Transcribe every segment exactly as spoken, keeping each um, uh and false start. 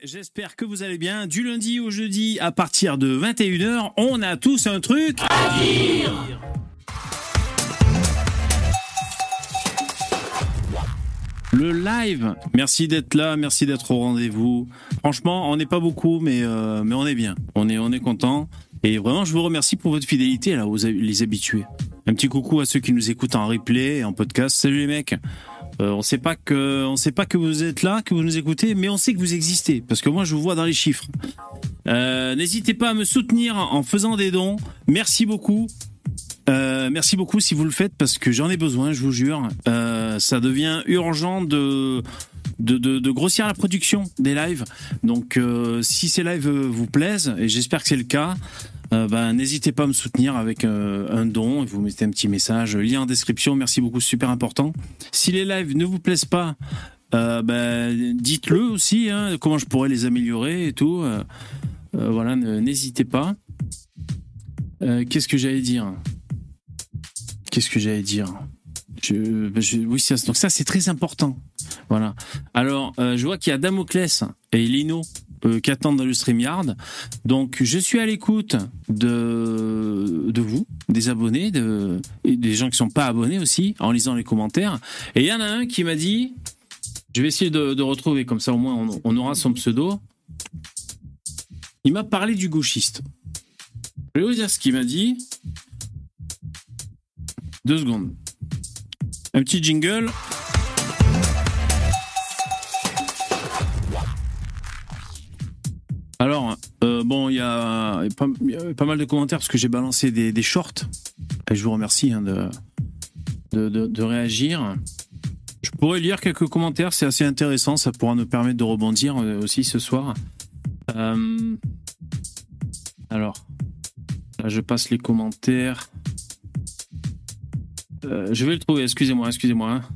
J'espère que vous allez bien. Du lundi au jeudi, à partir de vingt et une heures, on a tous un truc à dire. Le live, merci d'être là, merci d'être au rendez-vous. Franchement, on n'est pas beaucoup, mais euh, mais on est bien. On est on est content. Et vraiment, je vous remercie pour votre fidélité là, aux les habitués. Un petit coucou à ceux qui nous écoutent en replay et en podcast. Salut les mecs. Euh, on sait pas que, on sait pas que vous êtes là, que vous nous écoutez, mais on sait que vous existez, parce que moi je vous vois dans les chiffres. Euh, n'hésitez pas à me soutenir en faisant des dons. Merci beaucoup. Euh, merci beaucoup si vous le faites, parce que j'en ai besoin, je vous jure. Euh, ça devient urgent de, de, de, de grossir la production des lives. Donc, euh, si ces lives vous plaisent, et j'espère que c'est le cas, Euh, ben, n'hésitez pas à me soutenir avec euh, un don, vous mettez un petit message, lien en description, merci beaucoup, c'est super important. Si les lives ne vous plaisent pas, euh, ben, dites-le aussi, hein, comment je pourrais les améliorer et tout. Euh, euh, voilà, n'hésitez pas. Euh, Qu'est-ce que j'allais dire Qu'est-ce que j'allais dire je, je, Oui, ça, donc ça c'est très important. Voilà. Alors, euh, je vois qu'il y a Damoclès et Lino Euh, qui attendent dans le StreamYard. Donc, je suis à l'écoute de, de vous, des abonnés, de, et des gens qui sont pas abonnés aussi, en lisant les commentaires. Et il y en a un qui m'a dit, je vais essayer de, de retrouver, comme ça au moins on, on aura son pseudo. Il m'a parlé du gauchiste. Je vais vous dire ce qu'il m'a dit. Deux secondes. Un petit jingle. Alors, euh, bon, il y, y, y a pas mal de commentaires parce que j'ai balancé des, des shorts. Et je vous remercie hein, de, de, de, de réagir. Je pourrais lire quelques commentaires, c'est assez intéressant. Ça pourra nous permettre de rebondir aussi ce soir. Euh, alors, là, je passe les commentaires. Euh, je vais le trouver, excusez-moi, excusez-moi. Hein.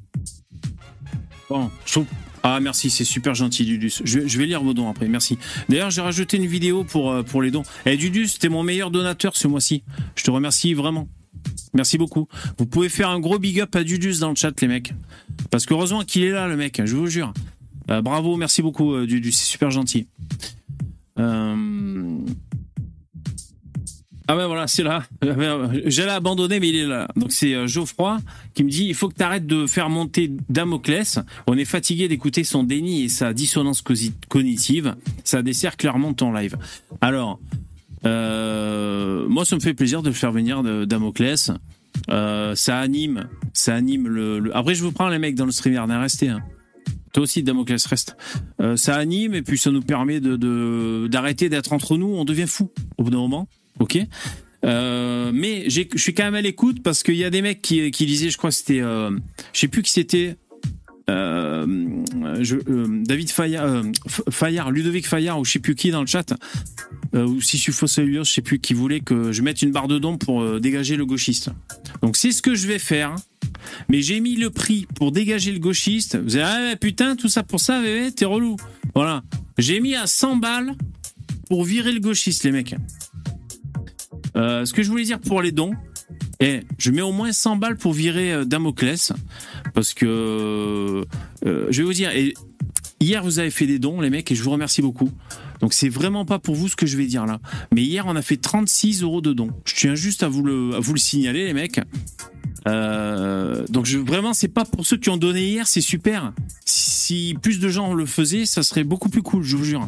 Bon, je trouve... Ah merci, c'est super gentil Dudus. Je, je vais lire vos dons après, merci. D'ailleurs j'ai rajouté une vidéo pour, pour les dons. Eh Dudus, t'es mon meilleur donateur ce mois-ci. Je te remercie vraiment. Merci beaucoup. Vous pouvez faire un gros big up à Dudus dans le chat les mecs. Parce qu'heureusement qu'il est là le mec, je vous jure. Euh, bravo, merci beaucoup euh, Dudus, c'est super gentil. Euh... Ah ouais voilà, c'est là. J'allais abandonner mais il est là. Donc c'est euh, Geoffroy qui me dit il faut que tu arrêtes de faire monter Damoclès. On est fatigué d'écouter son déni et sa dissonance cognitive. Ça dessert clairement ton live. Alors, euh, moi ça me fait plaisir de le faire venir de Damoclès. Euh, ça anime, ça anime le, le... Après je vous prends les mecs dans le StreamYard, restez. Hein. Toi aussi Damoclès reste. Euh, ça anime et puis ça nous permet de, de d'arrêter d'être entre nous. On devient fou au bout d'un moment. Ok, euh, mais je suis quand même à l'écoute parce qu'il y a des mecs qui, qui disaient, je crois que c'était, euh, je sais plus qui c'était, euh, je, euh, David Fayard, euh, Fayard, Ludovic Fayard ou je sais plus qui dans le chat, euh, ou si je suis faux sérieux, je sais plus qui voulait que je mette une barre de dons pour euh, dégager le gauchiste. Donc c'est ce que je vais faire. Mais j'ai mis le prix pour dégager le gauchiste. Vous allez ah putain tout ça pour ça, bébé, t'es relou. Voilà, j'ai mis à cent balles pour virer le gauchiste les mecs. Euh, ce que je voulais dire pour les dons, et je mets au moins cent balles pour virer euh, Damoclès, parce que euh, je vais vous dire, et hier vous avez fait des dons les mecs et je vous remercie beaucoup. Donc c'est vraiment pas pour vous ce que je vais dire là, mais hier on a fait trente-six euros de dons. Je tiens juste à vous le, à vous le signaler les mecs. Euh, donc je, vraiment c'est pas pour ceux qui ont donné hier, c'est super. Si plus de gens le faisaient, ça serait beaucoup plus cool, je vous jure.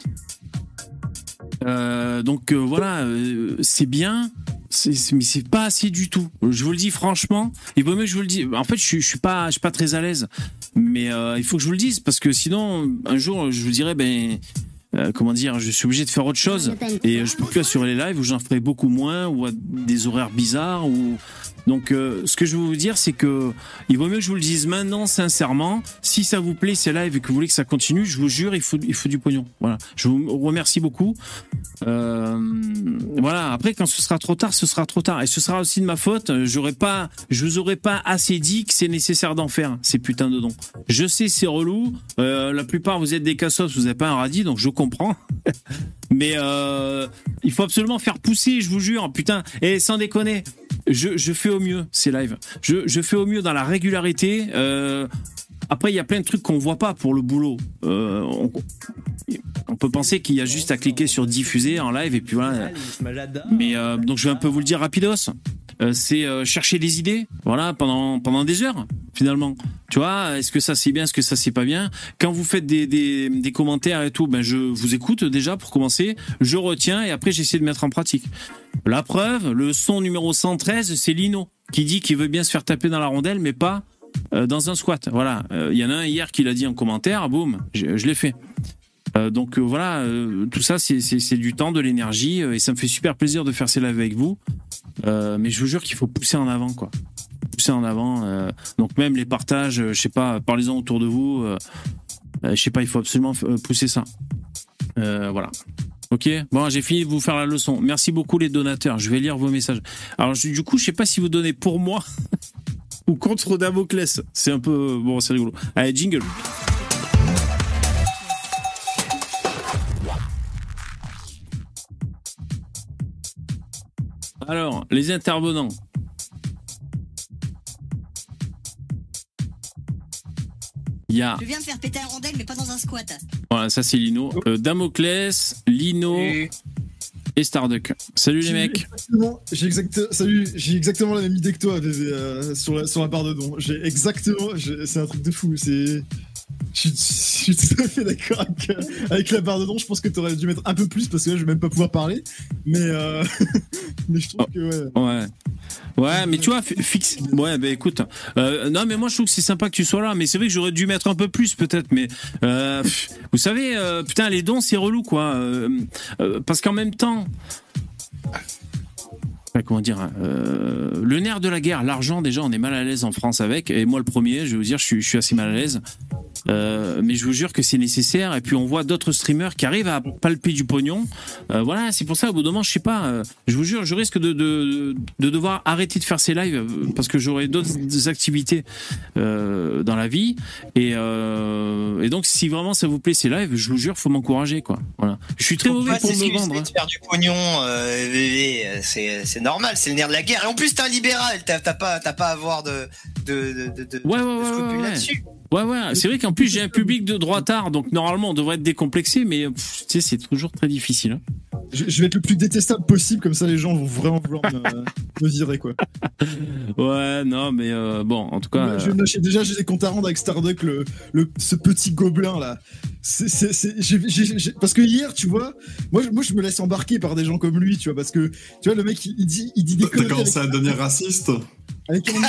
Euh, donc euh, voilà, euh, c'est bien, c'est, c'est, mais c'est pas assez du tout. Je vous le dis franchement. Il vaut mieux que je vous le dise. En fait, je suis, je suis pas, je suis pas très à l'aise, mais euh, il faut que je vous le dise parce que sinon, un jour, je vous dirai, ben, euh, comment dire, je suis obligé de faire autre chose et je peux plus assurer les lives où j'en ferai beaucoup moins ou à des horaires bizarres ou. Donc, euh, ce que je veux vous dire, c'est que il vaut mieux que je vous le dise maintenant, sincèrement. Si ça vous plaît, ces lives et que vous voulez que ça continue, je vous jure, il faut, il faut du pognon. Voilà. Je vous remercie beaucoup. Euh, voilà. Après, quand ce sera trop tard, ce sera trop tard. Et ce sera aussi de ma faute. J'aurais pas, je vous aurais pas assez dit que c'est nécessaire d'en faire ces putains de dons. Je sais, c'est relou. Euh, la plupart, vous êtes des cassos, vous n'avez pas un radis, donc je comprends. Mais euh, il faut absolument faire pousser, je vous jure. Putain. Et sans déconner. Je, je fais au mieux ces lives. Je, je fais au mieux dans la régularité. Euh, après, il y a plein de trucs qu'on voit pas pour le boulot. Euh, on, on peut penser qu'il y a juste à cliquer sur diffuser en live et puis voilà. Mais euh, donc je vais un peu vous le dire rapidos. Euh, c'est euh, chercher des idées, voilà, pendant pendant des heures finalement. Tu vois, est-ce que ça c'est bien, est-ce que ça c'est pas bien. Quand vous faites des des, des commentaires et tout, ben je vous écoute déjà pour commencer. Je retiens et après j'essaie de mettre en pratique. La preuve, le son numéro cent treize, c'est Lino qui dit qu'il veut bien se faire taper dans la rondelle, mais pas euh, dans un squat. Voilà, il euh, y en a un hier qui l'a dit en commentaire, boum, je, je l'ai fait. Euh, donc euh, voilà, euh, tout ça c'est, c'est, c'est du temps, de l'énergie, euh, et ça me fait super plaisir de faire ces lives avec vous. Euh, mais je vous jure qu'il faut pousser en avant, quoi. Pousser en avant. Euh, donc même les partages, euh, je sais pas, parlez-en autour de vous. Euh, euh, je sais pas, il faut absolument euh, pousser ça. Euh, voilà. Ok. Bon, j'ai fini de vous faire la leçon. Merci beaucoup les donateurs. Je vais lire vos messages. Alors je, du coup, je sais pas si vous donnez pour moi ou contre Damoclès. C'est un peu bon, c'est rigolo. Allez, jingle. Alors, les intervenants. Il y a... Je viens de faire péter un rondelle, mais pas dans un squat. Voilà, ça c'est Lino. Euh, Damoclès, Lino et, et Starduck. Salut j'ai les mecs. Exactement, j'ai exact, salut, j'ai exactement la même idée que toi euh, sur, la, sur la barre de don. J'ai exactement, j'ai, c'est un truc de fou. C'est... Je suis, je suis tout à fait d'accord avec, euh, avec la barre de don. Je pense que tu aurais dû mettre un peu plus parce que là je vais même pas pouvoir parler. Mais, euh, mais je trouve oh, que ouais. Ouais. Ouais, mais tu vois, fixe. Ouais, bah écoute. Euh, non, mais moi je trouve que c'est sympa que tu sois là. Mais c'est vrai que j'aurais dû mettre un peu plus peut-être. Mais euh, vous savez, euh, putain, les dons c'est relou quoi. Euh, euh, parce qu'en même temps. Comment dire, euh, le nerf de la guerre, l'argent déjà, on est mal à l'aise en France avec, et moi le premier, je vais vous dire, je suis, je suis assez mal à l'aise. Euh, mais je vous jure que c'est nécessaire. Et puis on voit d'autres streamers qui arrivent à palper du pognon. Euh, voilà, c'est pour ça au bout d'un moment, je sais pas. Euh, je vous jure, je risque de, de de devoir arrêter de faire ces lives parce que j'aurai d'autres activités euh, dans la vie. Et euh, et donc si vraiment ça vous plaît ces lives, je vous jure, faut m'encourager quoi. Voilà. Je suis très mauvais ouais, pour me vendre. Hein. De faire du pognon, euh, V V, c'est c'est normal, c'est le nerf de la guerre. Et en plus, t'es un libéral, t'as, t'as pas t'as pas à avoir de de de de, ouais, ouais, de ouais, scrupules ouais, ouais. là-dessus. Ouais, ouais, c'est vrai qu'en plus j'ai un public de droitard, donc normalement on devrait être décomplexé, mais pff, tu sais, c'est toujours très difficile. Hein. Je, je vais être le plus détestable possible, comme ça les gens vont vraiment vouloir me, me virer, quoi. Ouais, non, mais euh, bon, en tout cas. Moi, je vais lâcher, déjà, j'ai des comptes à rendre avec Starduck, le, le, ce petit gobelin là. C'est, c'est, c'est, j'ai, j'ai, j'ai, parce que hier, tu vois, moi, moi je me laisse embarquer par des gens comme lui, tu vois, parce que tu vois, le mec il, il dit, il dit des conneries. T'as commencé à devenir raciste avec un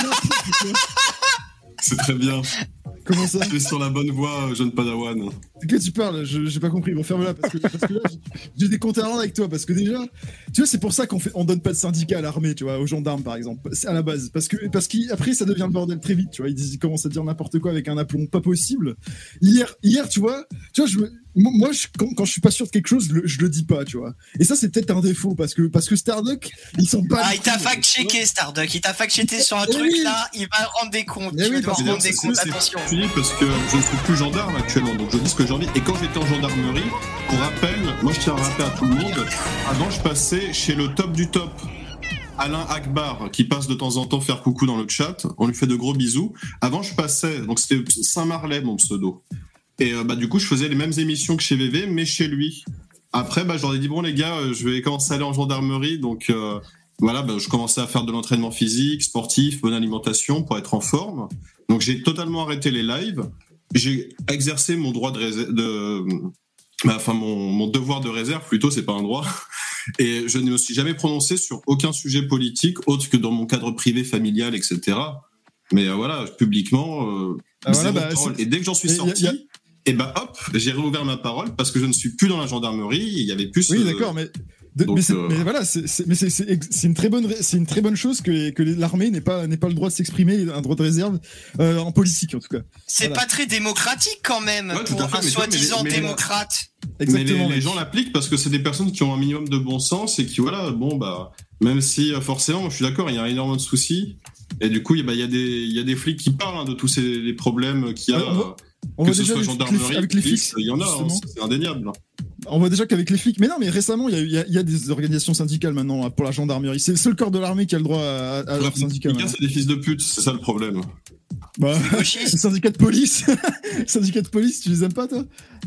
c'est très bien. Comment ça? Tu es sur la bonne voie, jeune padawan. De quoi tu parles? Je, j'ai pas compris. Bon, ferme-la, parce que, parce que là, j'ai des comptes à rendre avec toi. Parce que déjà, tu vois, c'est pour ça qu'on fait, on donne pas de syndicat à l'armée, tu vois, aux gendarmes, par exemple. C'est à la base. Parce que, parce qu'après, ça devient le bordel très vite, tu vois. Ils, disent, ils commencent à dire n'importe quoi avec un aplomb pas possible. Hier, hier, tu vois, tu vois, je me, moi, je, quand, quand je suis pas sûr de quelque chose, je le, je le dis pas, tu vois. Et ça, c'est peut-être un défaut, parce que, parce que Starduck, ils sont pas. Ah, il t'a fact-checké, Starduck. Il t'a fact-checké sur un et truc oui. là, il va rendre des comptes. Et tu oui, vas devoir rendre des comptes, c'est, attention. C'est fini parce que je ne suis plus gendarme actuellement, donc je dis ce que j'ai envie. Et quand j'étais en gendarmerie, pour rappel, moi je tiens à rappeler à tout le monde, avant je passais chez le top du top. Alain Akbar, qui passe de temps en temps faire coucou dans le chat, on lui fait de gros bisous. Avant je passais, donc c'était Saint-Marlais mon pseudo. Et euh, bah du coup je faisais les mêmes émissions que chez V V, mais chez lui. Après bah j'aurais dit bon les gars, euh, je vais commencer à aller en gendarmerie, donc euh, voilà, bah, je commençais à faire de l'entraînement physique, sportif, bonne alimentation pour être en forme. Donc j'ai totalement arrêté les lives. J'ai exercé mon droit de réserve, de, bah, enfin mon, mon devoir de réserve plutôt, c'est pas un droit. Et je ne me suis jamais prononcé sur aucun sujet politique autre que dans mon cadre privé, familial, et cetera. Mais euh, voilà, publiquement, euh, ah, voilà, bah, parole. Et dès que j'en suis sorti, y a, y a... et bah hop, j'ai réouvert ma parole parce que je ne suis plus dans la gendarmerie. Il y avait plus. Oui, euh, d'accord, mais. De, Donc, mais, c'est, euh... mais voilà, c'est, c'est, mais c'est, c'est, c'est une très bonne, c'est une très bonne chose que, que l'armée n'ait pas, n'ait pas le droit de s'exprimer, un droit de réserve euh, en politique en tout cas. C'est voilà. Pas très démocratique quand même ouais, pour fait, un soi-disant mais, mais, démocrate. Exactement. Mais les, les gens l'appliquent parce que c'est des personnes qui ont un minimum de bon sens et qui voilà, bon bah, même si forcément, je suis d'accord, il y a énormément de soucis et du coup, il bah, y a des, il y a des flics qui parlent hein, de tous ces les problèmes qu'il y a. Alors, on que voit ce déjà soit gendarmerie, avec les flics, il y en a, hein, c'est indéniable. On voit déjà qu'avec les flics, mais non, mais récemment, il y, y, y a des organisations syndicales maintenant pour la gendarmerie. C'est le seul corps de l'armée qui a le droit à, à leur syndicat. Les gars, c'est des fils de pute, c'est ça le problème. Bah, Gauchiste. les syndicats de police, les syndicats de police, tu les aimes pas, toi?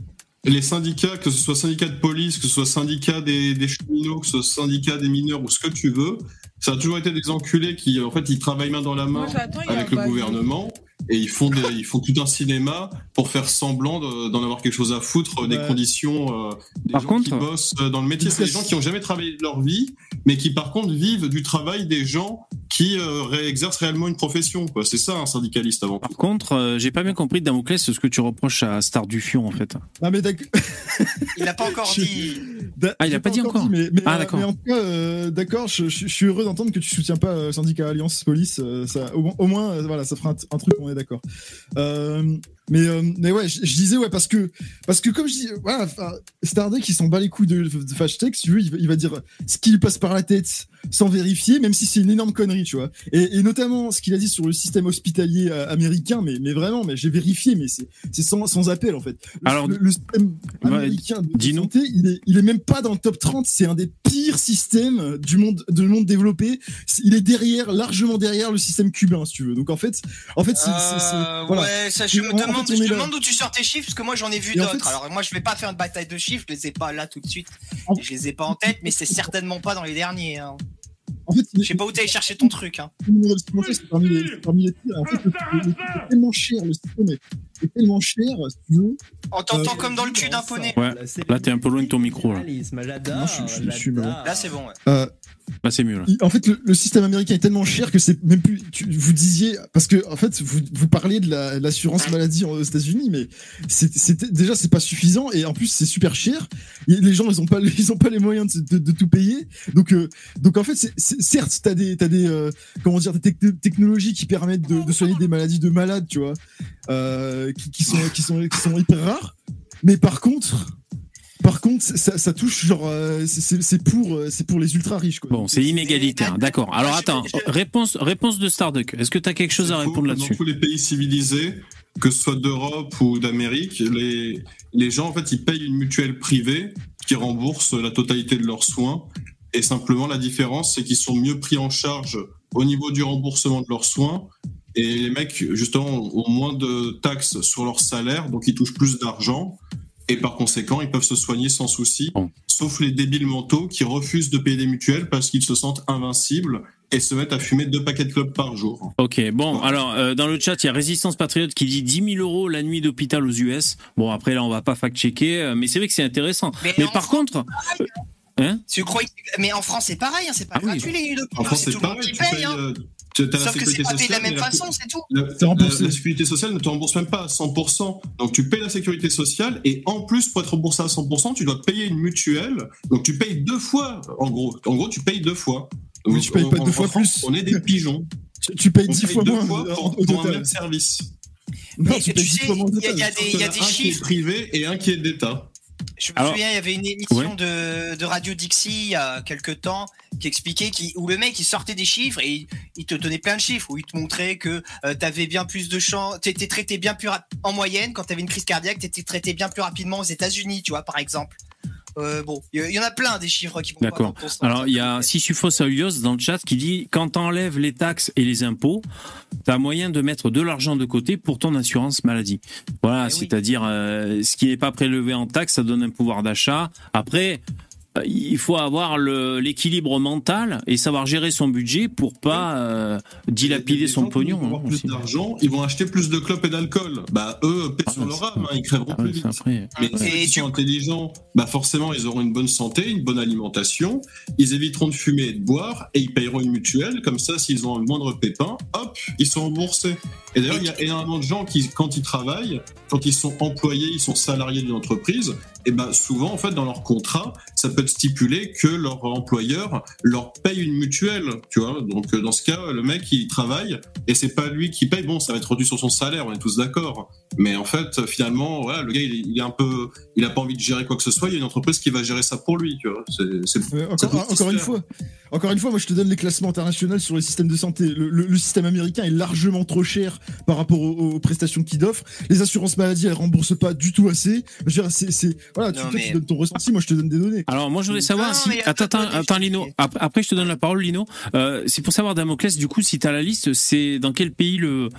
Les syndicats, que ce soit syndicat de police, que ce soit syndicat des, des cheminots, que ce soit syndicat des mineurs ou ce que tu veux, ça a toujours été des enculés qui, en fait, ils travaillent main dans la main Moi, j'attends, il y a avec un le bail. gouvernement et ils font des, ils font tout un cinéma pour faire semblant de- d'en avoir quelque chose à foutre des Ouais. conditions euh, des Par gens contre- qui bossent dans le métier. C'est des gens qui ont jamais travaillé de leur vie, mais qui par contre vivent du travail des gens qui euh, ré- exercent réellement une profession, quoi. C'est ça un syndicaliste avant tout. Par contre, euh, j'ai pas bien compris, Damoclès, ce que tu reproches à Star du Fion, en fait. Ah, mais d'accord. Il l'a pas encore Je- dit. Da- Ah, il a j'ai pas dit encore. mais, mais, Ah, euh, d'accord. mais en tout cas, euh, d'accord, je, je- je suis heureux d'entendre que tu soutiens pas euh, syndicat Alliance Police. euh, ça, au, moins- au moins, euh, voilà, ça fera un, un truc, on est d'accord. Euh, mais, euh, mais ouais, je, je disais ouais parce que parce que comme je dis, voilà, enfin, Stardeck il s'en bat les couilles de, de hashtag, si tu veux, il va, il va dire ce qui lui passe par la tête sans vérifier, même si c'est une énorme connerie, tu vois. Et, et notamment ce qu'il a dit sur le système hospitalier euh, américain, mais mais vraiment, mais j'ai vérifié, mais c'est c'est sans sans appel en fait. Le, Alors, le, le système ouais, américain de dis-nous. santé, il est il est même pas dans le top trente, c'est un des pires systèmes du monde du monde développé. C'est- Il est derrière, largement derrière le système cubain, si tu veux. Donc en fait, en fait, c'est c'est- c'est- Euh, voilà. Ouais, ça, je me En fait, demande, on je est te là. demande d'où tu sors tes chiffres, parce que moi j'en ai vu Et en d'autres. fait- Alors moi je vais pas faire une bataille de chiffres, je les ai pas là tout de suite. En- Je les ai pas en tête, mais c'est certainement pas dans les derniers. Hein. En fait, il Je sais pas où t'allais chercher ton truc. Hein. le numéro de supplémentaire, c'est parmi les, c'est parmi les pires. En fait, le, le- le truc est tellement cher, le système est, est tellement cher, si tu veux. On t'entend Euh, comme dans le cul d'un poney. Ouais, là, t'es un peu loin de ton micro, là. J'adore. Non, je- je- je suis j'adore. là. Là c'est bon. Ouais. Euh, Là, c'est mieux, là. il- en fait, le, le système américain est tellement cher que c'est même plus. Tu, vous disiez parce que en fait, vous, vous parliez de la- l'assurance maladie aux États-Unis, mais c'est c'est- déjà c'est pas suffisant et en plus c'est super cher. Et les gens ils ont pas ils ont pas les moyens de, de, de tout payer. Donc euh, donc en fait, c'est c'est- certes t'as des t'as des euh, comment dire des tec- technologies qui permettent de, de soigner des maladies de malades, tu vois, euh, qui, qui sont qui sont qui sont hyper rares. Mais par contre. Par contre, ça, ça touche genre, euh, c'est- c'est c'est pour, euh, c'est pour les ultra riches quoi. Bon, c'est inégalitaire, d'accord. Alors, attends, réponse, réponse de Starduck. Est-ce que t'as quelque chose à C'est faux, répondre Dans là-dessus? tous les pays civilisés, que ce soit d'Europe ou d'Amérique, les, les gens, en fait, ils payent une mutuelle privée qui rembourse la totalité de leurs soins. Et simplement, la différence, c'est qu'ils sont mieux pris en charge au niveau du remboursement de leurs soins. Et les mecs, justement, ont moins de taxes sur leur salaire, donc ils touchent plus d'argent. Et par conséquent, ils peuvent se soigner sans souci, Bon. sauf les débiles mentaux qui refusent de payer des mutuelles parce qu'ils se sentent invincibles et se mettent à fumer deux paquets de clopes par jour. Ok, bon, alors, euh, dans le chat, il y a Résistance Patriote qui dit dix mille euros la nuit d'hôpital aux U S. Bon, après, là, on va pas fact-checker, euh, mais c'est vrai que c'est intéressant. Mais Mais en par France, contre, hein? Tu crois que- Mais en France c'est pareil, hein, c'est pas Ah oui. gratuit les nuits d'hôpital. En France, C'est c'est tout le monde pareil, qui tu paye. payes, Hein. euh, tu as la Sauf que c'est sécurité pas payé de la sociale, même mais la- façon, c'est tout. La, C'est remboursé. la- la sécurité sociale ne te rembourse même pas à cent pour cent. Donc tu payes la sécurité sociale et en plus pour être remboursé à cent pour cent, tu dois payer une mutuelle. Donc tu payes deux fois en gros. En gros, tu payes deux fois. Donc, Mais tu payes en- pas en- deux en fois France, plus. On est des pigeons. Tu, tu payes On dix paye fois deux moins fois euh, pour, au pour un total. même service. Non, Mais tu tu payes dix sais, fois moins au il y a- il y a total. des- il y a un des qui est chiffres. privé et un qui est d'État. Je me Alors- souviens, il y avait une émission Ouais. de, de Radio Dixie il y a quelques temps qui expliquait qui, où le mec il sortait des chiffres et il, il te donnait plein de chiffres où il te montrait que euh, t'avais bien plus de chance, t'étais traité bien plus rap- en moyenne quand t'avais une crise cardiaque, t'étais traité bien plus rapidement aux États-Unis, tu vois par exemple. Euh, bon, il y, il y en a plein des chiffres qui vont pas D'accord. dans ton sens. Alors, il y a Sisyphos Aulios dans le chat qui dit quand t'enlèves les taxes et les impôts, t'as moyen de mettre de l'argent de côté pour ton assurance maladie. Voilà, Eh oui. c'est-à-dire euh, ce qui n'est pas prélevé en taxes, ça donne un pouvoir d'achat. Après, euh, il faut avoir le- l'équilibre mental et savoir gérer son budget pour pas euh, dilapider Les son gens qui pognon. vont avoir hein, plus aussi. d'argent, ils vont acheter plus de clopes et d'alcool. Bah eux, paient Ah, sur leur c'est- âme, hein, ils crèveront Ah plus ouais, vite. c'est après. Mais Et ceux qui tu- sont intelligents, bah forcément, ils auront une bonne santé, une bonne alimentation, ils éviteront de fumer et de boire, et ils payeront une mutuelle, comme ça, s'ils ont un moindre pépin, hop, ils sont remboursés. Et d'ailleurs, il y a énormément de gens qui, quand ils travaillent, quand ils sont employés, ils sont salariés d'une entreprise, et ben souvent, en fait, dans leur contrat, ça peut être stipulé que leur employeur leur paye une mutuelle, tu vois. Donc, euh, dans ce cas, le mec, il travaille, et c'est pas lui qui paye. Bon, ça va être redu sur son salaire, on est tous d'accord. Mais en fait, finalement, voilà, le gars, il est, il est un peu, il a pas envie de gérer quoi que ce soit. Il y a une entreprise qui va gérer ça pour lui, tu vois. C'est, c'est, Euh, ça encore, peut encore se une faire. fois, encore une fois, moi je te donne les classements internationaux sur les systèmes de santé. Le, le- le système américain est largement trop cher par rapport aux, aux prestations qu'il offre. Les assurances maladie, elles remboursent pas du tout assez. Je veux dire, c'est, c'est, voilà, tu, Non, toi, mais- tu donnes ton ressenti, moi je te donne des données. Alors moi je voulais savoir Non, si mais il y a attends pas de attends, données, attends je Lino sais. Ap- après je te donne la parole Lino. Euh, c'est pour savoir Damoclès du coup si t'as la liste, c'est dans quel pays le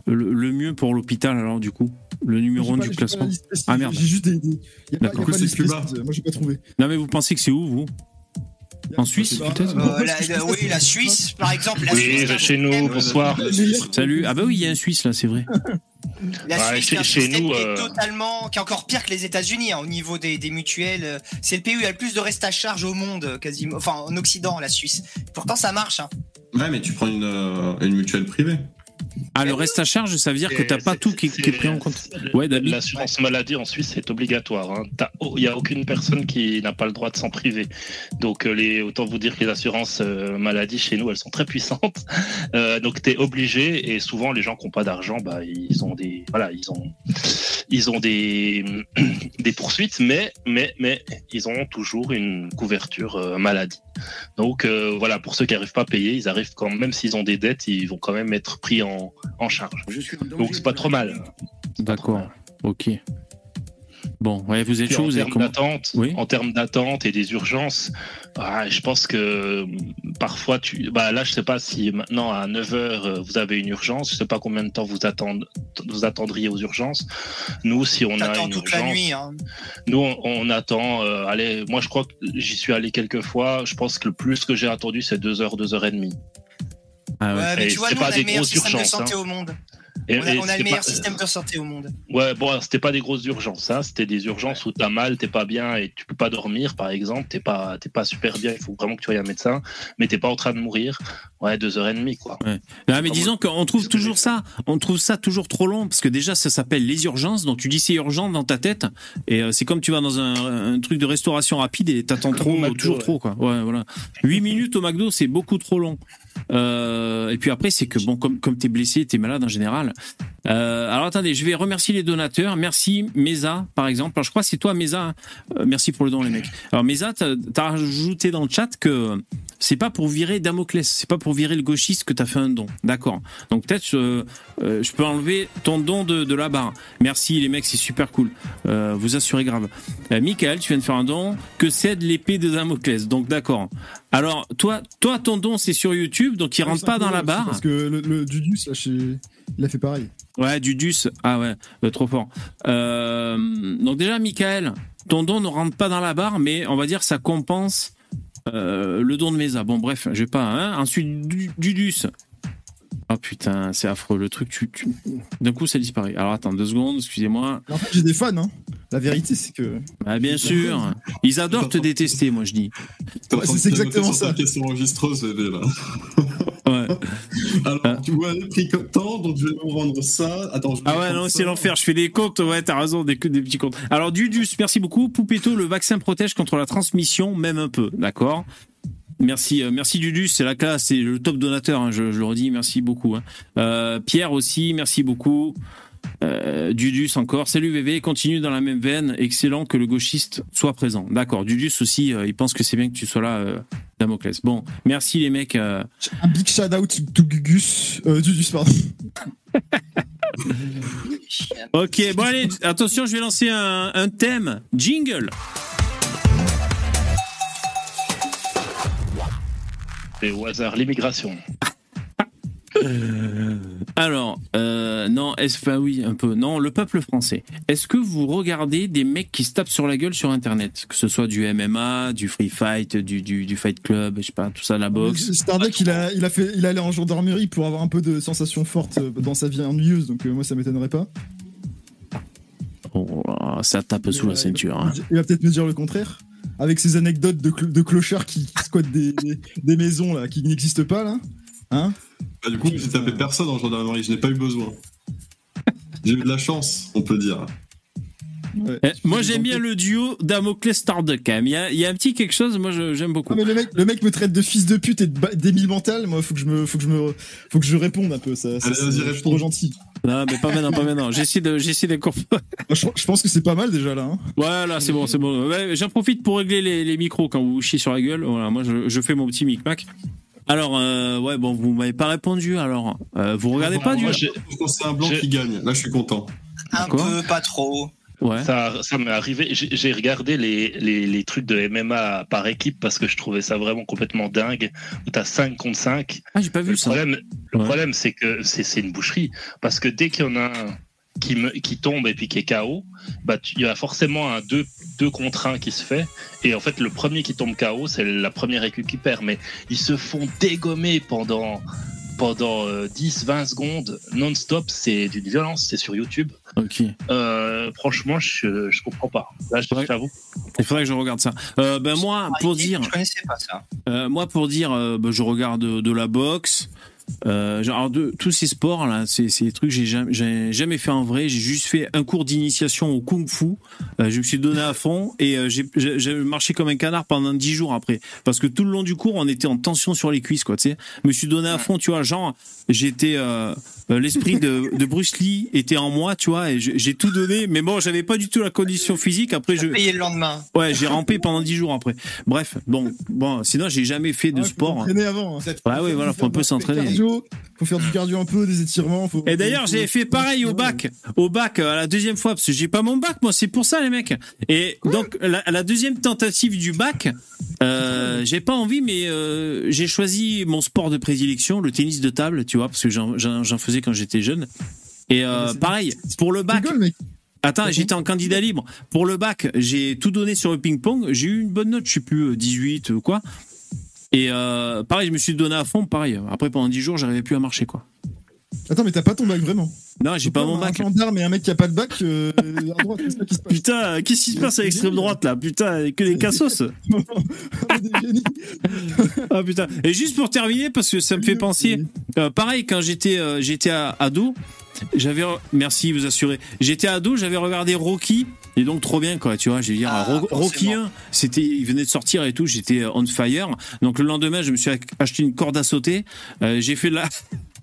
le, le mieux pour l'hôpital, alors, du coup? Le numéro un du classement? Ah merde. J'ai juste des. des... Y a pas, y a D'accord, pas c'est Cuba. précise. Moi, j'ai pas trouvé. Non, mais vous pensez que c'est où, vous? En Suisse, Bah, peut-être? bah, Euh, la, la- oui, la Suisse, par exemple. La Oui, Suisse, chez nous, système- bonsoir. Salut. Ah bah oui, il y a un Suisse, là, c'est vrai. La Ouais, Suisse, chez- c'est un chez système nous, qui est euh, totalement, qui est encore pire que les États-Unis hein, au niveau des, des mutuelles. euh, C'est le pays où il y a le plus de reste à charge au monde, euh, quasiment. Enfin, en Occident, la Suisse. Pourtant, ça marche. Hein. Ouais, mais tu prends une, euh, une mutuelle privée. Ah, le reste à charge, ça veut dire que t'as pas C'est- tout qui, c'est- qui est pris en compte. c'est- Ouais, David. L'assurance maladie en Suisse est obligatoire. hein. T'as- oh, Il n'y a aucune personne qui n'a pas le droit de s'en priver. Donc, euh, les, autant vous dire que les assurances euh, maladie chez nous, elles sont très puissantes. Euh, donc, tu es obligé. Et souvent, les gens qui n'ont pas d'argent, bah, ils ont des, voilà, ils ont, ils ont des, des poursuites, mais, mais, mais, ils ont toujours une couverture euh, maladie. Donc, euh, voilà, pour ceux qui n'arrivent pas à payer, ils arrivent quand même, s'ils ont des dettes, ils vont quand même être pris en, en charge. Donc, c'est pas trop mal. D'accord. Ok. Bon, ouais, vous êtes Puis chaud, en vous avez termes comment... d'attente, Oui. en termes d'attente et des urgences, ah, je pense que hum, parfois tu, bah là je sais pas si maintenant à neuf heures euh, vous avez une urgence, je sais pas combien de temps vous attendez, vous attendriez aux urgences. Nous si on a T'attends une toute urgence, la nuit. Hein. nous on, on attend. Euh, allez, moi je crois que j'y suis allé quelques fois. Je pense que le plus que j'ai attendu c'est deux heures, deux heures et demie. Ah ouais. Ouais, mais Et tu vois, c'est nous, pas on a des le meilleur grosses système de urgences, santé hein. au monde. Et- On a, et on a c'est le meilleur pas- système de santé au monde. Ouais, bon, c'était pas des grosses urgences, hein. C'était des urgences où t'as mal, t'es pas bien et tu peux pas dormir, par exemple. T'es pas, t'es pas super bien. Il faut vraiment que tu ailles à un médecin, mais t'es pas en train de mourir. Ouais, deux heures et demie, quoi. Ouais. Non, mais disons qu'on trouve toujours ça, on trouve ça toujours trop long, parce que déjà ça s'appelle les urgences, donc tu dis c'est urgent dans ta tête, et euh, c'est comme tu vas dans un, un truc de restauration rapide et t'attends Comme trop, au McDo, toujours ouais. trop, quoi. Ouais, voilà. huit minutes au McDo, c'est beaucoup trop long. Euh, et puis après, c'est que bon, comme, comme t'es blessé, t'es malade en général. Euh, alors attendez, je vais remercier les donateurs. Merci Mesa, par exemple. Alors je crois que c'est toi Mesa. Hein. Euh, merci pour le don les mecs. Alors Mesa, t'as, t'as rajouté dans le chat que c'est pas pour virer Damoclès, c'est pas pour virer le gauchiste que t'as fait un don. D'accord. Donc peut-être euh, euh, je peux enlever ton don de, de la barre. Merci les mecs, c'est super cool. Euh, vous assurez grave. Euh, Michael, tu viens de faire un don. Que cède l'épée de Damoclès. Donc d'accord. Alors toi, toi ton don c'est sur YouTube, donc il rentre pas dans la barre. Parce que le, le Dudus, là, chez... il a fait pareil. Ouais, Dudus. Ah ouais, euh, trop fort. Euh, donc déjà, Michael, ton don ne rentre pas dans la barre, mais on va dire ça compense euh, le don de Mesa. Bon, bref, je vais pas. Hein. Ensuite, du- Dudus. Oh putain, c'est affreux. Le truc, tu, tu... d'un coup, ça disparaît. Alors attends, deux secondes, excusez-moi. Mais en fait, j'ai des fans, hein. La vérité, c'est que. Ah, bien sûr. Ils adorent te détester, moi, je dis. T'es en Ouais, train de c'est te noter exactement sur ta ça. question enregistreuse, elle est là. Ouais. Alors, Ah. tu vois, le prix comme temps, donc je vais vous rendre ça. Attends, je vais Ah ouais, prendre non, ça. c'est l'enfer. Je fais des comptes. Ouais, t'as raison, des, des petits comptes. Alors, Dudus, merci beaucoup. Poupetto, le vaccin protège contre la transmission, même un peu. D'accord. Merci, euh, merci Dudus, c'est la classe, c'est le top donateur, hein, je, je le redis, merci beaucoup. Hein. Euh, Pierre aussi, merci beaucoup. Euh, Dudus encore, salut V V, continue dans la même veine, excellent que le gauchiste soit présent. D'accord, Dudus aussi, euh, il pense que c'est bien que tu sois là, euh, Damoclès. Bon, merci les mecs. Euh... Un big shout out to Gugus. Euh, Dudus, pardon. Ok, bon allez, attention, je vais lancer un, un thème, jingle. Et au hasard, l'immigration. Alors, euh, non, est-ce, enfin oui, un peu. Non, le peuple français. Est-ce que vous regardez des mecs qui se tapent sur la gueule sur Internet, que ce soit du M M A, du free fight, du, du, du fight club, je sais pas, tout ça, la boxe. Stardeck, il a, il a fait, il est allé en gendarmerie pour avoir un peu de sensations fortes dans sa vie ennuyeuse, donc euh, moi ça m'étonnerait pas. Oh, ça tape sous Il la va- ceinture. Hein. Il va peut-être me dire le contraire. Avec ses anecdotes de, clo- de clochards qui squattent des, des, des maisons là, qui n'existent pas là. Hein? Bah, du coup, j'ai tapé personne en gendarmerie, je n'ai pas eu besoin. J'ai eu de la chance, on peut dire. Ouais. Eh, moi j'aime bien le duo Damoclès Stardeck quand même. Il y a, il y a un petit quelque chose, moi je- j'aime beaucoup. Ah, mais le mec, le mec me traite de fils de pute et de ba- débile mental. Moi, faut que je me, faut que je me, faut que je réponde un peu. Ça, ça Allez, c'est- vas-y, je suis réponds. trop gentil. Non, mais pas maintenant, pas maintenant. J'essaie de, j'essaie d'incorporer. Moi, je, je pense que c'est pas mal déjà là. Hein. Voilà, c'est bon, c'est bon. Ouais, j'en profite pour régler les, les micros quand vous vous chiez sur la gueule. Voilà, moi je, je fais mon petit micmac. Alors, euh, ouais, bon, vous m'avez pas répondu. Alors, euh, vous regardez pas du. Moi, j'ai- Quand c'est un blanc j'ai- qui gagne, là je suis content. Un Quoi peu, pas trop. Ouais. Ça, ça m'est arrivé. J'ai, j'ai regardé les, les, les trucs de M M A par équipe parce que je trouvais ça vraiment complètement dingue. Où t'as cinq contre cinq. Ah, j'ai pas vu Le ça. problème, le Ouais. problème c'est que c'est, c'est une boucherie. Parce que dès qu'il y en a un qui, me, qui tombe et puis qui est K O, bah, tu- il y a forcément un deux contre un qui se fait. Et en fait, le premier qui tombe K O, c'est la première équipe qui perd. Mais ils se font dégommer pendant. Pendant euh, dix vingt secondes non-stop, c'est d'une violence, c'est sur YouTube. Ok. Euh, franchement, je, je comprends pas. Là, je Ouais. t'avoue. Il faudrait que je regarde ça. Euh, ben moi, pour dire, Je connaissais pas ça. euh, moi pour dire, euh, ben, je regarde de, de la boxe. Euh, genre de tous ces sports là, c'est c'est des trucs que j'ai jamais, j'ai jamais fait en vrai. J'ai juste fait un cours d'initiation au kung-fu. Euh, je me suis donné à fond et euh, j'ai j'ai j'ai marché comme un canard pendant dix jours après. Parce que tout le long du cours, on était en tension sur les cuisses, quoi. Tu sais, je me suis donné à fond, tu vois. Genre, j'étais euh, euh, l'esprit de, de Bruce Lee était en moi, tu vois, et j'ai j'ai tout donné. Mais bon, j'avais pas du tout la condition physique. Après, je Payé le lendemain. ouais, j'ai rampé pendant dix jours après. Bref, bon, bon, sinon j'ai jamais fait de Ouais, faut sport. s'entraîner avant. hein. Ouais, ouais, voilà, faut un peu s'entraîner. Cardio, faut faire du cardio un peu, des étirements. Faut, Et d'ailleurs, faut- j'ai fait pareil au bac, au bac euh, à la deuxième fois parce que j'ai pas mon bac, moi, c'est pour ça les mecs. Et donc la, la deuxième tentative du bac, euh, j'ai pas envie, mais euh, j'ai choisi mon sport de prédilection, le tennis de table, tu vois, parce que j'en, j'en, j'en faisais quand j'étais jeune. Et euh, pareil pour le bac. Rigole, mec. Attends, j'étais en candidat libre. Pour le bac, j'ai tout donné sur le ping-pong. J'ai eu une bonne note, je sais plus, euh, dix-huit ou quoi. Et euh, pareil, je me suis donné à fond, pareil. Après, pendant dix jours, j'arrivais plus à marcher, quoi. Attends, mais t'as pas ton bac vraiment. Non, j'ai pas mon bac. Un gendarme et un mec qui a pas de bac, euh, à droite, c'est ça qui se passe. Putain, qu'est-ce qui se passe à l'extrême droite, là? Putain, que des cassos. Des génies. Ah, putain. Et juste pour terminer, parce que ça me fait penser, euh, pareil, quand j'étais, euh, j'étais à- ado, j'avais, merci, vous assurez, j'étais ado, j'avais regardé Rocky. Et donc trop bien quoi, tu vois, je veux dire Ah, Ro- Rocky forcément. un, c'était il venait de sortir et tout, j'étais on fire. Donc le lendemain, je me suis acheté une corde à sauter, euh, j'ai fait de la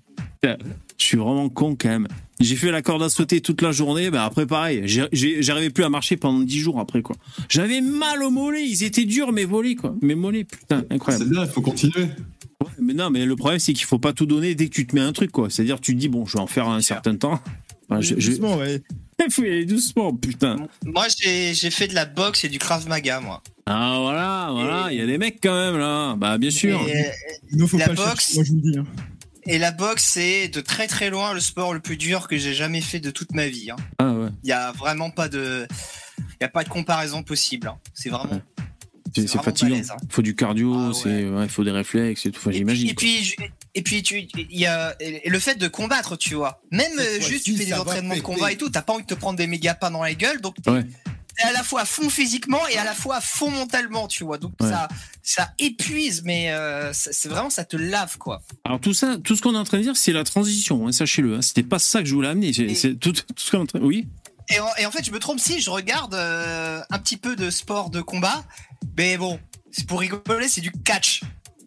je suis vraiment con quand même. J'ai fait la corde à sauter toute la journée, bah après pareil, j'ai- j'ai- j'arrivais plus à marcher pendant dix jours après quoi. J'avais mal aux mollets, ils étaient durs mes mollets quoi. Mes mollets, putain, incroyable. C'est bien, il faut continuer. Ouais, mais non, mais le problème c'est qu'il faut pas tout donner dès que tu te mets un truc quoi. C'est-à-dire tu te dis bon, je vais en faire un certain temps. Enfin, je, je... Doucement, ouais. Il faut y aller doucement, putain. Moi, j'ai j'ai fait de la boxe et du Krav Maga, moi. Ah voilà, voilà, il y a des mecs quand même là. Bah bien sûr. Et, Il ne faut La pas le boxe. chercher, moi je vous le dis. hein. et la boxe, c'est de très très loin le sport le plus dur que j'ai jamais fait de toute ma vie. hein. Ah ouais. Il y a vraiment pas de, il y a pas de comparaison possible. hein. C'est vraiment. C'est C'est c'est vraiment fatigant. balèze, hein. Faut du cardio, Ah ouais. c'est ouais, faut des réflexes et tout. Enfin, Et j'imagine. puis, quoi. et puis, je- et puis tu, il y a et le fait de combattre, tu vois. Même Cette euh, juste tu fois-ci, fais des ça va entraînements de péter. combat et tout, t'as pas envie de te prendre des méga pains dans la gueule, donc t'es Ouais. t'es à la fois à fond physiquement et à la fois à fond mentalement, tu vois. Donc Ouais. ça, ça épuise, mais euh, ça- c'est vraiment ça te lave quoi. Alors tout ça, tout ce qu'on est en train de dire, c'est la transition. Hein, sachez-le. Hein. C'était pas ça que je voulais amener. C'est Et- c'est tout, tout ce qu'on est en train. Oui. Et en, et en fait, je me trompe si je regarde euh, un petit peu de sport de combat, mais bon, c'est pour rigoler, c'est du catch.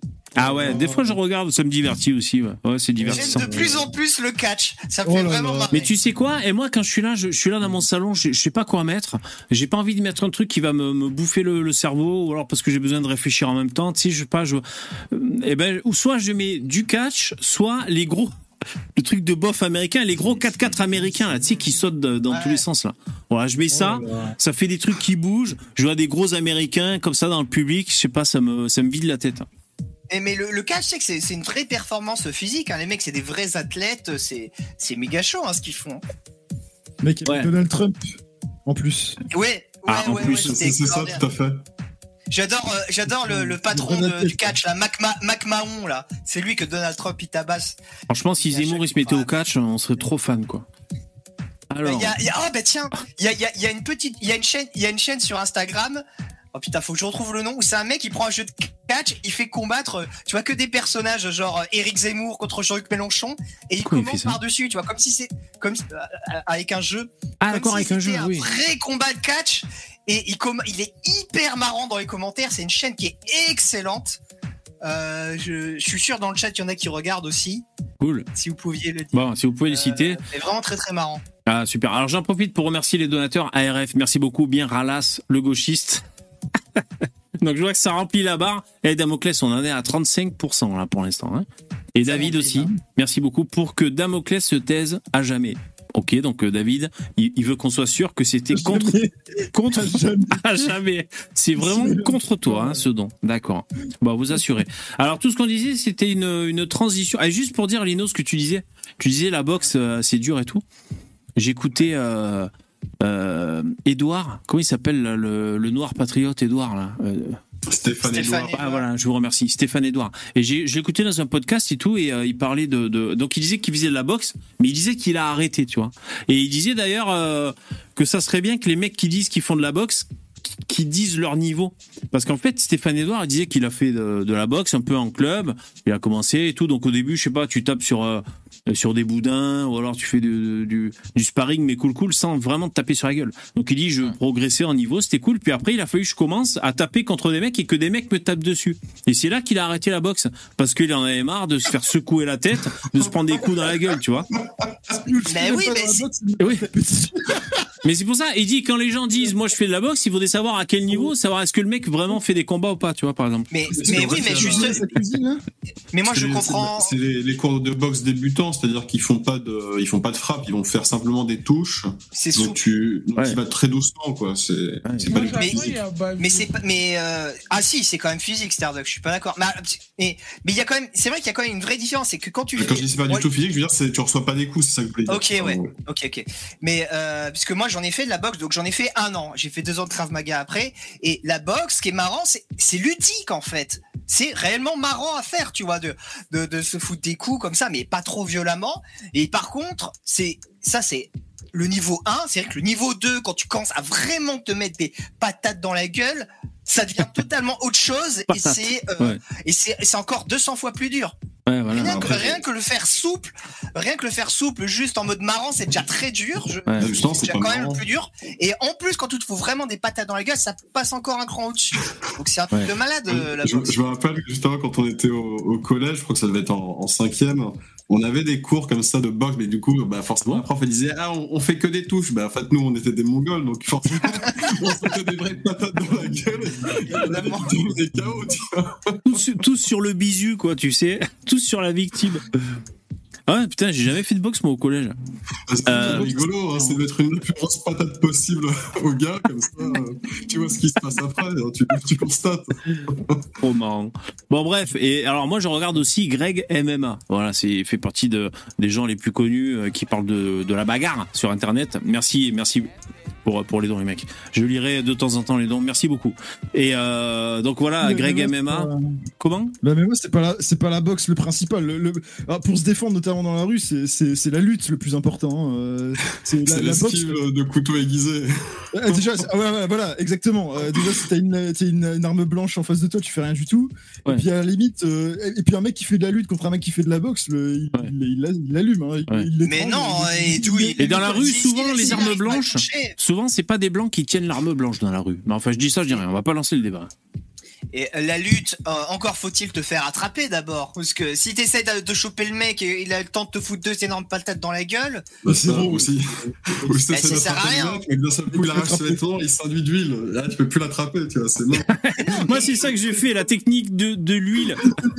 Ah ouais. Des fois, je regarde, ça me divertit aussi. Ouais, ouais c'est divertissant. J'aime de plus en plus le catch. Ça me Oh fait là vraiment là. marrer. Mais tu sais quoi? Et moi, quand je suis là, je, je suis là dans mon salon, je, je sais pas quoi mettre. J'ai pas envie de mettre un truc qui va me, me bouffer le, le cerveau, ou alors parce que j'ai besoin de réfléchir en même temps. Tu sais, je sais pas, je, eh ben, ou soit je mets du catch, soit les gros, le truc de bof américain, les gros quatre quatre américains, là, tu sais, qui sautent de- dans Ouais. tous les sens, là. Voilà, je mets ça, ça fait des trucs qui bougent. Je vois des gros américains comme ça dans le public, je sais pas, ça me, ça me vide la tête. Et mais le, le catch, c'est que c'est c'est une vraie performance physique. hein. Les mecs, c'est des vrais athlètes. C'est c'est méga chaud hein, ce qu'ils font. Mec, avec Ouais. Donald Trump, en plus. Ouais, ouais, Ah, en ouais, plus, ouais, C'est c'était c'est ça, extraordinaire. tout à fait. J'adore, euh, j'adore le, le patron Donald de- du Trump. catch, là, Mac, Ma- Mac Mahon, là. C'est lui que Donald Trump il tabasse. Franchement, si Il y a Zemmour, il se chaque mettait au fois. catch, on serait trop fan, quoi. Alors. Il y a, il y a- oh bah tiens, il y a, il y a- il y a une petite, il y a une chaîne, il y a une chaîne sur Instagram. Oh putain, faut que je retrouve le nom. Où c'est un mec qui prend un jeu de catch, il fait combattre, euh, tu vois, que des personnages genre euh, Éric Zemmour contre Jean-Luc Mélenchon, et il Pourquoi il fait commente ça par dessus, tu vois, comme si c'est, comme si- euh, euh, avec un jeu. Ah, Comme d'accord, si avec un jeu, c'était oui. vrai combat de catch, et il, com- il est hyper marrant dans les commentaires. C'est une chaîne qui est excellente. Euh, je, je suis sûr dans le chat, il y en a qui regardent aussi. Cool. Si vous pouviez le dire. Bon, si vous pouvez le Euh, citer. C'est vraiment très très marrant. Ah, super. Alors, j'en profite pour remercier les donateurs A R F. Merci beaucoup. Bien Ralas, le gauchiste. Donc, je vois que ça remplit la barre. Et Damoclès, on en est à trente-cinq pour cent là pour l'instant. Hein. Et Ça David remplit, aussi. hein. Merci beaucoup pour que Damoclès se taise à jamais. Ok, donc euh, David, il, il veut qu'on soit sûr que c'était contre, Jamais. contre, Jamais. ah, jamais. C'est vraiment Jamais. contre toi, hein, ce don. D'accord. Bon, vous assurez. Alors tout ce qu'on disait, c'était une, une transition. Ah, juste pour dire, Lino, ce que tu disais, tu disais la boxe, euh, c'est dur et tout. J'écoutais euh, euh, Edouard, comment il s'appelle là, le, le noir patriote Edouard là. Euh, Stéphane Stéphane Edouard. Ah voilà, je vous remercie, Stéphane Edouard. Et j'ai, j'ai écouté dans un podcast et tout, et euh, il parlait de, de, donc il disait qu'il faisait de la boxe, mais il disait qu'il a arrêté, tu vois. Et il disait d'ailleurs euh, que ça serait bien que les mecs qui disent qu'ils font de la boxe, qui disent leur niveau, parce qu'en fait Stéphane Edouard il disait qu'il a fait de, de la boxe un peu en club, il a commencé et tout, donc au début je sais pas, tu tapes sur euh, sur des boudins ou alors tu fais du, du, du sparring mais cool cool sans vraiment te taper sur la gueule. Donc il dit je progressais en niveau, c'était cool, puis après il a fallu que je commence à taper contre des mecs et que des mecs me tapent dessus, et c'est là qu'il a arrêté la boxe parce qu'il en avait marre de se faire secouer la tête, de se prendre des coups dans la gueule, tu vois. Mais oui, mais c'est- Oui. Mais c'est pour ça, il dit quand les gens disent moi je fais de la boxe, il faudrait savoir à quel niveau, savoir est-ce que le mec vraiment fait des combats ou pas, tu vois, par exemple. mais, C'est mais en oui, fait, mais c'est juste. un- Sa cuisine, hein. Mais moi, je C'est- comprends. C'est les, les cours de boxe débutants, c'est-à-dire qu'ils font pas de, ils font pas de frappe, ils vont faire simplement des touches. C'est Donc souple. tu, donc Ouais. tu vas très doucement, quoi. C'est, c'est pas Mais- du tout mais- physique. Mais c'est pas, mais euh, ah si, c'est quand même physique, Stardock. Je suis pas d'accord. Mais mais mais il y a quand même, c'est vrai qu'il y a quand même une vraie différence, c'est que quand tu. Quand je dis c'est pas Ouais. du tout physique, je veux dire c'est tu reçois pas des coups, c'est ça que je voulais dire. Ok, ouais. Ok, ok. Mais euh, puisque moi j'en ai fait de la boxe, donc j'en ai fait un an. J'ai fait deux ans de Krav Maga après. Et la boxe, ce qui est marrant, c'est c'est ludique en fait. C'est réellement marrant à faire, tu vois, de, de de se foutre des coups comme ça, mais pas trop violemment. Et par contre, c'est ça, c'est le niveau un. C'est vrai que le niveau deux, quand tu commences à vraiment te mettre des patates dans la gueule, ça devient totalement autre chose. Et Patate. c'est euh, Ouais. et c'est c'est encore deux cents fois plus dur. Ouais, voilà. Rien que, après- rien que le faire souple, rien que le faire souple, juste en mode marrant, c'est déjà très dur. Je, Ouais. En même temps, c'est c'est déjà pas quand même marrant. le plus dur. Et en plus, quand il te faut vraiment des patates dans la gueule, ça passe encore un cran au-dessus. Donc c'est un truc Ouais. de malade, euh, la Je, boxe. je me rappelle que justement quand on était au, au collège, je crois que ça devait être en, en cinquième, on avait des cours comme ça de boxe, mais du coup, bah forcément, la prof elle disait ah on, on fait que des touches. Bah en fait nous on était des Mongols, donc forcément on se mettait des vraies patates dans la gueule. Et on avait des K O, tu vois. Tous, sur- tous sur le bisu, quoi, tu sais. Tous sur la victime. Ah ouais, putain, j'ai jamais fait de boxe, moi, au collège. C'est Euh, rigolo, hein, c'est de mettre une la plus grosse patate possible au gars, comme ça, euh, tu vois ce qui se passe après, hein, tu, tu constates. Trop marrant. Bon, bref. Et alors, moi, je regarde aussi Greg M M A. Voilà, c'est, il fait partie de, des gens les plus connus euh, qui parlent de, de la bagarre sur Internet. Merci, merci pour, pour les dons, les mecs. Je lirai de temps en temps les dons. Merci beaucoup. Et euh, donc, voilà, Mais- Greg mais M moi, M A. c'est pas- Comment? Bah mais moi c'est pas la c'est pas la boxe le principal. Le, le- alors, pour se défendre notamment dans la rue, c'est c'est c'est la lutte le plus important. hein. Euh, c'est la, C'est la boxe. l'esquive de couteau aiguisé. Ah, déjà, c'est- ah, ouais, ouais, voilà, exactement. Euh, déjà, si t'as une, t'as une, une arme blanche en face de toi, tu fais rien du tout. Ouais. Et puis à la limite, euh, et puis un mec qui fait de la lutte contre un mec qui fait de la boxe, le, il, Ouais. il, il, il l'allume. Hein, il, Ouais. il Mais l'étrangle, non, il- et d'où il- Et dans la rue, si- souvent, si- les si- armes il arrive à blanches, toucher. souvent, c'est pas des blancs qui tiennent l'arme blanche dans la rue. Mais enfin, je dis ça, je dis rien. On va pas lancer le débat. Et la lutte, euh, encore faut-il te faire attraper d'abord. Parce que si t'essaies de, de choper le mec et il a le temps de te foutre deux énormes patates dans la gueule, Bah, c'est ça bon. aussi. Ou si Bah, t'essaies ça sert à d'attraper rien. le mec, mais que d'un seul coup il arrache ses vêtements, il s'induit d'huile. Là, tu peux plus l'attraper, tu vois, c'est mort. Moi, c'est ça que j'ai fait, la technique de, de l'huile.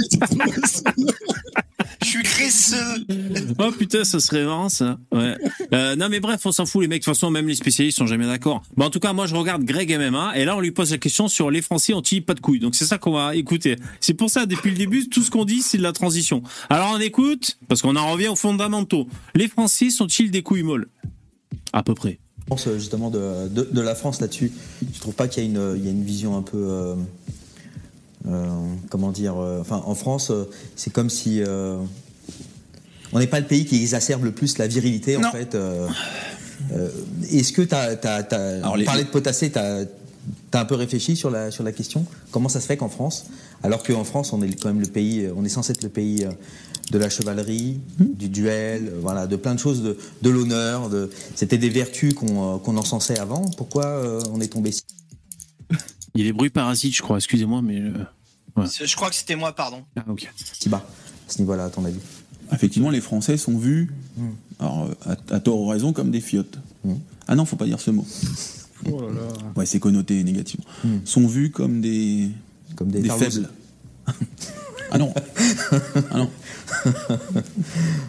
je suis graisseux. Oh putain, ça serait marrant ça. Ouais. Euh, non mais bref, on s'en fout les mecs. De toute façon, même les spécialistes sont jamais d'accord. Bon, en tout cas, moi je regarde Greg M M A et là on lui pose la question sur les Français ont-ils pas de couilles. Donc c'est ça qu'on va écouter. C'est pour ça depuis le début tout ce qu'on dit c'est de la transition. Alors on écoute parce qu'on en revient aux fondamentaux. Les Français sont-ils des couilles molles? À peu près. Je pense justement de, de, de la France là-dessus. Je trouve pas qu'il y a une, il y a une vision un peu, euh, euh, comment dire, euh, enfin en France, euh, c'est comme si euh, on n'est pas le pays qui exacerbe le plus la virilité Non. en fait. Euh, euh, est-ce que t'as, t'as, t'as, Alors, on les- parlait de potasser, t'as, t'as un peu réfléchi sur la sur la question. Comment ça se fait qu'en France, alors qu'en France on est quand même le pays, on est censé être le pays euh, de la chevalerie, du duel, euh, voilà, de plein de choses, de, de l'honneur. De... C'était des vertus qu'on, euh, qu'on encensait avant. Pourquoi euh, on est tombé ici? Il est bruit parasite, je crois. Excusez-moi, mais euh, Je crois que c'était moi, pardon. ah, ok. si bas à ce niveau-là, à ton avis? Effectivement, les Français sont vus, alors, euh, à, à tort ou raison, comme des fiottes. Mm. Ah non, faut pas dire ce mot. Oh là là. Ouais, c'est connoté négativement. Mm. Sont vus comme des, Comme des, des tardos. faibles. Ah non. Ah non.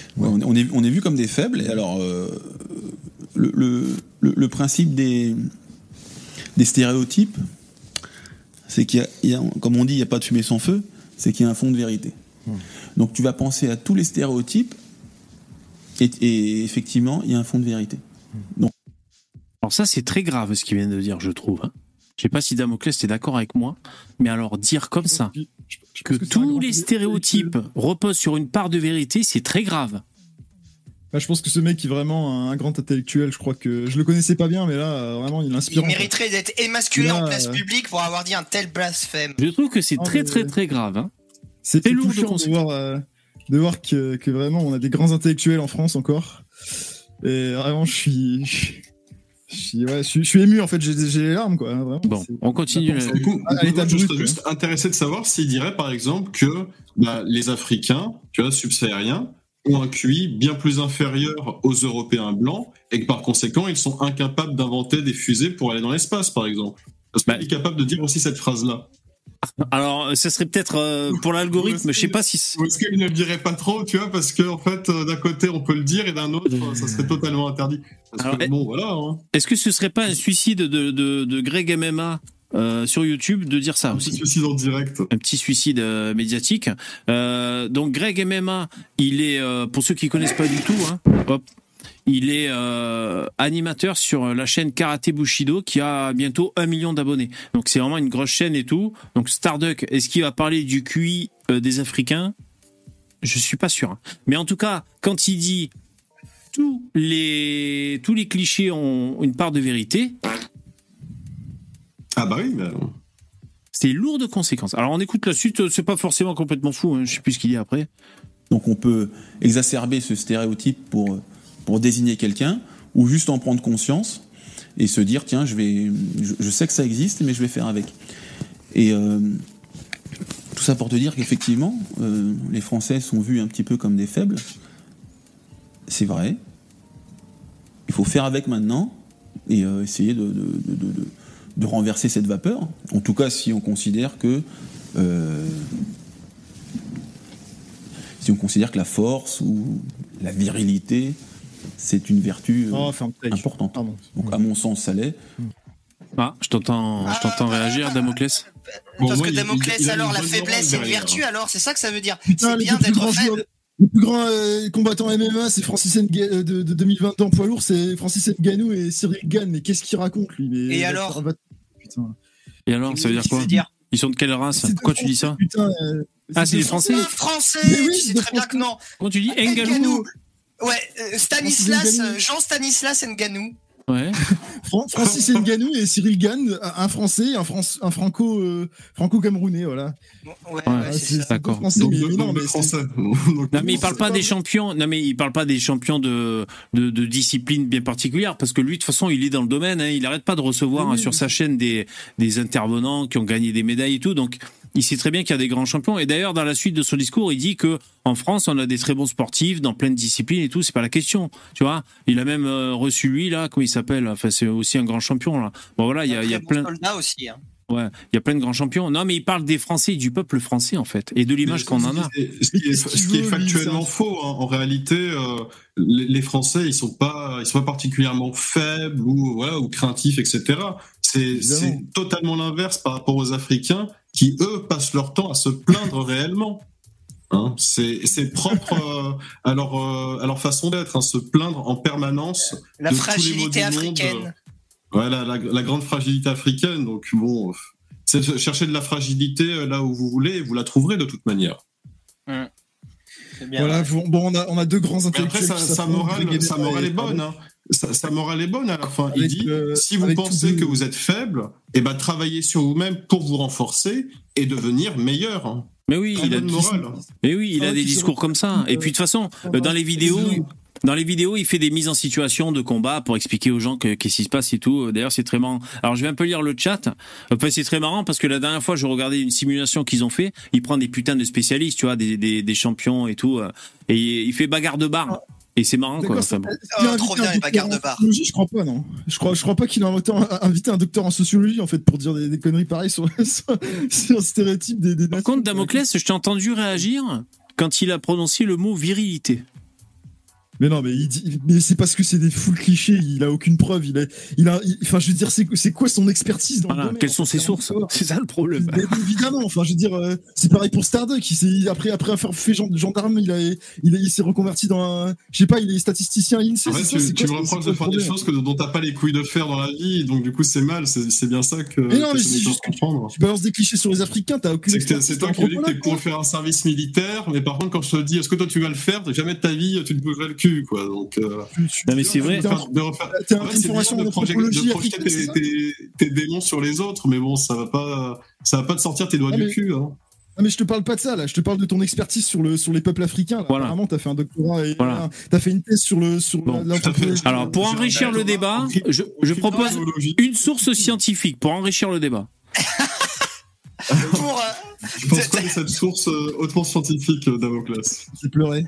Ouais, on, est- on est, on est vu comme des faibles. Et alors, euh, le, le, le, le principe des, des stéréotypes, c'est qu'il y a, il y a- comme on dit, il n'y a pas de fumée sans feu, c'est qu'il y a un fond de vérité. Mmh. Donc tu vas penser à tous les stéréotypes, et, et effectivement, il y a un fond de vérité. Donc, Alors ça, c'est très grave ce qu'il vient de dire, je trouve. Hein. Je sais pas si Damoclès était d'accord avec moi, mais alors dire comme ça Je- je pense que que c'est un tous grand les débat stéréotypes et que- reposent sur une part de vérité, c'est très grave. Bah, je pense que ce mec est vraiment un grand intellectuel. Je crois que je le connaissais pas bien, mais là, euh, vraiment, il Il inspire. mériterait d'être émasculé Là, en place euh, publique pour avoir dit un tel blasphème. Je trouve que c'est Ah, très mais- très très grave. Hein. C'est C'est lourd de touchant de conséquences. voir, euh, de voir que, que vraiment on a des grands intellectuels en France encore. Et vraiment, je suis, je, je suis, ouais, je suis, je suis ému en fait. J'ai j'ai les larmes quoi. Vraiment, Bon, c'est- on continue. la- le- Du coup, À- à l'état moi, je brut, serais quoi. juste intéressé de savoir s'il dirait par exemple que bah, les Africains, tu vois, subsahariens, ont un Q I bien plus inférieur aux Européens blancs et que par conséquent, ils sont incapables d'inventer des fusées pour aller dans l'espace, par exemple. Est-ce Bah- qu'il est capable de dire aussi cette phrase-là? Alors, ça serait peut-être euh, pour l'algorithme, je sais pas si... c'est- Ou est-ce qu'il ne le dirait pas trop, tu vois, parce qu'en en fait, euh, d'un côté, on peut le dire et d'un autre, ça serait totalement interdit. Parce Alors, que est- bon, voilà. Hein. Est-ce que ce serait pas un suicide de, de, de Greg M M A euh, sur YouTube de dire ça Un petit aussi? suicide en direct. Un petit suicide euh, médiatique. Euh, donc Greg M M A, il est, euh, pour ceux qui connaissent pas du tout, hein, hop, il est euh, animateur sur la chaîne Karaté Bushido qui a bientôt un million d'abonnés. Donc c'est vraiment une grosse chaîne et tout. Donc Starduck, est-ce qu'il va parler du Q I euh, des Africains? Je suis pas sûr. Hein. Mais en tout cas, quand il dit tous les tous les clichés ont une part de vérité, Ah bah oui, mais... c'est lourd de conséquences. Alors on écoute la suite, c'est pas forcément complètement fou, hein, je sais plus ce qu'il dit après. donc on peut exacerber ce stéréotype pour, pour désigner quelqu'un, ou juste en prendre conscience et se dire tiens, je, vais, je, je sais que ça existe, mais je vais faire avec. Et euh, tout ça pour te dire qu'effectivement, euh, les Français sont vus un petit peu comme des faibles. C'est vrai. Il faut faire avec maintenant et euh, essayer de, de, de, de, de, de renverser cette vapeur. En tout cas, si on considère que euh, si on considère que la force ou la virilité, c'est une vertu euh, Oh, ferme ta gueule. importante. Pardon. Donc, à mon sens, ça l'est. Ah, je t'entends, je t'entends réagir, Damoclès. Bon, Parce moi, que il- Damoclès, il a une alors, la bonne faiblesse, c'est une morale vertu, derrière. alors, c'est ça que ça veut dire. Putain, C'est les bien deux plus d'être grands faible. joueurs- Le plus grand euh, combattant M M A, c'est Francis Ngannou de, de, de deux mille vingt en poids lourd, c'est Francis Ngannou et Cyril Gann. Mais qu'est-ce qu'il raconte lui? Mais, Et va- alors va- Putain. Et alors, ça veut dire Qu'est-ce quoi que dire Ils sont de quelle race? C'est Pourquoi de tu dis ça? Putain, euh, Ah, c'est de des Français? Un Français, Mais oui, tu sais de très bien que non. Quand tu dis Ngannou. Engalou? Ouais, euh, Stanislas, Francis Ngannou. euh, Jean Stanislas Ngannou. Ouais. Fran- Francis Ngannou et Cyril Gann, un Français, un, Fran- un franco, euh, franco-camerounais, voilà. Ouais, ouais, Ouais, c'est ça. d'accord. deux Français, Donc, mais, deux- mais non, donc deux mais français. c'est- Donc, Non mais il parle pas c'est des pas- champions. Non mais il parle pas des champions de de, de discipline bien particulière parce que lui de toute façon il est dans le domaine. Hein, il arrête pas de recevoir Oui, hein, oui, sur oui. sa chaîne des des intervenants qui ont gagné des médailles et tout. Donc il sait très bien qu'il y a des grands champions. Et d'ailleurs dans la suite de son discours il dit que en France on a des très bons sportifs dans plein de disciplines et tout. C'est pas la question. Tu vois. Il a même euh, reçu lui là comment il s'appelle. Enfin c'est aussi un grand champion là. Bon voilà il y a il y a Très bon plein. soldat aussi. Hein. Ouais, il y a plein de grands champions. Non, mais il parle des Français, et du peuple français en fait, et de l'image qu'on en a. Ce qui est, ce qui est- ce qui est factuellement faux, hein. En réalité, euh, les, les Français, ils sont pas, ils sont pas particulièrement faibles ou voilà ou craintifs, et cetera. C'est Évidemment. c'est totalement l'inverse par rapport aux Africains qui eux passent leur temps à se plaindre réellement. Hein, c'est c'est propre euh, à leur euh, à leur façon d'être, hein, se plaindre en permanence. La de tous les maux fragilité du monde, africaine. Voilà, la, la grande fragilité africaine. Donc bon, c'est de chercher de la fragilité là où vous voulez, et vous la trouverez de toute manière. C'est bien. Voilà, bon, bon, on, a, on a deux grands Mais après, intellectuels. sa, qui sa s'affrontent, morale, Greg sa Ebert morale et- est bonne. Hein. Sa, sa morale est bonne à la fin. Il Avec, dit euh, si vous avec pensez tous deux- que vous êtes faible, eh ben travaillez sur vous-même pour vous renforcer et devenir meilleur. Hein. Mais oui, Très il a, bonne morale. mais oui, il a Ah, des qui se discours retrouve, comme ça. Et euh, puis de toute façon, euh, dans les vidéos, dans les vidéos, il fait des mises en situation de combat pour expliquer aux gens que- qu'est-ce qui se passe et tout. D'ailleurs, c'est très marrant. Alors, je vais un peu lire le chat. Enfin, c'est très marrant parce que la dernière fois, je regardais une simulation qu'ils ont fait. Il prend des putains de spécialistes, tu vois, des, des, des champions et tout, euh, et il fait bagarre de bar. Et c'est marrant, quoi. D'accord, Enfin, c'est- bon. il a Oh, trop invité bien, un les bagarres de docteur en bar. sociologie, Je crois pas, non. Je crois, je crois pas qu'il a invité un, invité un docteur en sociologie, en fait, pour dire des, des conneries pareilles sur, sur, sur le stéréotype des, des Par contre, Damoclès, je t'ai entendu réagir quand il a prononcé le mot virilité. Mais non, mais il dit, mais c'est parce que c'est des full clichés. Il a aucune preuve. Il a, il a, il- enfin, je veux dire, c'est, c'est quoi son expertise dans Voilà, le domaine? quelles sont ses C'est sources? encore- C'est ça le problème. Mais évidemment, enfin, je veux dire, euh, c'est pareil pour Starduck. Il s'est, après, après avoir fait gen- gendarme, il a, il, a- il s'est reconverti dans un, je sais pas, il est statisticien à l'INSEE. En fait, c'est tu, ça, c'est tu quoi, me c'est- reproches c'est de quoi faire le des problème? choses que, dont t'as pas les couilles de faire dans la vie, donc du coup c'est mal, c'est c'est bien ça que Mais non, que mais je c'est n'ai pas juste que tu, comprendre. tu balances des clichés sur les Africains. T'as aucune C'est que t'es- expertise. c'est toi t'es qui me dis que t'es anthropologue, pour quoi. faire un service militaire, mais par contre quand je te dis est-ce que toi tu vas le faire, jamais de ta vie tu te bougerais le cul, quoi. Donc, euh, Tu- tu- Non, mais c'est vrai. t'es un- de refaire- T'as Ouais, une c'est formation bien en de, projet- de anthropologie projeter africaine, c'est tes, ça? tes, tes démons sur les autres, mais bon, ça va pas, ça va pas te sortir tes doigts Ah, du mais- cul. Hein. Ah, mais je te parle pas de ça là, je te parle de ton expertise sur le sur les peuples africains. Là. Voilà. Apparemment, t'as fait un doctorat et Voilà. un- t'as fait une thèse sur le sur Bon. la- l'anthropologie. Alors, pour J'ai un enrichir le doctorat débat, en crypto- je, en je propose cryptozoologie. une source scientifique pour enrichir le débat. Pour, euh, Je pense pas que cette source euh, hautement scientifique, euh, Damoclès. J'ai pleuré.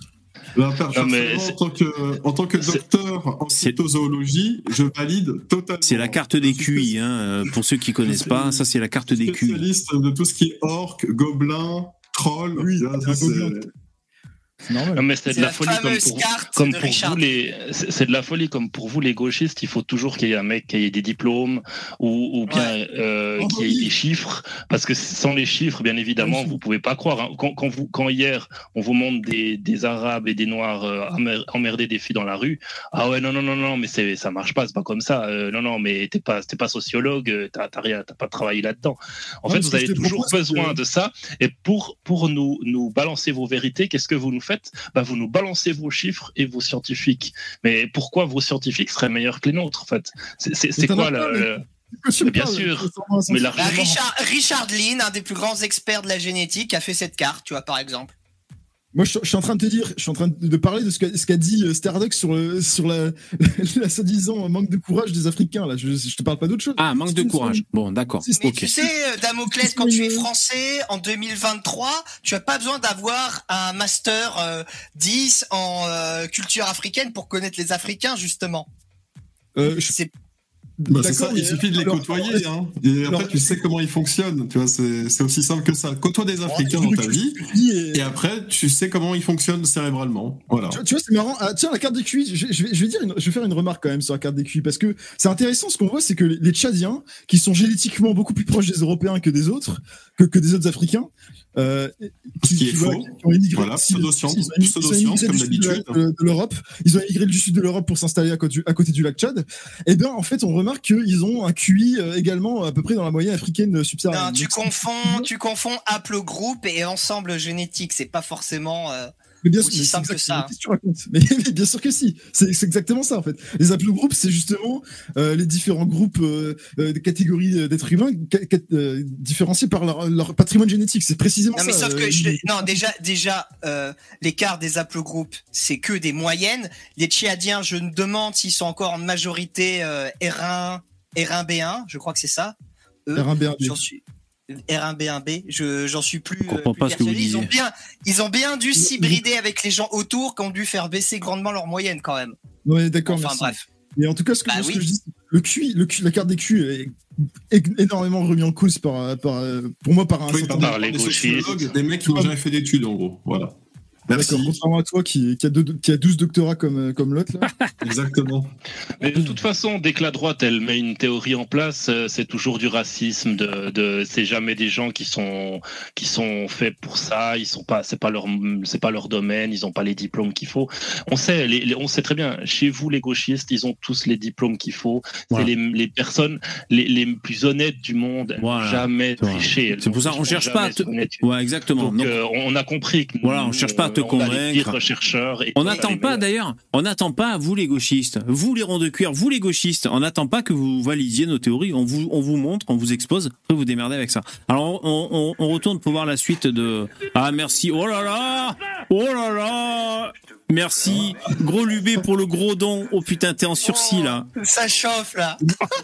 Là, per- Non, mais personnellement, c'est- en tant que, en tant que c'est- docteur en c'est- cryptozoologie, je valide totalement. C'est la carte des Q I, hein, euh, pour ceux qui connaissent pas. Ça, c'est la carte des Q I. Spécialiste de tout ce qui est orc, gobelin, troll. Oui, tu vois, c'est ça, un c'est- gobelin. C'est normal. Non, mais c'est C'est de la la folie comme fameuse pour, carte comme de pour Richard. vous les. C'est c'est de la folie comme pour vous les gauchistes. Il faut toujours qu'il y ait un mec qui ait des diplômes ou, ou bien euh, Oh, qui ait oui. des chiffres, parce que sans les chiffres, bien évidemment, Oui. vous pouvez pas croire. hein. Quand, quand vous, quand hier on vous montre des, des Arabes et des Noirs euh, emmer- emmerder des filles dans la rue, ah ouais non non non non, mais c'est ça marche pas, c'est pas comme ça. Euh, non non, mais t'es pas t'es pas sociologue, euh, t'as t'as rien, t'as pas travaillé là-dedans. En Non, fait, ce vous que je avez te toujours propose, c'est besoin que- de ça. Et pour pour nous nous balancer vos vérités, qu'est-ce que vous nous faites? Bah vous nous balancez vos chiffres et vos scientifiques. Mais pourquoi vos scientifiques seraient meilleurs que les nôtres, en fait? C'est c'est- c'est t'en quoi as le, pas, le- Tu me bien parles, sûr, c'est sûrement un sens. mais bah, l'argument- Richard, Richard Lynn, un des plus grands experts de la génétique, a fait cette carte, tu vois, par exemple. Moi, je, je suis en train de te dire, je suis en train de, de parler de ce qu'a ce qu'a dit euh, Starduck sur, le, sur la, la soi-disant manque de courage des Africains. Là, je, je te parle pas d'autre chose. Ah, manque de courage. Bon, d'accord. C'est- Mais Ok. tu sais, euh, Damoclès, quand tu es français en deux mille vingt-trois, tu as pas besoin d'avoir un master euh, dix en euh, culture africaine pour connaître les Africains, justement. Euh, je- C'est Bah, c'est ça, D'accord, il mais- suffit de les alors, côtoyer. Hein. Et alors, après, tu sais comment ils fonctionnent. Tu vois, c'est c'est aussi simple que ça. Côtoie des Africains alors, dans ta tu- vie, tu dis, et- et après, tu sais comment ils fonctionnent cérébralement. Voilà. Tu, tu vois, c'est marrant. Ah, tiens, la carte des Q I, je, je vais, je vais dire, une- je vais faire une remarque quand même sur la carte des Q I parce que c'est intéressant. Ce qu'on voit, c'est que les, les Tchadiens, qui sont génétiquement beaucoup plus proches des Européens que des autres, que, que des autres Africains, euh, Ce qui est tu vois, faux. qui ont émigré, Voilà, si- pseudo-science, si- ils ont émigré- ils ont pseudo-science, émigré comme du sud de la- d'habitude. de, de l'Europe. Ils ont émigré du sud de l'Europe pour s'installer à, côté du- à côté du lac Tchad. Et bien, en fait, on remarque qu'ils ont un Q I euh, également à peu près dans la moyenne africaine subsaharienne. non, tu Donc, confonds, tu confonds haplogroupe et ensemble génétique. C'est pas forcément. euh, Mais bien Aussi sûr, mais simple c'est que exactement- ça. qu'est-ce que tu racontes mais, mais bien sûr que si. C'est c'est exactement ça en fait. Les haplogroupes, c'est justement euh, les différents groupes euh, euh, de catégories euh, d'êtres humains ca- ca- euh, différenciés par leur, leur patrimoine génétique. C'est précisément Non, ça. mais sauf euh, que je- non, déjà, déjà, euh, l'écart des haplogroupes, c'est que des moyennes. Les Tchadiens, je me demande s'ils sont encore en majorité euh, R un, R un B un, je crois que c'est ça. Eux, R un B un B. j'en suis R un B un B, je j'en suis plus. Je comprends euh, plus pas ce que vous persuadé. Ils ont disiez. bien, ils ont bien dû s'hybrider avec les gens autour, qui ont dû faire baisser grandement leur moyenne quand même. Ouais, d'accord. Enfin merci. bref. Mais en tout cas, ce que, Bah ce oui. que je dis, le Q I, le Q- la carte des Q I est é- énormément remis en cause par, par, euh, pour moi par un Oui, certain par nombre. les des gauchistes. sociologues, des mecs qui n'ont jamais fait d'études, en gros. Voilà. Merci. D'accord, contrairement à toi qui, qui, a deux- qui a douze doctorats comme, euh, comme l'autre. là. Exactement. Mais de toute façon, dès que la droite elle met une théorie en place, euh, c'est toujours du racisme. De, de c'est jamais des gens qui sont qui sont faits pour ça. Ils sont pas, c'est pas leur c'est pas leur domaine. Ils ont pas les diplômes qu'il faut. On sait, les, les- on sait très bien. Chez vous, les gauchistes, ils ont tous les diplômes qu'il faut. Voilà. C'est les, les personnes les, les plus honnêtes du monde. Elles n'ont Voilà. jamais Voilà. triché. Elles C'est pour ont- ça elles qu'on ont cherche pas à jamais te- fait une étude. Ouais, exactement. Donc, Donc, euh, on a compris que Voilà, on nous, cherche pas à te on a les pires convaincre. chercheurs et on on a n'attend les pas meilleurs. d'ailleurs, on n'attend pas vous les gauchistes, vous les ronds de cuir, vous les gauchistes, on n'attend pas que vous validiez nos théories, on vous, on vous montre, on vous expose, après vous démerdez avec ça. Alors on, on, on retourne pour voir la suite de... Ah merci, oh là là, oh là là, merci, gros Lubé pour le gros don, oh putain t'es en sursis là, Ça chauffe là.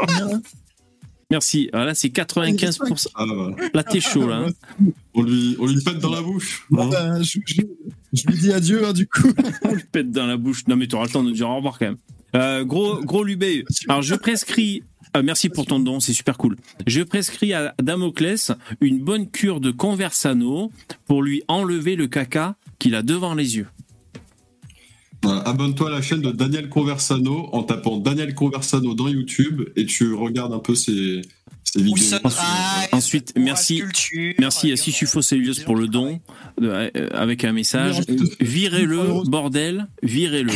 merci, ah, là c'est quatre-vingt-quinze pour cent, Ah, voilà. là t'es chaud là. On lui, on lui pète dans la bouche. Bon, hein. bah, je, je, je lui dis adieu, hein, du coup. On le pète dans la bouche. Non, mais tu auras le temps de dire au revoir quand même. Euh, gros, gros Lubé. Alors, je prescris. euh, merci pour ton don, c'est super cool. Je prescris à Damoclès une bonne cure de Conversano pour lui enlever le caca qu'il a devant les yeux. Voilà, abonne-toi à la chaîne de Daniel Conversano en tapant Daniel Conversano dans YouTube et tu regardes un peu ses, ses vidéos. Sunrise, Ensuite, merci, Culture, merci à euh, Sisyphos Elios pour le don, euh, avec un message. Virez-le, bordel, virez-le.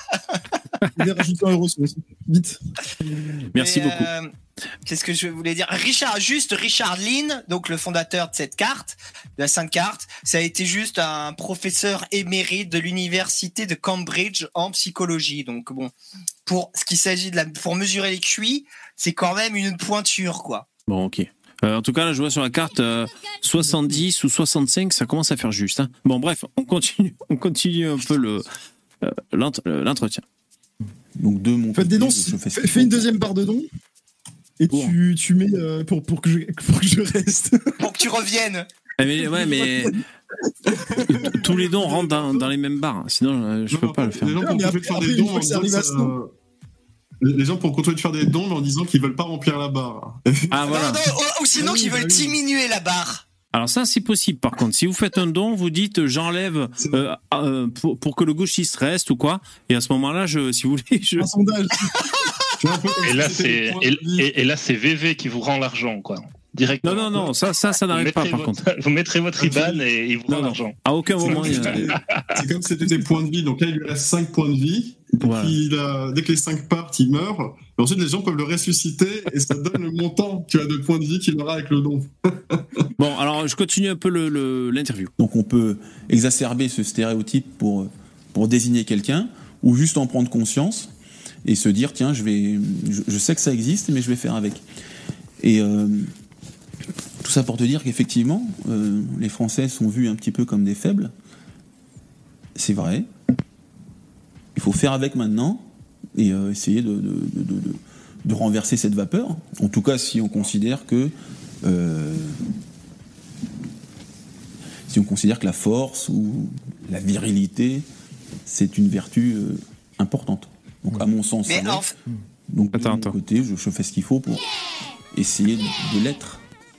Il est rajouté un euro sur le site. Vite. Merci Mais, beaucoup. euh, Qu'est-ce que je voulais dire? Richard, juste Richard Lynn, donc le fondateur de cette carte, de la Sainte Carte, ça a été juste un professeur émérite de l'université de Cambridge en psychologie. Donc bon, pour ce qu'il s'agit de la, pour mesurer les Q I, c'est quand même une pointure, quoi. Bon, ok. Euh, en tout cas, là, je vois sur la carte euh, soixante-dix ou soixante-cinq, ça commence à faire juste. Hein. Bon, bref, on continue, on continue un peu le euh, l'ent- l'entretien. Donc de mon Faites des dons. côté, je fais ce Fais qu'il fais faut. une deuxième part de dons. Et Pour. tu, tu mets euh, pour, pour, que je, pour que je reste. Pour que tu reviennes. Eh mais, ouais, mais tous les dons rentrent dans, dans les mêmes barres. Sinon, euh, je Non, peux non, pas le faire. Les gens Non, pour mais continuer de faire après- des après, une dons fois en que disant ça que arrive à ça- ce nom. les les gens pour continuer de faire des dons mais en disant qu'ils veulent pas remplir la barre. Ah, voilà. Non, non, ou, ou sinon Ah oui, qu'ils veulent bah oui. diminuer la barre. Alors ça, c'est possible. Par contre, si vous faites un don, vous dites euh, j'enlève euh, euh, pour, pour que le gauchiste reste ou quoi. Et à ce moment-là, je, si vous voulez, je... Un sondage. Tu vois, un peu comme Et si là, c'était c'est des points et, de vie. et- et là, c'est V V qui vous rend l'argent, quoi. Directement. Non, non, non, ça, ça, ça Vous n'arrive pas, mettrez par votre- contre. Vous mettrez votre I B A N et il vous Non, rend non. l'argent. À aucun C'est moment, comme il si y a- c'était- c'est comme si c'était des points de vie. Donc là, il lui reste cinq points de vie. Et Voilà. puis, il a- dès que les cinq partent, il meurt. Et ensuite, les gens peuvent le ressusciter et ça donne le montant tu as, de points de vie qu'il aura avec le don. Bon, alors je continue un peu le- le- l'interview. Donc on peut exacerber ce stéréotype pour, pour désigner quelqu'un, ou juste en prendre conscience et se dire tiens, je, vais, je, je sais que ça existe, mais je vais faire avec. Et euh, tout ça pour te dire qu'effectivement, euh, les Français sont vus un petit peu comme des faibles. C'est vrai. Il faut faire avec maintenant et euh, essayer de, de, de, de, de- de renverser cette vapeur. En tout cas, si on considère que euh, si on considère que la force ou la virilité, c'est une vertu euh, importante. Donc, à mon sens, Mais ça l'est. en fait- Donc, de Attends, mon attends. côté, je, je fais ce qu'il faut pour essayer de, de l'être.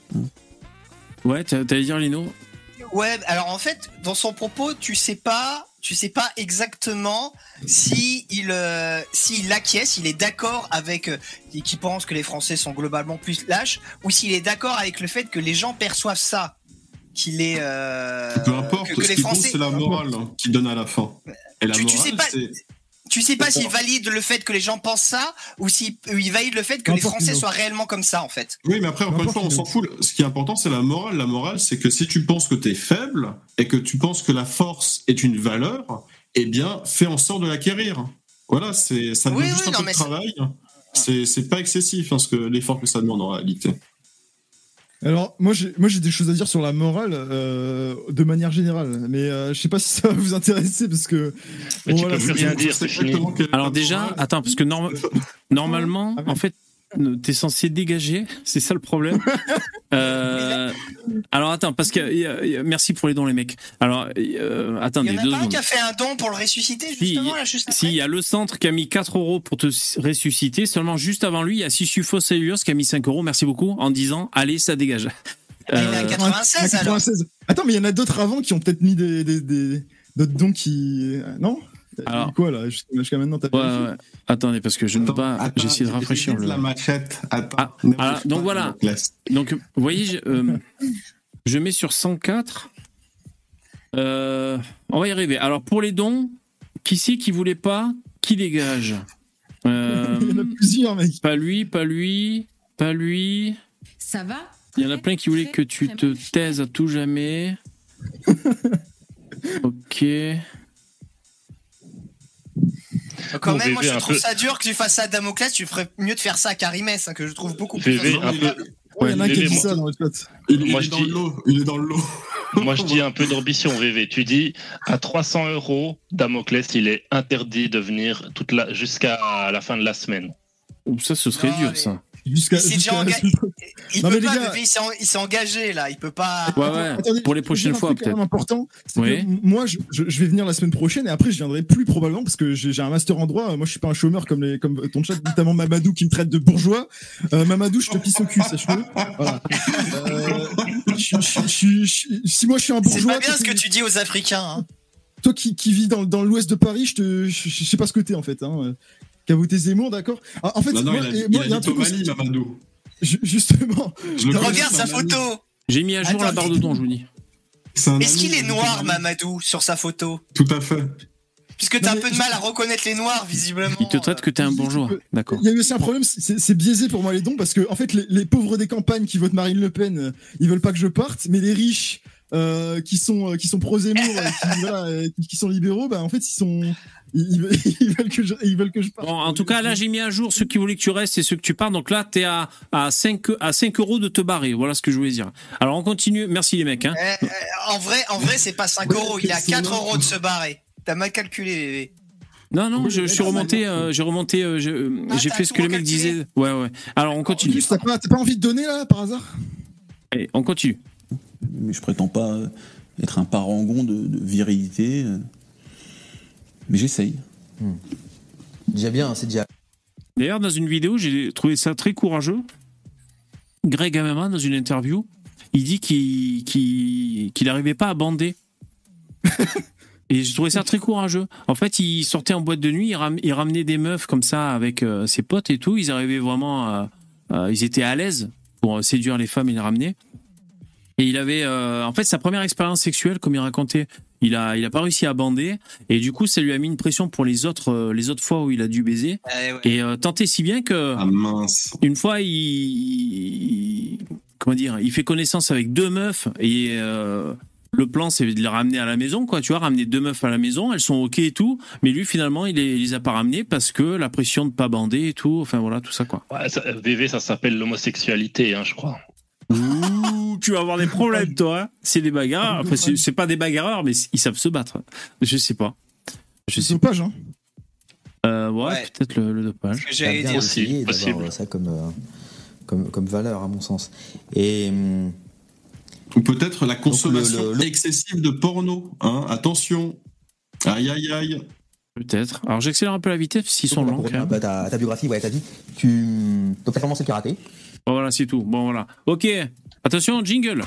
Ouais, t'a- t'allais dire, Lino? Ouais, alors en fait, dans son propos, tu sais pas, tu sais pas exactement si il, euh, s'il acquiesce, il est d'accord avec, euh, qui pense que les Français sont globalement plus lâches, ou s'il est d'accord avec le fait que les gens perçoivent ça, qu'il est, euh, Peu importe, que, que ce les qui compte, Français. c'est la morale qui donne à la fin. Et la Tu- tu morale, sais pas- c'est... Tu sais pas s'il valide le fait que les gens pensent ça, ou s'il ou il valide le fait que les N'importe Français où. soient réellement comme ça, en fait. Oui, mais après, encore une fois, on s'en fout. Ce qui est important, c'est la morale. La morale, c'est que si tu penses que tu es faible et que tu penses que la force est une valeur, eh bien, fais en sorte de l'acquérir. Voilà, c'est, ça demande Oui, juste oui, un non, peu mais de c'est- travail. C'est, c'est pas excessif, hein, ce que, l'effort que ça demande en réalité. Alors, moi j'ai, moi, j'ai des choses à dire sur la morale euh, de manière générale. Mais euh, je sais pas si ça va vous intéresser parce que. Mais bon, tu voilà, peux plus c'est- rien dire, c'est fini. exactement quelle est Alors la déjà, morale. attends, parce que norm- normalement, Ah ouais. en fait, t'es censé dégager, c'est ça le problème. Euh, alors attends, parce que il y a- il y a- merci pour les dons les mecs. Alors euh, Il attendez y en a deux pas un secondes. qui a fait un don pour le ressusciter, Si, justement, là, juste après. Si, il y a le centre qui a mis quatre euros pour te s- ressusciter. Seulement juste avant lui, il y a Sisyphos Elios qui a mis cinq euros, merci beaucoup, en disant allez, ça dégage. Il est à Euh, quatre-vingt-seize, Ah, alors. quatre-vingt-seize. Attends, mais il y en a d'autres avant qui ont peut-être mis des, des, des- d'autres dons qui. Non Alors- Quoi là Jusqu'à jusqu'à maintenant, t'as ouais, vérifié ouais. Attendez, parce que je ne peux Attends, pas. attends, J'ai essayé de rafraîchir utilise le. la machette. Attends. Ah, Ne ah, bouge donc pas, voilà. je te laisse. Donc, vous voyez, je, euh, je mets sur cent quatre. Euh, on va y arriver. Alors, pour les dons, qui c'est qui voulait pas, qui dégage Euh, Il y en a plusieurs, mec. Pas lui, pas lui, pas lui. Ça va? Il y en a plein qui voulaient que tu te taises à tout jamais. Ok. Quand Bon, même, moi, V V je un trouve peu- ça dur que tu fasses ça à Damoclès. Tu ferais mieux de faire ça à Karimès, hein, que je trouve beaucoup V plus. V un peu. Ouais, il y en a un qui a V V, dit moi- ça dans le chat. Il, il Moi, est je dans dis- le lot. Il est dans le lot. Moi, je dis un peu d'ambition, V V. Tu dis, à trois cents euros, Damoclès, il est interdit de venir toute la, jusqu'à la fin de la semaine. Ouh, ça, ce serait Non, dur, mais- ça. Jusqu'à. Il s'est déjà jusqu'à- engagé. Il Non, peut mais les pas, gars- V V, il s'est en- il s'est engagé, là. Il peut pas. Ouais, ouais. Attendez, Pour les je veux prochaines dire un fois, truc quand peut-être. même important, c'est Oui. que m- moi, je, je- je vais venir la semaine prochaine et après, je viendrai plus probablement parce que j'ai j'ai un master en droit. Moi, je suis pas un chômeur comme, les, comme ton chat, notamment Mamadou qui me traite de bourgeois. Euh, Mamadou, je te pisse au cul, sache-le. Voilà. Euh, je- je- je- je- je- si moi, je suis un C'est bourgeois. pas bien ce que t'es- tu dis aux Africains. Hein. toi qui, qui vis dans, dans l'ouest de Paris, je te, je, je sais pas ce que t'es en fait. Hein. Qui a voté Zemmour, d'accord. Ah, en fait, Non, non, moi, il a, et il moi, a y a un dit truc Tomali, aussi- Mamadou. ju- justement. Je le connais, Regarde sa c'est un ami. photo. J'ai mis à jour Attends, la barre de ton, je vous dis. C'est un Est-ce ami, qu'il est c'est noir, un ami. Mamadou, sur sa photo? Tout à fait. Puisque Non, t'as un mais peu de je- mal à reconnaître les noirs, visiblement. Il te traite que t'es un bourgeois. D'accord. Il y a eu aussi un problème, c'est c'est biaisé pour moi les dons parce que en fait les, les pauvres des campagnes qui votent Marine Le Pen, euh, ils veulent pas que je parte, mais les riches euh, qui sont euh, qui sont pro Zemmour, euh, qui, voilà, euh, qui, qui sont libéraux, bah en fait ils sont ils, ils veulent, ils veulent que je ils veulent que je parte. Bon, en tout cas, là, j'ai mis à jour ceux qui voulaient que tu restes et ceux que tu partes. Donc là, t'es à, à cinq, à cinq euros de te barrer. Voilà ce que je voulais dire. Alors, on continue. Merci les mecs. Hein. Euh, euh, en vrai, en vrai, c'est pas cinq euros. Il est à quatre euros de se barrer. T'as mal calculé, bébé. Non, non, je, je suis remonté. Euh, j'ai remonté. Euh, je- euh, Ah, j'ai t'as fait ce que tout les mecs recalculé. disaient. Ouais, ouais. Alors, on En continue. plus, t'as pas t'as pas envie de donner là par hasard? Allez, on continue. Mais je prétends pas euh, être un parangon de, de virilité. euh, Mais j'essaye. Déjà bien, c'est déjà. D'ailleurs, dans une vidéo, j'ai trouvé ça très courageux. Greg Hamama, dans une interview, il dit qu'il qu'il qu'il n'arrivait pas à bander. Et j'ai trouvé ça très courageux. En fait, il sortait en boîte de nuit, il, ram- il ramenait des meufs comme ça avec euh, ses potes et tout. Ils arrivaient vraiment, à- à- ils étaient à l'aise pour euh, séduire les femmes et les ramener. Et il avait, euh, en fait, sa première expérience sexuelle, comme il racontait, il a, il a pas réussi à bander. Et du coup, ça lui a mis une pression pour les autres, euh, les autres fois où il a dû baiser. Euh, ouais. Et euh, tant et si bien que Ah mince. une fois, il, il- comment dire, il fait connaissance avec deux meufs et euh, le plan c'est de les ramener à la maison, quoi. Tu vois, ramener deux meufs à la maison, elles sont ok et tout, mais lui finalement il les, il les a pas ramenées parce que la pression de pas bander et tout. Enfin voilà, tout ça quoi. Ouais, ça, V V, ça s'appelle l'homosexualité, hein, je crois. Ouh, tu vas avoir des problèmes toi. Hein. C'est des bagarreurs. Après c'est c'est pas des bagarreurs, mais ils savent se battre. Je sais pas. Je C'est sais. dopage, hein. Euh, ouais, Ouais. peut-être le, le dopage. Ce que T'as j'allais bien dire. aussi, essayé possible. d'avoir ça comme, euh, comme, comme valeur, à mon sens. Et hum, Ou peut-être la consommation le- le- excessive de porno. Hein. Attention. Aïe aïe aïe. Peut-être. Alors j'accélère un peu la vitesse s'ils sont pour longs. quand revenir, même. bah, ta, ta biographie, ouais, ta vie, tu. Donc, ta performance est karaté. Bon, voilà, c'est tout. Bon, voilà. Ok. Attention, jingle.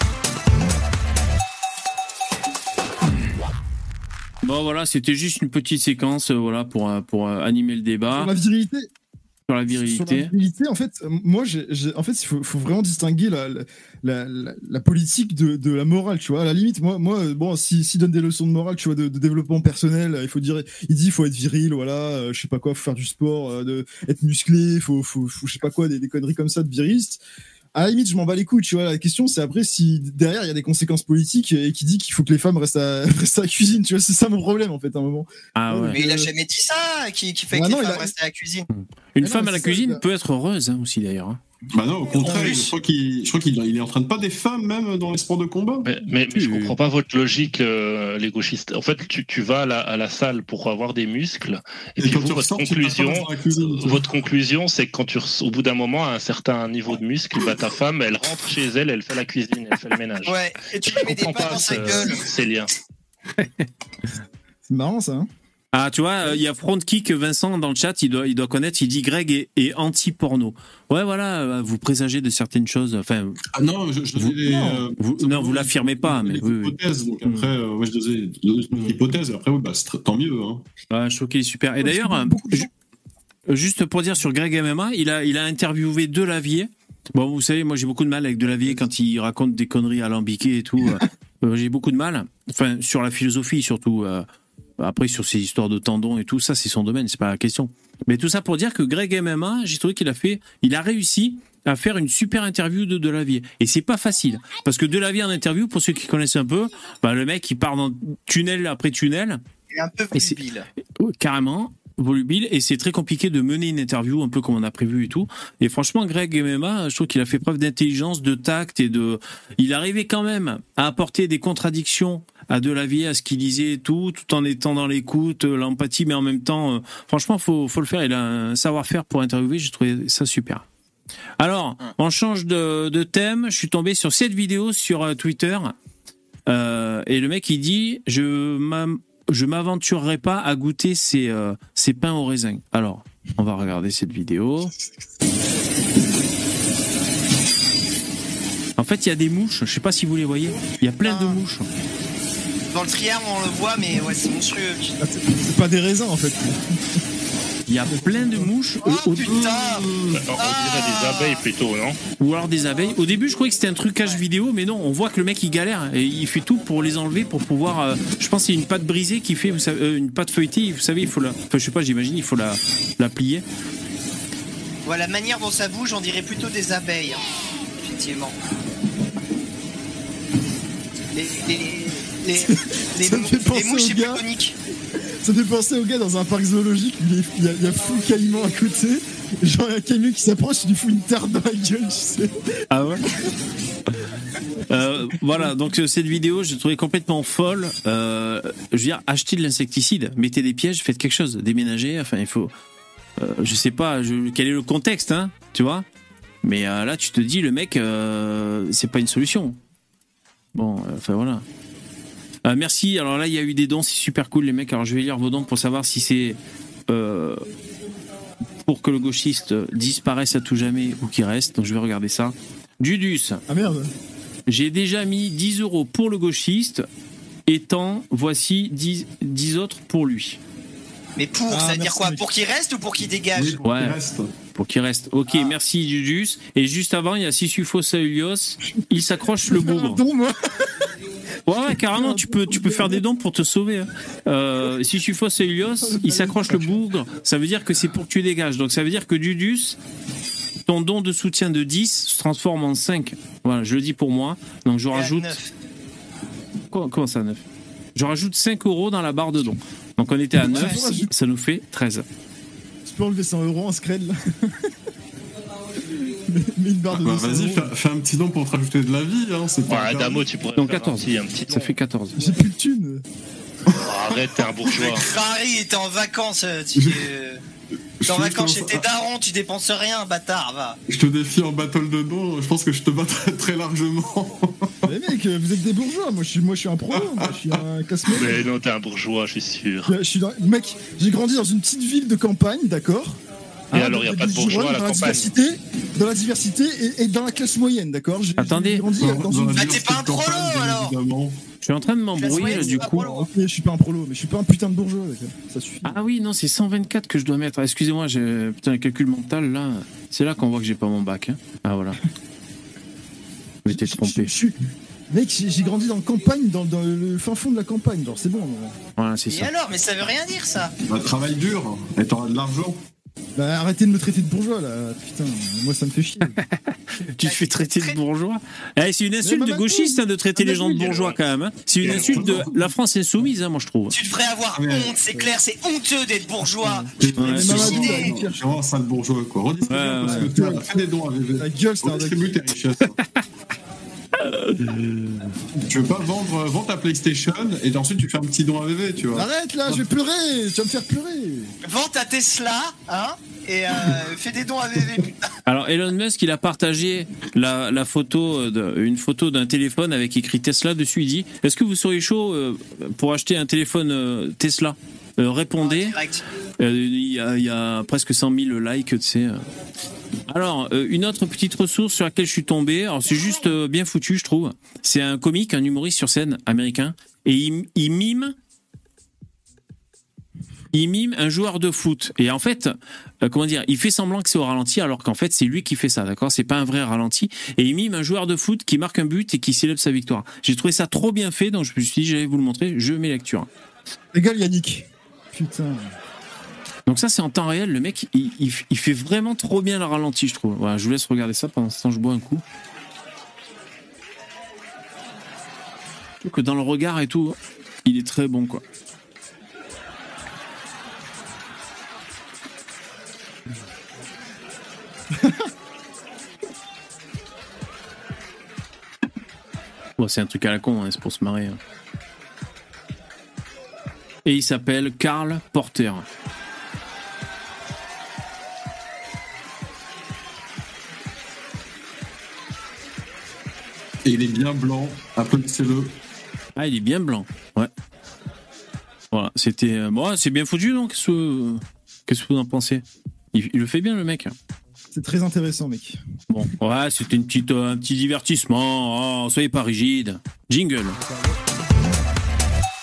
Bon, voilà, c'était juste une petite séquence, euh, voilà, pour, euh, pour euh, animer le débat Sur la virilité. sur la Sur la virilité. virilité, en fait, euh, moi, j'ai, j'ai- en fait, il faut, faut vraiment distinguer la, la, la, la- la politique de, de la morale, tu vois. À la limite, moi, moi, euh, bon, si, s'il donne des leçons de morale, tu vois, de, de développement personnel, euh, il faut dire, il dit, il faut être viril, voilà, euh, je sais pas quoi, faut faire du sport, euh, de, être musclé, faut, faut, faut, je sais pas quoi, des, des conneries comme ça de viriliste. À la limite, je m'en bats les couilles, tu vois. La question, c'est après si derrière il y a des conséquences politiques et qui dit qu'il faut que les femmes restent à, restent à la cuisine, tu vois. C'est ça mon problème, en fait, à un moment. Ah ouais. Mais il a Euh, jamais dit ça, qui, qui fait Ah que non, les il femmes a- restent à la cuisine. Une Ah femme non, à la c'est ça, cuisine il a- peut être heureuse hein, aussi, d'ailleurs. hein. Bah non, au contraire, plus. je crois qu'il, je crois qu'il il est en train de pas des femmes même dans les sports de combat. Mais, mais, mais je Oui. comprends pas votre logique, euh, les gauchistes. En fait, tu, tu vas à la, à la salle pour avoir des muscles, et, Et puis quand vous, tu votre ressors, tu conclusion, passes dans la cuisine. votre conclusion, c'est que quand tu, res- au bout d'un moment, à un certain niveau de muscle, bah, ta femme, elle rentre chez elle, elle fait la cuisine, elle fait le ménage. Ouais, et tu Je lui mets des comprends pains pas dans sa ce- gueule. ces liens. C'est marrant, ça, hein. Ah, tu vois, euh, il y a Frontkick Vincent dans le chat, il doit, il doit connaître, il dit Greg est, est anti-porno. Ouais, voilà, euh, vous présagez de certaines choses. Enfin, Ah non, je, je Vous- donnais des, non, euh, vous- non, vous l'affirmez pas, mais des oui, oui. hypothèses. Donc après, euh, ouais, je donnais des Mm. hypothèses. Après, oui, bah, c'est tr- tant mieux. Hein. ouais, je trouve qu'il est super. Et d'ailleurs, euh, Beaucoup de gens- ju- juste pour dire sur Greg M M A, il a, il a interviewé Delavier. Bon, vous savez, moi j'ai beaucoup de mal avec Delavier quand il raconte des conneries alambiquées et tout. Euh, j'ai beaucoup de mal. Enfin, sur la philosophie surtout. euh, Après, sur ces histoires de tendons et tout, ça, c'est son domaine, c'est pas la question. Mais tout ça pour dire que Greg M M A, j'ai trouvé qu'il a fait, il a réussi à faire une super interview de Delavier. Et c'est pas facile. Parce que Delavier en interview, pour ceux qui connaissent un peu, bah, le mec, il part dans tunnel après tunnel, Il est un peu Et c'est- volubile. Ouais, carrément, volubile, et c'est très compliqué de mener une interview un peu comme on a prévu et tout. Et franchement, Greg M M A, je trouve qu'il a fait preuve d'intelligence, de tact et de. Il arrivait quand même à apporter des contradictions à Delavier, à ce qu'il disait et tout, tout en étant dans l'écoute, euh, l'empathie, mais en même temps, euh, franchement, faut, faut le faire. Il a un savoir-faire pour interviewer, j'ai trouvé ça super. Alors, on change de, de thème. Je suis tombé sur cette vidéo sur euh, Twitter, euh, et le mec il dit, je m'am- je m'aventurerai pas à goûter ces, euh, ces pains au raisin. Alors, on va regarder cette vidéo. En fait, il y a des mouches. Je sais pas si vous les voyez. Il y a plein de mouches. Dans le triarme, on le voit, mais ouais, c'est monstrueux. Ah, c'est, c'est pas des raisins en fait. Il y a plein de mouches. Oh au, au, putain. On dirait des abeilles plutôt, non? Ou alors des abeilles. Au début, je croyais que c'était un trucage vidéo, mais non, on voit que le mec il galère et il fait tout pour les enlever, pour pouvoir. Euh, je pense qu'il y a une pâte brisée qui fait, vous savez, euh, une pâte feuilletée. Vous savez, il faut la. Enfin, je sais pas, j'imagine, il faut la, la plier. Voilà, la manière dont ça bouge, on dirait plutôt des abeilles. Hein. Effectivement. Les les les les, Ça me fait les penser mouches, au c'est gars. plus conique. Ça fait penser au gars dans un parc zoologique, il y a, il y a, il y a full caïman à côté. Genre, il y a un camion qui s'approche, il lui fout une tarte dans la gueule, tu sais. Ah ouais. Euh, voilà, donc euh, cette vidéo, je l'ai trouvée complètement folle. Euh, je veux dire, achetez de l'insecticide, mettez des pièges, faites quelque chose, déménagez. Enfin, il faut. Euh, je sais pas je, quel est le contexte, hein, tu vois. Mais euh, là, tu te dis, le mec, euh, c'est pas une solution. Bon, euh, enfin voilà. Euh, merci. Alors là, il y a eu des dons, c'est super cool, les mecs. Alors je vais lire vos dons pour savoir si c'est euh, pour que le gauchiste disparaisse à tout jamais ou qu'il reste. Donc je vais regarder ça. Judus. Ah merde. J'ai déjà mis dix euros pour le gauchiste. Étant, voici dix, dix autres pour lui. Mais pour, Ah, ça veut dire merci, quoi? mec. Pour qu'il reste ou pour qu'il dégage? Oui, pour Ouais. qu'il reste. Pour qu'il reste. Ok, Ah. merci Judus. Et juste avant, il y a Sissufo Saulios. Il s'accroche le bougre. Pardon, moi. Ouais, ouais, carrément, tu peux, tu peux faire des dons pour te sauver. Hein. Euh, Sissufo Saulios, il s'accroche le bougre. Ça veut dire que c'est pour que tu dégages. Donc ça veut dire que Judus, ton don de soutien de dix se transforme en cinq. Voilà, je le dis pour moi. Donc je Et à rajoute. neuf. Comment, comment ça, neuf? Je rajoute cinq euros dans la barre de dons. Donc on était à neuf, Ouais. ça nous fait treize. Tu peux enlever cent euros en scred là. Mets une barre de Bah, deux cents vas-y, euros. fais, fais un petit don pour te rajouter de la vie. Hein, c'est pas Ouais, grave. Damo, tu pourrais Donc faire quatorze. Un petit, un petit Ça don. fait quatorze. J'ai plus de thunes. Oh, arrête, t'es un bourgeois. Crary était en vacances. euh, Tu, euh, t'es en Je- vacances je chez pense- tes darons, tu dépenses rien, bâtard, va. Je te défie en battle de dons, je pense que je te bats très, très largement. Mais mec, vous êtes des bourgeois. Moi, je suis, moi, je suis un pro. Moi, je suis un casse Mais non, t'es un bourgeois, je suis sûr. Je suis dans... Mec, j'ai grandi dans une petite ville de campagne, d'accord. Et Hein, alors, y a de- pas de du bourgeois Gironde, à la dans la campagne. diversité, dans la diversité et, et dans la classe moyenne, d'accord. J'ai- Attendez. j'ai grandi dans une... la Bah, t'es diversité pas un de campagne, prolo, bien alors. évidemment. Je suis en train de m'embrouiller moyenne, là, c'est du pas coup. prolo. Ok, je suis pas un prolo, mais je suis pas un putain de bourgeois, d'accord. Ça suffit. Ah oui, non, c'est cent vingt-quatre que je dois mettre. Ah, excusez-moi, j'ai putain un calcul mental là. C'est là qu'on voit que j'ai pas mon bac. Hein. Ah voilà. Vous étiez Je- je- trompé. je suis- Mec, j'ai j'ai grandi dans la campagne, dans, dans le fin fond de la campagne, genre c'est bon. moi. Voilà, c'est Et ça. alors, mais ça veut rien dire, ça. Bah, travail dur, et t'auras de l'argent. Bah, arrêtez de me traiter de bourgeois là, putain, moi ça me fait chier. Tu te fais traiter de bourgeois. Eh, c'est une insulte Mais de ma gauchiste hein, de traiter Ah, les gens de mais oui, bourgeois alors. quand même. Hein. C'est une Et insulte de alors. la France insoumise, hein, moi je trouve. Tu devrais avoir Ouais. honte, c'est clair, c'est honteux d'être bourgeois. T'es Ouais, Mais c'est Mamadou, ça. là, nickel. c'est vraiment un sale bourgeois, quoi. Redistribue Ouais, un peu ce ouais. que tu as. Fais des dons à V V. La gueule, c'est un Redistribue tes richesses. Tu veux pas vendre, vendre ta PlayStation et ensuite tu fais un petit don à V V, tu vois. Arrête là, je vais pleurer, tu vas me faire pleurer. Vends ta Tesla, hein, et euh, fais des dons à V V, putain. Alors Elon Musk, il a partagé la, la photo, de, une photo d'un téléphone avec écrit Tesla dessus. Il dit est-ce que vous seriez chaud euh, pour acheter un téléphone euh, Tesla Euh, Répondez. Direct. Euh, Il y, a- il y a presque cent mille likes, tu sais. euh. Alors, euh, une autre petite ressource sur laquelle je suis tombé, alors c'est juste euh, bien foutu, je trouve. C'est un comique, un humoriste sur scène américain, et il, il mime, il mime un joueur de foot. Et en fait, euh, comment dire, il fait semblant que c'est au ralenti, alors qu'en fait c'est lui qui fait ça, d'accord? C'est pas un vrai ralenti. Et il mime un joueur de foot qui marque un but et qui célèbre sa victoire. J'ai trouvé ça trop bien fait, donc je me suis dit j'allais vous le montrer. Je mets lecture. Égale Yannick. Putain. Donc ça c'est en temps réel, le mec il, il, il fait vraiment trop bien le ralenti je trouve. Voilà, je vous laisse regarder ça pendant ce temps je bois un coup. Je trouve que dans le regard et tout, il est très bon quoi. Bon, c'est un truc à la con, hein, c'est pour se marrer. Hein. Et il s'appelle Karl Porter. Et il est bien blanc, applaudissez-le. Ah, il est bien blanc. Ouais. Voilà, c'était. euh, Bon, c'est bien foutu, donc. Qu'est-ce que, qu'est-ce que vous en pensez il, il le fait bien, le mec. C'est très intéressant, mec. Bon, ouais, c'était une petite, euh, un petit divertissement. Oh, soyez pas rigide. Jingle.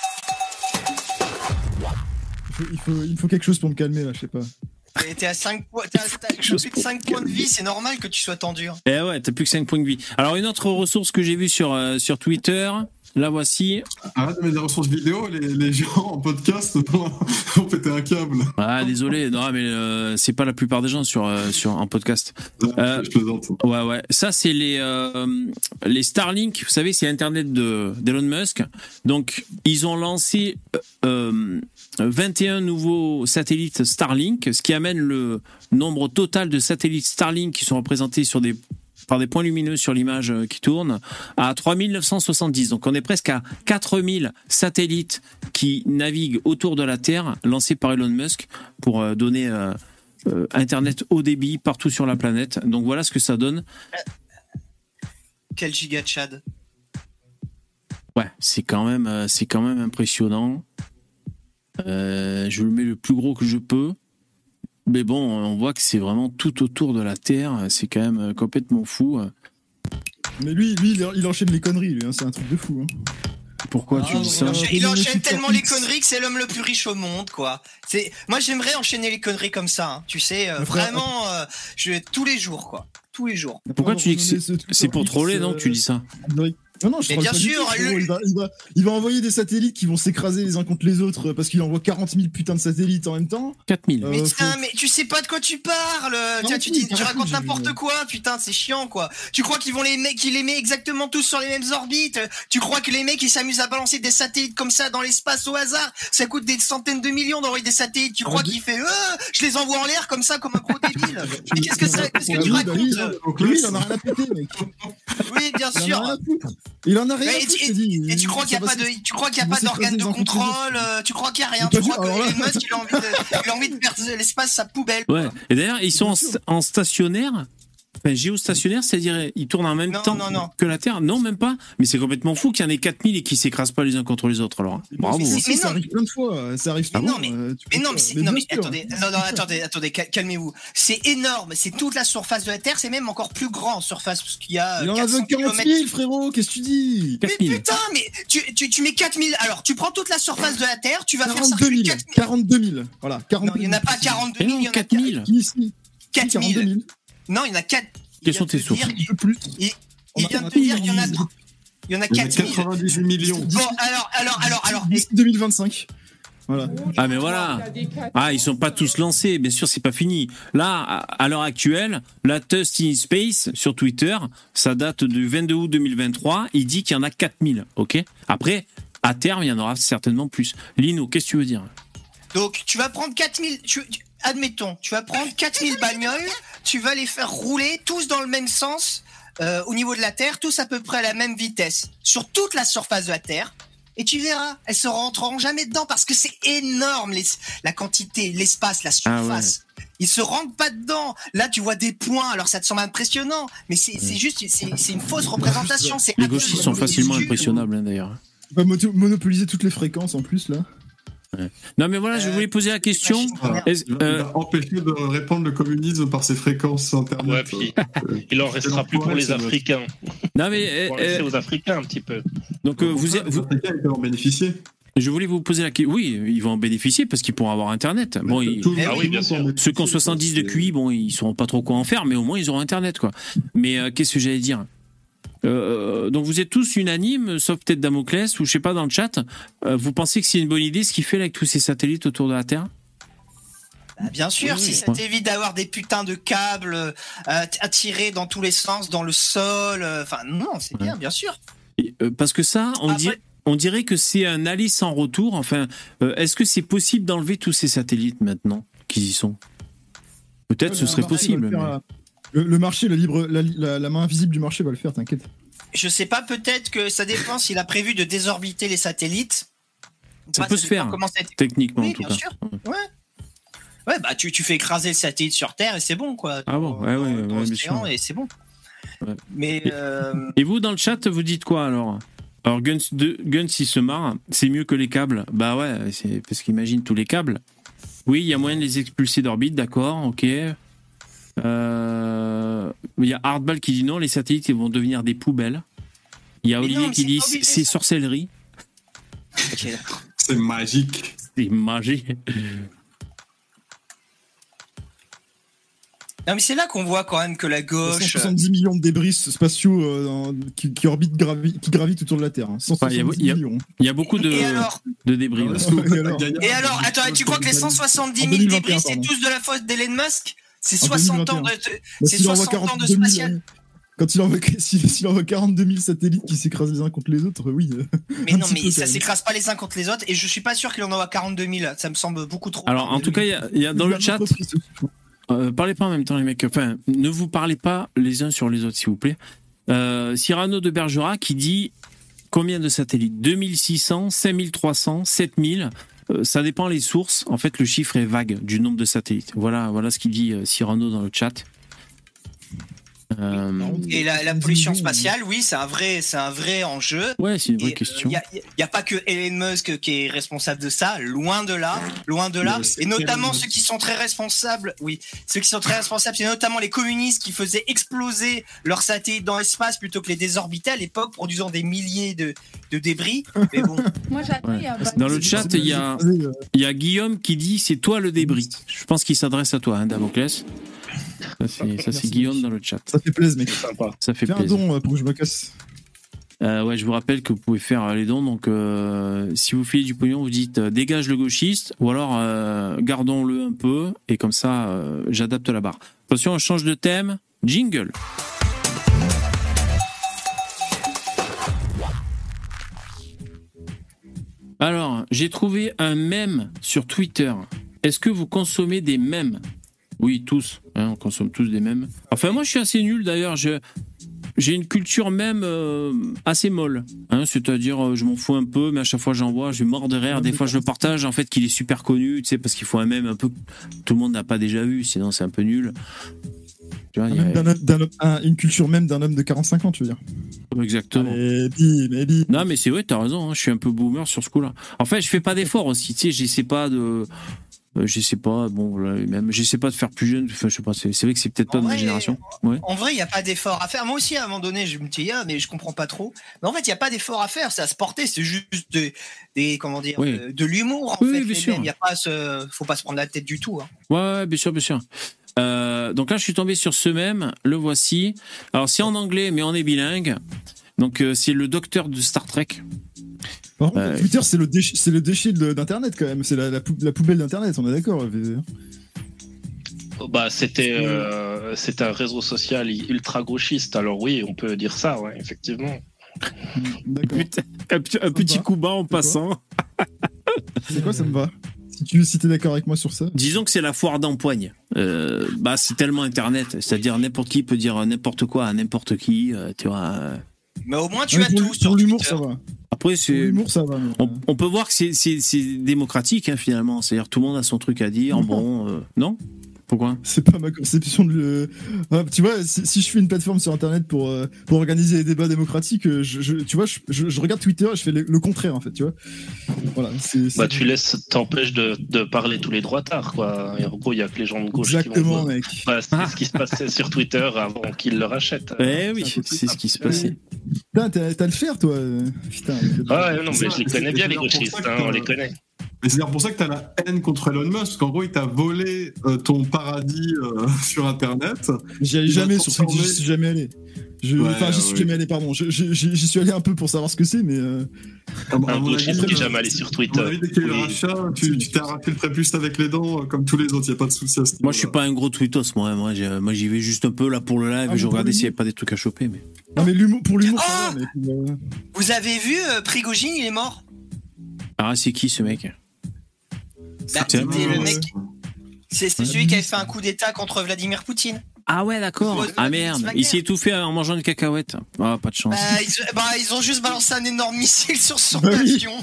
faut, il, faut, il faut quelque chose pour me calmer, là, je sais pas. T'es- T'es à cinq points, t'as t'as plus de cinq points de vie, c'est normal que tu sois tendu. hein. Eh ouais, t'as plus que cinq points de vie. Alors, une autre ressource que j'ai vue sur, euh, sur Twitter, la voici. Arrête de mettre des ressources vidéo, les, les gens en podcast vont péter un câble. Ah, désolé, non, mais euh, c'est pas la plupart des gens sur, euh, sur un podcast. Euh, Je plaisante. Ouais, ouais. Ça, c'est les, euh, les Starlink. Vous savez, c'est Internet de, d'Elon Musk. Donc, ils ont lancé euh, vingt et un nouveaux satellites Starlink, ce qui amène le nombre total de satellites Starlink qui sont représentés sur des, par des points lumineux sur l'image euh, qui tourne à trois mille neuf cent soixante-dix. Donc, on est presque à quatre mille satellites qui naviguent autour de la Terre, lancés par Elon Musk pour euh, donner euh, euh, Internet haut débit partout sur la planète. Donc, voilà ce que ça donne. Quel giga Chad. Ouais, c'est quand même, euh, c'est quand même impressionnant. Euh, je le mets le plus gros que je peux. Mais bon, on voit que c'est vraiment tout autour de la Terre. C'est quand même euh, complètement fou. Mais lui, lui il, il enchaîne les conneries, lui, hein, c'est un truc de fou. Hein. Pourquoi Ah, tu dis non, ça non, Il non, enchaîne non, tellement non, les non, conneries que c'est l'homme le plus riche au monde, quoi. C'est, moi j'aimerais enchaîner les conneries comme ça, hein. Tu sais, euh, Mais frère, vraiment, euh, je tous les jours, quoi, tous les jours. Pourquoi tu dis que c'est, c'est pour troller, non, que tu dis ça? Non, non, je Mais troll bien pas du sûr, tout, frérot. le- il, va, il, va, il va envoyer des satellites qui vont s'écraser les uns contre les autres euh, parce qu'il envoie quarante mille putains de satellites en même temps. quatre mille. Euh, Mais faut- tiens, mais tu sais pas de quoi tu parles. Tiens, tu, dis, tu arrête, racontes j'ai- n'importe quoi, putain, c'est chiant, quoi. Tu crois qu'ils vont les mecs, qu'ils les mettent exactement tous sur les mêmes orbites. Tu crois que les mecs ils s'amusent à balancer des satellites comme ça dans l'espace au hasard. Ça coûte des centaines de millions d'envoyer des satellites. Tu crois Ah, qu'il fait, euh, je les envoie en l'air comme ça, comme un gros débile. Mais qu'est-ce que ça, qu'est-ce que tu Oui, bah oui, racontes? donc lui, il en a rien à péter, mec. Oui, bien Il en a sûr. rien à foutre. Il en a rien à Mais foutre, et, je te dis. et tu crois qu'il y a Ça pas va de, se- tu crois qu'il y a ils pas vont s'écraser d'organe les de uns contre les autres. contrôle, euh, tu crois qu'il y a rien, Mais tu pas crois du- que alors là- Elon Musk il a envie de, il a envie de faire l'espace sa poubelle. Ouais. Et d'ailleurs, ils sont en, Bien sûr. sta- en stationnaire. Enfin, géostationnaire, c'est-à-dire ils tournent en même Non, temps non, non. que la Terre. Non, même pas. Mais c'est complètement fou qu'il y en ait quatre mille et qu'ils s'écrasent pas les uns contre les autres. Alors, bravo. Mais hein. si, Mais ça non. arrive plein de fois. Ça arrive Mais souvent, non, mais- euh, tu Mais peux non, pas. mais, c'est- non, bien mais sûr. attendez, non, non, attendez, attendez, cal- calmez-vous. C'est énorme, c'est toute la surface de la Terre, c'est même encore plus grand en surface, parce qu'il y a Il en a quatre cents veut quarante kilomètres. mille, frérot, qu'est-ce que tu dis Mais quatre mille. putain, mais tu, tu, tu mets quatre mille, alors tu prends toute la surface de la Terre, tu vas faire quarante-deux circuler mille. quatre mille. quarante-deux mille. Voilà, Non, quarante-deux il mille. n'y en a pas quarante-deux Eh mille, non, il y en a quatre mille. Ici, quatre quarante-deux mille. mille. Non, il y en a quatre. Quelles sont tes sources? Un peu plus. Il, On il a- vient on de a te dire, il y en a, dix- il y en a Il y en a quatre mille. quatre-vingt-dix-huit millions. Bon, alors, alors, alors, alors, D'ici deux mille vingt-cinq. Voilà. Ah mais voilà. Ah ils sont pas tous lancés, bien sûr c'est pas fini. Là à à l'heure actuelle, la Tust in Space sur Twitter, ça date du vingt-deux août deux mille vingt-trois, il dit qu'il y en a quatre mille, OK? Après à terme, il y en aura certainement plus. Lino, qu'est-ce que tu veux dire? donc tu vas prendre quatre mille, tu, tu- admettons, tu vas prendre quatre mille bagnoles, tu vas les faire rouler tous dans le même sens euh, au niveau de la Terre, tous à peu près à la même vitesse, sur toute la surface de la Terre. Et tu verras, elles se rentreront jamais dedans parce que c'est énorme, les, la quantité, l'espace, la surface. Ils se rentrent pas dedans. Là, tu vois des points. Alors, ça te semble impressionnant, mais c'est c'est juste, c'est c'est une fausse représentation. C'est Les gauchistes sont facilement impossible. impressionnables hein, d'ailleurs. On va moto- monopoliser toutes les fréquences en plus, là. Non mais voilà, je voulais poser la question. Voilà. Est-ce- Il euh, va empêcher de répandre le communisme par ses fréquences internet. Ouais, puis il en restera plus pour les Africains. Non mais Pour euh, laisser euh, aux Africains un petit peu. donc euh, vous, êtes- Les vous- Africains, ils peuvent en bénéficier. je voulais vous poser la question. Oui, ils vont en bénéficier parce qu'ils pourront avoir internet. Bon, ils- Tout le Eh monde oui, bien peut en sûr. bénéficier. ceux qui ont soixante-dix de Q I, bon, ils sauront pas trop quoi en faire, mais au moins ils auront internet quoi. Mais euh, qu'est-ce que j'allais dire? Euh, donc vous êtes tous unanimes, sauf peut-être Damoclès ou je sais pas dans le chat. Euh, vous pensez que c'est une bonne idée ce qu'il fait là, avec tous ces satellites autour de la Terre? Bah, bien sûr, si ça t'évite d'avoir des putains de câbles euh, attirés dans tous les sens, dans le sol. euh, Enfin, non, c'est bien, bien sûr. Et, euh, parce que ça, on, Après- dirait, on dirait que c'est un aller sans retour. Enfin, euh, est-ce que c'est possible d'enlever tous ces satellites maintenant qui y sont? Peut-être ce Le serait marché va possible. le faire, mais- euh, Le, le marché, la, libre, la, la, la main invisible du marché va le faire, t'inquiète. Je sais pas, peut-être que ça dépend s'il a prévu de désorbiter les satellites. Ça Bah, peut se dépend faire, comment ça a été- Techniquement Oui, en tout bien cas. sûr. Ouais. Ouais, bah tu, tu fais écraser le satellite sur Terre et c'est bon, quoi. Ah bon, ouais, Dans- ouais, dans ouais, bien l'océan sûr. et c'est bon. Ouais. Mais euh, Et vous, dans le chat, vous dites quoi alors? Alors Guns, de, Guns, il se marre, c'est mieux que les câbles. Bah ouais, c'est parce qu'imagine tous les câbles. Oui, il y a moyen de les expulser d'orbite, d'accord, ok. Euh, Il y a Hardball qui dit non, les satellites ils vont devenir des poubelles. Il y a Mais Olivier non, qui c'est dit pas obligé, c'est ça. sorcellerie. ok, d'accord. C'est magique. C'est magie. Non mais c'est là qu'on voit quand même que la gauche. cent soixante-dix millions de débris spatiaux euh, dans- qui, qui orbitent, gravi- qui gravitent autour de la Terre. hein. cent Enfin, il y a- soixante-dix il y a- millions. Il y a beaucoup de, Et alors de débris. là. Et alors Et alors, attends, tu crois que les cent soixante-dix En mille deux mille vingt et un, débris, c'est pardon. tous de la faute d'Elon Musk? C'est En soixante ans de, deux mille de- Bah, c'est s'il envoie soixante ans de quarante-deux mille, spatial. euh, Quand il envoie, s'il, s'il envoie quarante-deux mille satellites qui s'écrasent les uns contre les autres, oui. euh, Mais un non, petit mais peu, ça quand même. s'écrase pas les uns contre les autres, et je suis pas sûr qu'il en envoie quarante-deux mille. Ça me semble beaucoup trop. Alors, en tout cas, il y a, il y a dans le chat, euh, parlez pas en même temps, les mecs. Enfin, ne vous parlez pas les uns sur les autres, s'il vous plaît. Euh, Cyrano de Bergerac qui dit combien de satellites? deux mille six cents, cinq mille trois cents, sept mille. Euh, ça dépend les sources. En fait, le chiffre est vague du nombre de satellites. Voilà, voilà ce qu'il dit euh, Cyrano dans le chat. Euh, Et la, la pollution spatiale, oui, c'est un vrai, c'est un vrai enjeu. ouais, c'est une vraie Il question. n'y a, y a pas que Elon Musk qui est responsable de ça, loin de là, loin de là. Mais c'est Et notamment Elon ceux qui sont très responsables, oui, ceux qui sont très responsables, c'est notamment les communistes qui faisaient exploser leurs satellites dans l'espace plutôt que les désorbiter à l'époque, produisant des milliers de, de débris. Mais bon, Moi, j'attends. Ouais. il y a- Dans le chat, il y a, il y a Guillaume qui dit c'est toi le débris. Je pense qu'il s'adresse à toi, hein, Damoclès. Ça, c'est, ça, c'est Merci. Guillaume dans le chat. Ça fait plaisir, mec. Sympa. Ça fait Fais un plaisir. don euh, pour que je me casse. Euh, ouais, je vous rappelle que vous pouvez faire euh, les dons. Donc, euh, si vous filez du pognon, vous dites euh, dégage le gauchiste, ou alors euh, gardons-le un peu, et comme ça, euh, j'adapte la barre. Attention, on change de thème. Jingle. Alors, j'ai trouvé un mème sur Twitter. Est-ce que vous consommez des mèmes? Oui, tous. Hein, on consomme tous des mèmes. Enfin, moi, je suis assez nul d'ailleurs. Je, j'ai une culture même euh, assez molle. Hein, c'est-à-dire, euh, je m'en fous un peu, mais à chaque fois, j'en vois, je mords de rire. Des fois, je le partage, en fait, qu'il est super connu, tu sais, parce qu'il faut un mème un peu que tout le monde n'a pas déjà vu, sinon c'est un peu nul. Tu vois, il y a- Même d'un homme- d'un homme- un- une culture même d'un homme de quarante-cinq ans, tu veux dire. Exactement. Et bim, et bim. Non, mais c'est vrai, t'as raison, hein, je suis un peu boomer sur ce coup-là. En fait, je fais pas d'efforts aussi, tu sais, j'essaie pas de. euh, j'essaie pas, bon, là, même, j'essaie pas de faire plus jeune, enfin, je sais pas, c'est, c'est vrai que c'est peut-être pas En de ma vrai, génération. Ouais. en vrai, il n'y a pas d'effort à faire. Moi aussi, à un moment donné, je me dis, ah, mais je comprends pas trop. Mais en fait, il n'y a pas d'effort à faire. C'est à se porter. C'est juste des, des comment dire, Oui. euh, de l'humour, en Oui, fait. oui, bien les sûr. mêmes. Il y a pas à se, faut pas se prendre la tête du tout. Hein. Ouais, ouais, bien sûr, bien sûr. Euh, donc là, je suis tombé sur ce même, le voici. Alors, c'est en anglais, mais on est bilingue. Donc, euh, c'est le docteur de Star Trek. Par contre, Euh, Twitter, c'est le déchet, c'est le déchet de- d'Internet quand même. C'est la, la, pou- la poubelle d'Internet, on est d'accord. Bah, c'était, euh, c'était un réseau social ultra gauchiste. Alors oui, on peut dire ça, ouais, effectivement. D'accord. Putain, un, petit- un petit coup bas en passant. C'est quoi, ça me va? Si tu si t'es d'accord avec moi sur ça. Disons que c'est la foire d'empoigne. Euh, bah, c'est tellement Internet. C'est-à-dire, n'importe qui peut dire n'importe quoi à n'importe qui. euh, tu vois. euh. Mais au moins, tu Ouais, as pour, tout pour sur l'humour, Twitter. ça va. Après, Pour c'est. l'humour, ça va. mais, On, euh, on peut voir que c'est, c'est, c'est démocratique, hein, finalement. C'est-à-dire, tout le monde a son truc à dire. Non. Bon, euh, non? Pourquoi? C'est pas ma conception de le. Ah, tu vois, si, si je fais une plateforme sur Internet pour, euh, pour organiser des débats démocratiques, euh, je, je- tu vois, je, je- je regarde Twitter et je fais le, le contraire, en fait, tu vois. Voilà. C'est, c'est- Bah, tu laisses, t'empêches de, de parler tous les droitards, quoi. Et en gros, il y a que les gens de gauche Exactement, qui vont. mec. Bah, c'est ce qui se passait sur Twitter avant qu'ils le rachètent. Eh oui, c'est un peu c'est ce qui se passait. Putain, t'as, t'as le faire, toi. euh, Putain. Ah ouais, non, mais Ça, je les c'est- connais bien, c'est les pour ça gauchistes, que, hein, on euh, les connaît. Et c'est d'ailleurs pour ça que tu as la haine contre Elon Musk, parce qu'en gros, il t'a volé euh, ton paradis euh, sur Internet. J'y allais Il va jamais sur Twitter, transformer- j'y suis jamais allé. Je, Ouais, enfin, j'y suis ouais. jamais allé, pardon. Je- je- J'y j'y suis allé un peu pour savoir ce que c'est, mais. euh, À mon- à Un mon gauchiste avis, qui est euh, jamais allé sur à Twitter. mon avis, dès qu'il y a eu le Oui. rachat, tu tu t'es arraché le prépuce avec les dents, euh, comme tous les autres, il n'y a pas de souci à ce niveau-là. Moi, je suis pas un gros tweetos, moi. Moi, j'ai- moi, j'y vais juste un peu là pour le live Ah, et je mais regardais pour s'il n'y avait pas des trucs à choper. Mais... Non, mais l'humour, pour l'humour, Ah ça va, mais. pour, euh, Vous avez vu euh, Prigogine, il est mort. Ah, c'est qui ce mec? Bah, Tiens. c'était le Ouais. mec. C'est c'est celui qui avait fait un coup d'État contre Vladimir Poutine. Ah ouais, d'accord. Ouais, Ah c'est merde, Wagner. il s'est étouffé en mangeant une cacahuète. Ah, pas de chance. Bah ils, bah, ils ont juste balancé un énorme missile sur son Bah oui. avion.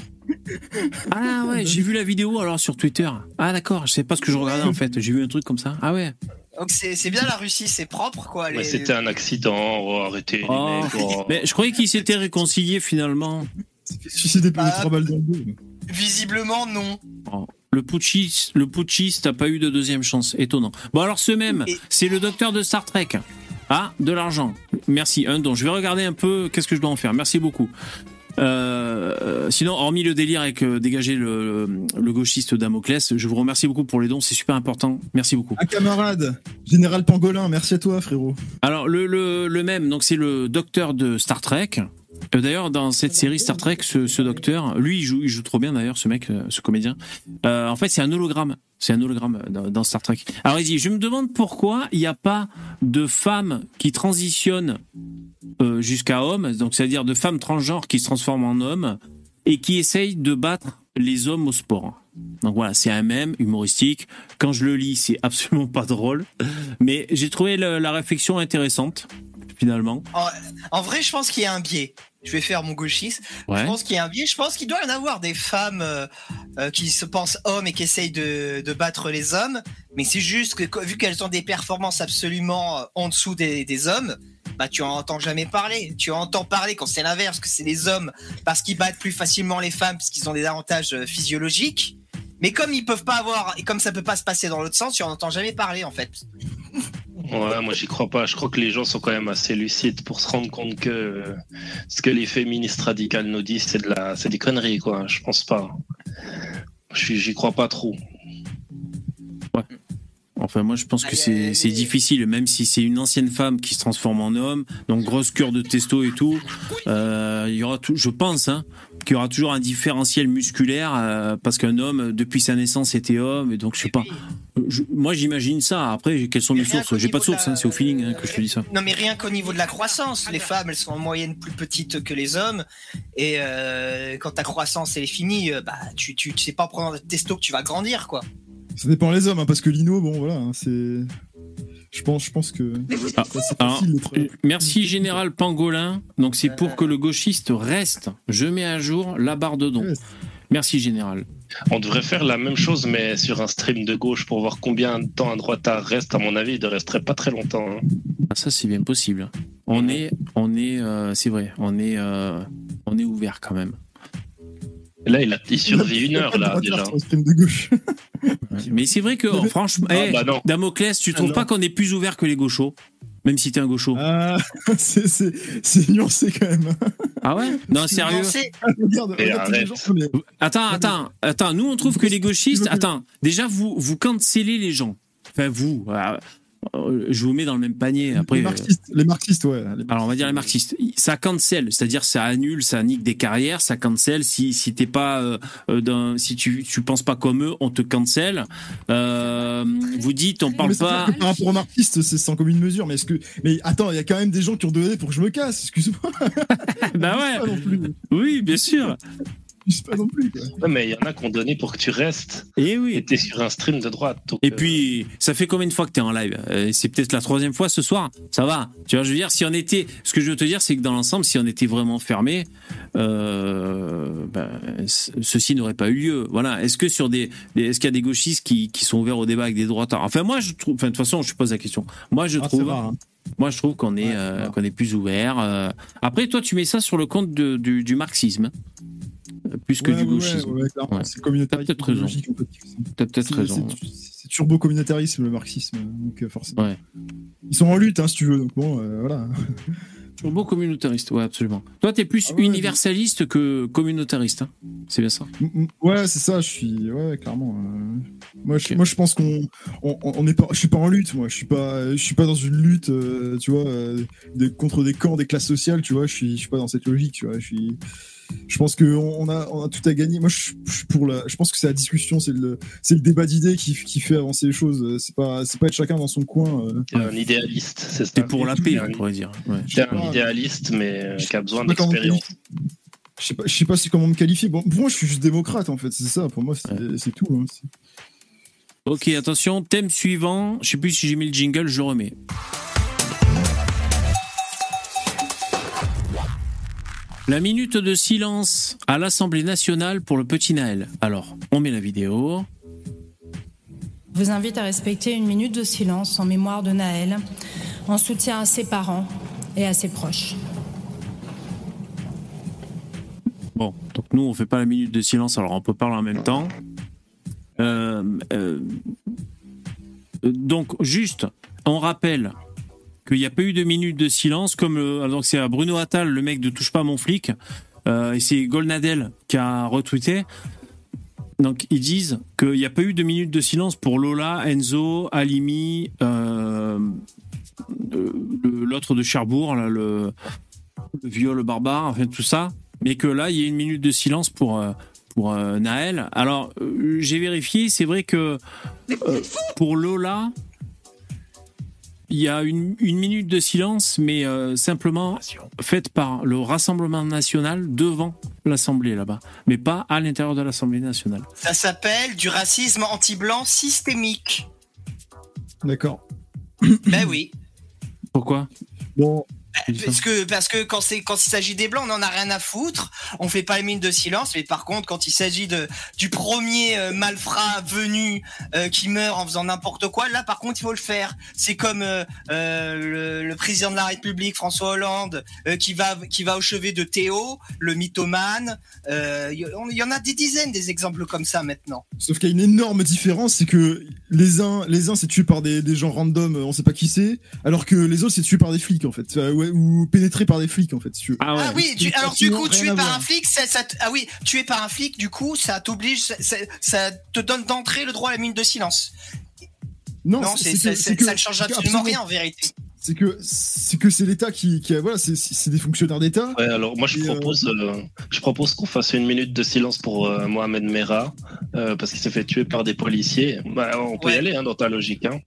Ah ouais, j'ai vu la vidéo alors sur Twitter. Ah d'accord, je sais pas ce que je regardais en fait. J'ai vu un truc comme ça. Ah ouais. Donc c'est c'est bien la Russie, c'est propre quoi. Mais les- c'était un accident, oh, arrêtez Oh. les mecs. oh. Mais je croyais qu'ils s'étaient réconciliés finalement. Suicider pour Ah. les trois balles dans le dos. Visiblement non. Oh. Le putschiste, le putschiste a pas eu de deuxième chance. Étonnant. Bon alors ce même, Et- c'est le docteur de Star Trek. Ah, de l'argent. Merci. Un don. Je vais regarder un peu. Qu'est-ce que je dois en faire. Merci beaucoup. Euh, sinon, hormis le délire avec euh, dégager le, le gauchiste Damoclès, je vous remercie beaucoup pour les dons, c'est super important. Merci beaucoup. Un camarade, Général Pangolin, merci à toi, frérot. Alors, le, le, le même, donc c'est le docteur de Star Trek. Euh, D'ailleurs, dans cette série Star Trek, ce, ce docteur, lui, il joue, il joue trop bien d'ailleurs, ce mec, euh, ce comédien. Euh, en fait, c'est un hologramme. C'est un hologramme dans, dans Star Trek. Alors, il dit, je me demande pourquoi il n'y a pas de femmes qui transitionnent euh, jusqu'à homme, donc c'est-à-dire de femmes transgenres qui se transforment en hommes et qui essayent de battre les hommes au sport. Donc voilà, c'est un mème humoristique. Quand je le lis, c'est absolument pas drôle, mais j'ai trouvé le, la réflexion intéressante. Finalement. En, en vrai, je pense qu'il y a un biais. Je vais faire mon gauchiste. Ouais. Je pense qu'il y a un biais. Je pense qu'il doit y en avoir des femmes euh, euh, qui se pensent hommes et qui essayent de, de battre les hommes. Mais c'est juste que vu qu'elles ont des performances absolument en dessous des, des hommes, bah tu en entends jamais parler. Tu en entends parler quand c'est l'inverse, que c'est les hommes parce qu'ils battent plus facilement les femmes parce qu'ils ont des avantages physiologiques. Mais comme ils peuvent pas avoir et comme ça peut pas se passer dans l'autre sens, tu en entends jamais parler en fait. Ouais, moi j'y crois pas. Je crois que les gens sont quand même assez lucides pour se rendre compte que euh, ce que les féministes radicales nous disent, c'est de la, c'est des conneries, quoi. Je pense pas. Je j'y crois pas trop. Ouais. Enfin, moi, je pense que c'est c'est difficile, même si c'est une ancienne femme qui se transforme en homme, donc grosse cure de testo et tout. Euh, il y aura tout, je pense, hein, qu'il y aura toujours un différentiel musculaire euh, parce qu'un homme, depuis sa naissance, était homme, et donc je sais pas. Je, moi, j'imagine ça. Après, quelles sont mes sources? J'ai pas de source, hein, c'est au feeling hein, que je te dis ça. Non, mais rien qu'au niveau de la croissance, les femmes, elles sont en moyenne plus petites que les hommes, et euh, quand ta croissance elle est finie, euh, bah tu tu sais pas en prenant de testo que tu vas grandir, quoi. Ça dépend les hommes, hein, parce que Lino, bon voilà, hein, c'est. Je pense, je pense que. Ah, c'est alors, facile d'être- euh, merci Général Pangolin. Donc c'est pour que le gauchiste reste. Je mets à jour la barre de don. Ouais, Merci Général. On devrait faire la même chose, mais sur un stream de gauche pour voir combien de temps un droitard reste. À mon avis, il ne resterait pas très longtemps. Hein. Ah, ça c'est bien possible. On est, on est, euh, c'est vrai, on est, euh, on est ouvert quand même. Et là, il, a, il survit une heure, là, Droite, déjà. sur le stream de gauche. Ouais. Mais c'est vrai que oh, franchement, Ah, hey, bah non. Damoclès, tu trouves Ah, pas non. qu'on est plus ouvert que les gauchos, même si t'es un gaucho? Ah, c'est, c'est, c'est nuancé quand même. Ah ouais? Non, sérieux? Nuancé. regarde, Et regarde tous les arrête. gens, mais- Attends, attends, attends. Nous, on trouve que les gauchistes. Tu veux que- Attends, déjà, vous, vous cancellez les gens. Enfin, vous. euh, euh, je vous mets dans le même panier. Après, les euh, marxistes, les marxistes, ouais. Les- alors, on va dire les marxistes. Ça cancel, c'est-à-dire ça annule, ça nique des carrières, ça cancel. Si si t'es pas euh, euh, dans, si tu tu penses pas comme eux, on te cancel. Euh, vous dites, on parle Mais c'est pas. clair que par rapport aux marxistes, c'est sans commune mesure. Mais est-ce que, mais attends, il y a quand même des gens qui ont donné pour que je me casse. Excuse-moi. Bah Pas ouais. non plus. Oui, bien sûr. Excuse pas non plus. Quoi. Ouais, mais il y en a qui ont donné pour que tu restes. Et Et oui. t'es sur un stream de droite. donc, Et euh, puis, ça fait combien de fois que t'es en live? Euh, C'est peut-être la troisième fois ce soir. Ça va. Tu vois, je veux dire, si on était, ce que je veux te dire, c'est que dans l'ensemble, si on était vraiment fermé, euh, ben, c- ceci n'aurait pas eu lieu. Voilà. Est-ce que sur des, des- est-ce qu'il y a des gauchistes qui, qui sont ouverts au débat avec des droitards? Enfin, moi, je trouve. Enfin, de toute façon, je pose la question. Moi, je Ah, c'est trouve. rare, hein. Moi, je trouve qu'on est, Ouais, euh, c'est rare. qu'on est plus ouvert. euh. Après, toi, tu mets ça sur le compte de- du, du marxisme, euh, plus que Ouais, du ouais, gauchisme. ouais, ouais, clairement, Ouais. c'est le communautarisme. T'as peut-être raison. idéologique, en fait. T'as peut-être C'est- raison. c'est- C'est turbo communautarisme le marxisme, donc euh, forcément. Ouais. Ils sont en lutte, hein, si tu veux. Donc bon, euh, voilà. Turbo communautariste, ouais, absolument. Toi, t'es plus Ah ouais, universaliste que communautariste, hein. C'est bien ça. Mm, mm, Ouais, c'est ça. Je suis, ouais, clairement. euh, Moi, je, Ok. moi, je pense qu'on, on, on est pas, je suis pas en lutte. Moi, je suis pas, je suis pas dans une lutte, euh, tu vois, euh, de- contre des camps, des classes sociales. Tu vois, je suis, je suis pas dans cette logique. Tu vois, je suis. Je pense qu'on on a, on a tout à gagner. Moi, je, je suis pour la. Je pense que c'est la discussion, c'est le, c'est le débat d'idées qui, qui fait avancer les choses. C'est pas, c'est pas être chacun dans son coin. euh. T'es un idéaliste, c'est ça. T'es pour la paix, T'es on un- pourrait dire. Ouais. T'es pas. un idéaliste, mais euh, qui a besoin Je sais pas comment me d'expérience. qualifier. Je sais pas, je sais pas si comment me qualifier. Bon, pour moi, je suis juste démocrate en fait. C'est ça. Pour moi, c'est, Ouais. c'est tout. Hein. C'est- Ok, attention, thème suivant. Je sais plus si j'ai mis le jingle, je remets. La minute de silence à l'Assemblée nationale pour le petit Naël. Alors, on met la vidéo. Je vous invite à respecter une minute de silence en mémoire de Naël, en soutien à ses parents et à ses proches. Bon, donc nous, on fait pas la minute de silence, alors on peut parler en même temps. Euh, euh, donc, juste, on rappelle qu'il n'y a pas eu de minute de silence, comme le, donc c'est à Bruno Attal, le mec de Touche pas à mon flic. euh, et c'est Golnadel qui a retweeté. Donc ils disent qu'il n'y a pas eu de minute de silence pour Lola, Enzo, Halimi, euh, le, l'autre de Cherbourg, là, le, le viol barbare, enfin tout ça, mais que là il y a une minute de silence pour pour euh, Nahel. Alors euh, j'ai vérifié, c'est vrai que euh, pour Lola il y a une, une minute de silence, mais euh, simplement faite par le Rassemblement national devant l'Assemblée là-bas, mais pas à l'intérieur de l'Assemblée nationale. Ça s'appelle du racisme anti-blanc systémique. D'accord. Ben oui. Pourquoi ? Bon. Parce que, parce que quand, c'est, quand il s'agit des blancs, on n'en a rien à foutre. On fait pas les mines de silence. Mais par contre, quand il s'agit de, du premier euh, malfrat venu euh, qui meurt en faisant n'importe quoi, là, par contre, il faut le faire. C'est comme euh, euh, le, le président de la République, François Hollande, euh, qui va, qui va au chevet de Théo, le mythomane. Il euh, y, y en a des dizaines des exemples comme ça maintenant. Sauf qu'il y a une énorme différence, c'est que les uns, les uns, c'est tué par des, des gens random, on sait pas qui c'est, alors que les autres, c'est tué par des flics, en fait. Ouais, ou pénétré par des flics, en fait, si tu veux. Ah, ouais. Ah oui, tu, alors du coup, tué par un flic, ça, ça, ah oui, tué par un flic, du coup, ça t'oblige, ça, ça, ça te donne d'entrée le droit à la minute de silence. Non, non c'est, c'est, c'est, c'est que, ça ne change absolument, absolument rien en vérité. C'est que c'est que c'est l'État qui, qui voilà, c'est, c'est des fonctionnaires d'État. Ouais, alors moi je propose, euh... Euh, je propose qu'on fasse une minute de silence pour euh, Mohamed Merah euh, parce qu'il s'est fait tuer par des policiers. Bah, on peut ouais. y aller hein, dans ta logique. Hein.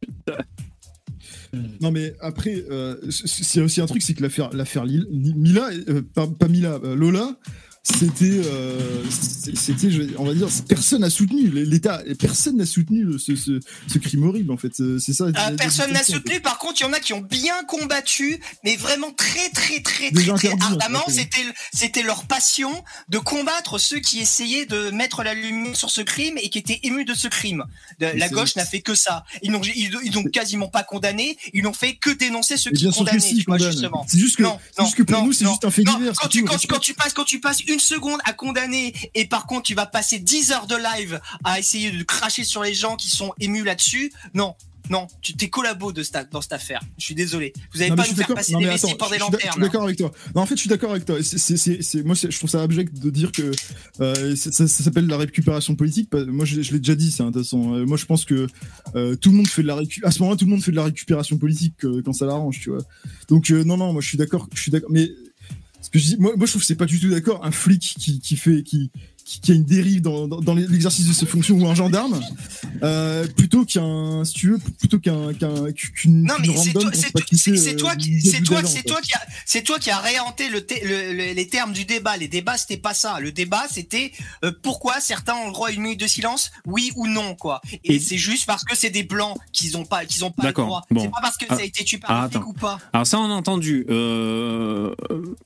Non mais après, euh, c'est aussi un truc, c'est que l'affaire, l'affaire Mila, euh, pas, pas Mila, euh, Lola, c'était, euh, c'était, on va dire, personne n'a soutenu l'État, personne n'a soutenu ce, ce, ce crime horrible en fait. C'est ça. Euh, personne n'a soutenu. Par contre, il y en a qui ont bien combattu, mais vraiment très très très très, très, très ardemment. C'était c'était leur passion de combattre ceux qui essayaient de mettre la lumière sur ce crime et qui étaient émus de ce crime. De, la gauche n'a fait que ça. Ils n'ont ils, ils ont quasiment pas condamné. Ils n'ont fait que dénoncer ceux qui condamnaient. Si, tu vois, justement. C'est juste que, non, c'est juste que pour non, nous, c'est non, juste un fait divers. Quand tu quand tu quand tu passes quand tu passes une seconde à condamner et par contre tu vas passer dix heures de live à essayer de cracher sur les gens qui sont émus là-dessus, non, non, tu t'es collabo de sta- dans cette affaire. Je suis désolé. Vous n'allez pas nous faire passer non, des vessies pour des lanternes. Je suis d'accord avec toi. Non, en fait, je suis d'accord avec toi. C'est, c'est, c'est, c'est, moi, c'est, je trouve ça abject de dire que euh, ça, ça, ça s'appelle la récupération politique. Moi, je, je l'ai déjà dit. C'est, de toute façon, moi, je pense que euh, tout le monde fait de la récu- à ce moment-là, tout le monde fait de la récupération politique euh, quand ça l'arrange, tu vois. Donc, euh, non, non, moi, je suis d'accord. Je suis d'accord. Mais ce que je dis, moi, moi, je trouve que c'est pas du tout d'accord. Un flic qui, qui fait, qui, qui, qui a une dérive dans, dans, dans l'exercice de ses fonctions ou un gendarme, euh, plutôt qu'un, si tu veux, plutôt qu'un, qu'un qu'une, non, mais qu'une c'est random. toi, c'est, c'est, c'est, c'est toi qui, c'est toi, c'est toi qui a, c'est toi qui a réinventé le, te, le, le, les termes du débat. Les débats, c'était pas ça. Le débat, c'était euh, pourquoi certains ont le droit à une minute de silence, oui ou non, quoi. Et, et c'est juste parce que c'est des blancs qu'ils ont pas, qu'ils ont pas D'accord. le droit. Bon. C'est pas parce que ah, ça a été tué par ah, un flic ou pas. Alors ça, on a entendu. Euh,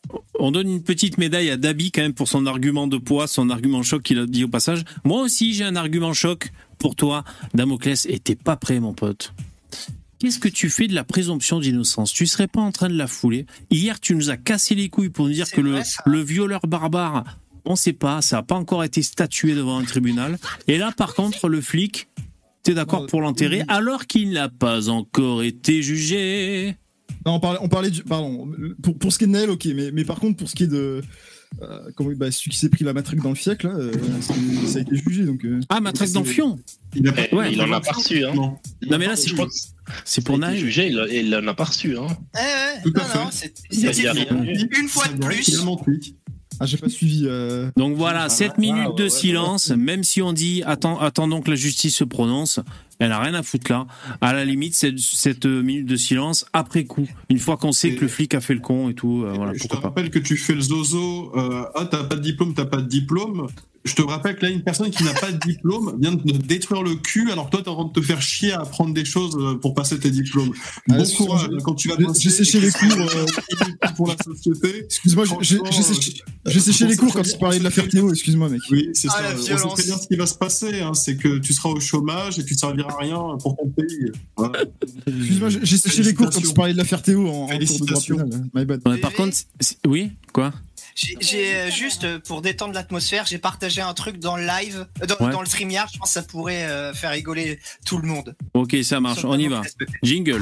on donne une petite médaille à Dabi quand même pour son argument de poids, son argument choc qu'il a dit au passage. Moi aussi, j'ai un argument choc pour toi, Damoclès, et t'es pas prêt, mon pote. Qu'est-ce que tu fais de la présomption d'innocence ? Tu serais pas en train de la fouler ? Hier, tu nous as cassé les couilles pour nous dire c'est que vrai, le, le violeur barbare, on sait pas, ça a pas encore été statué devant un tribunal. Et là, par contre, le flic, t'es d'accord pour l'enterrer alors qu'il n'a pas encore été jugé. Non, on parlait, on parlait du, pardon, pour, pour ce qui est de Nahel, ok, mais, mais par contre, pour ce qui est de, euh, comment, bah, celui qui s'est pris la matraque dans le fiac, là, euh, ça a été jugé, donc. Euh, ah, matraque dans le fion. Il, a, ouais, il en a pas reçu, hein. Non, non mais là, c'est, c'est pour Nahel. Jugé, il, il en a pas reçu, hein. Eh, ouais, Tout non, à non, fait. C'est, c'est, c'est une fois de plus. Ah, j'ai pas suivi. Euh... Donc voilà, sept ah, minutes ah, ouais, de ouais, silence, ouais, ouais. Même si on dit attends, attendons que la justice se prononce, elle a rien à foutre là. À la limite, cette, cette minute de silence après coup, une fois qu'on sait et que le flic a fait le con et tout. Euh, voilà, je te rappelle que tu fais le zozo. Euh, ah, t'as pas de diplôme, t'as pas de diplôme. Je te rappelle que là, une personne qui n'a pas de diplôme vient de te détruire le cul, alors que toi, t'es en train de te faire chier à apprendre des choses pour passer tes diplômes. Bon ah, courage quand tu vas passer. J'ai séché les cours euh, pour la société. Excuse-moi, j'ai, j'ai séché, j'ai séché les cours quand tu parlais de l'affaire Théo. Excuse-moi, mec. Oui, c'est ah, ça. On sait très bien ce qui va se passer. Hein, c'est que tu seras au chômage et tu ne serviras à rien pour ton pays. Voilà. Excuse-moi, j'ai séché les cours quand tu parlais de l'affaire Théo en, en cours de droit pénal. My bad. Ouais, par contre, oui, quoi? J'ai, j'ai euh, juste pour détendre l'atmosphère, j'ai partagé un truc dans le live, euh, dans, ouais. dans le StreamYard. Je pense que ça pourrait euh, faire rigoler tout le monde. Ok, ça marche. On y va. Jingle.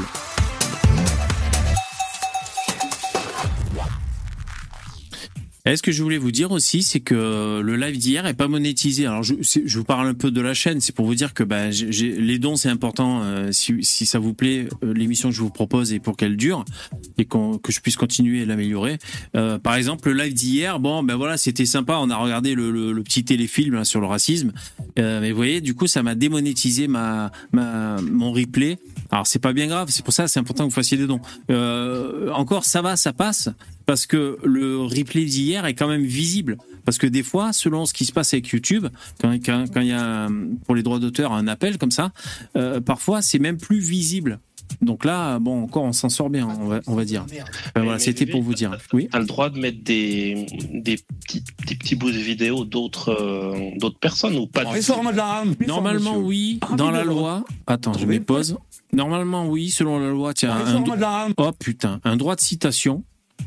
Et ce que je voulais vous dire aussi, c'est que le live d'hier est pas monétisé. Alors, je, je vous parle un peu de la chaîne, c'est pour vous dire que bah, j'ai, les dons, c'est important. Euh, si, si ça vous plaît, euh, l'émission que je vous propose et pour qu'elle dure et qu'on, que je puisse continuer et l'améliorer. Euh, par exemple, le live d'hier, bon, ben voilà, c'était sympa. On a regardé le, le, le petit téléfilm là, sur le racisme, euh, mais vous voyez, du coup, ça m'a démonétisé ma, ma, mon replay. Alors, c'est pas bien grave. C'est pour ça, c'est important que vous fassiez des dons. Euh, encore, ça va, ça passe. Parce que le replay d'hier est quand même visible. Parce que des fois, selon ce qui se passe avec YouTube, quand il quand, quand y a, pour les droits d'auteur, un appel comme ça, euh, parfois, c'est même plus visible. Donc là, bon, encore, on s'en sort bien, on va, on va dire. Ben voilà, c'était pour vous dire. Oui. Tu as le droit de mettre des, des, petits, des petits bouts de vidéo d'autres, euh, d'autres personnes ou pas? Normalement, oui. Dans la loi. Attends, je mets pause. Normalement, oui. Selon la loi, tiens. Un... Oh putain, un droit de citation.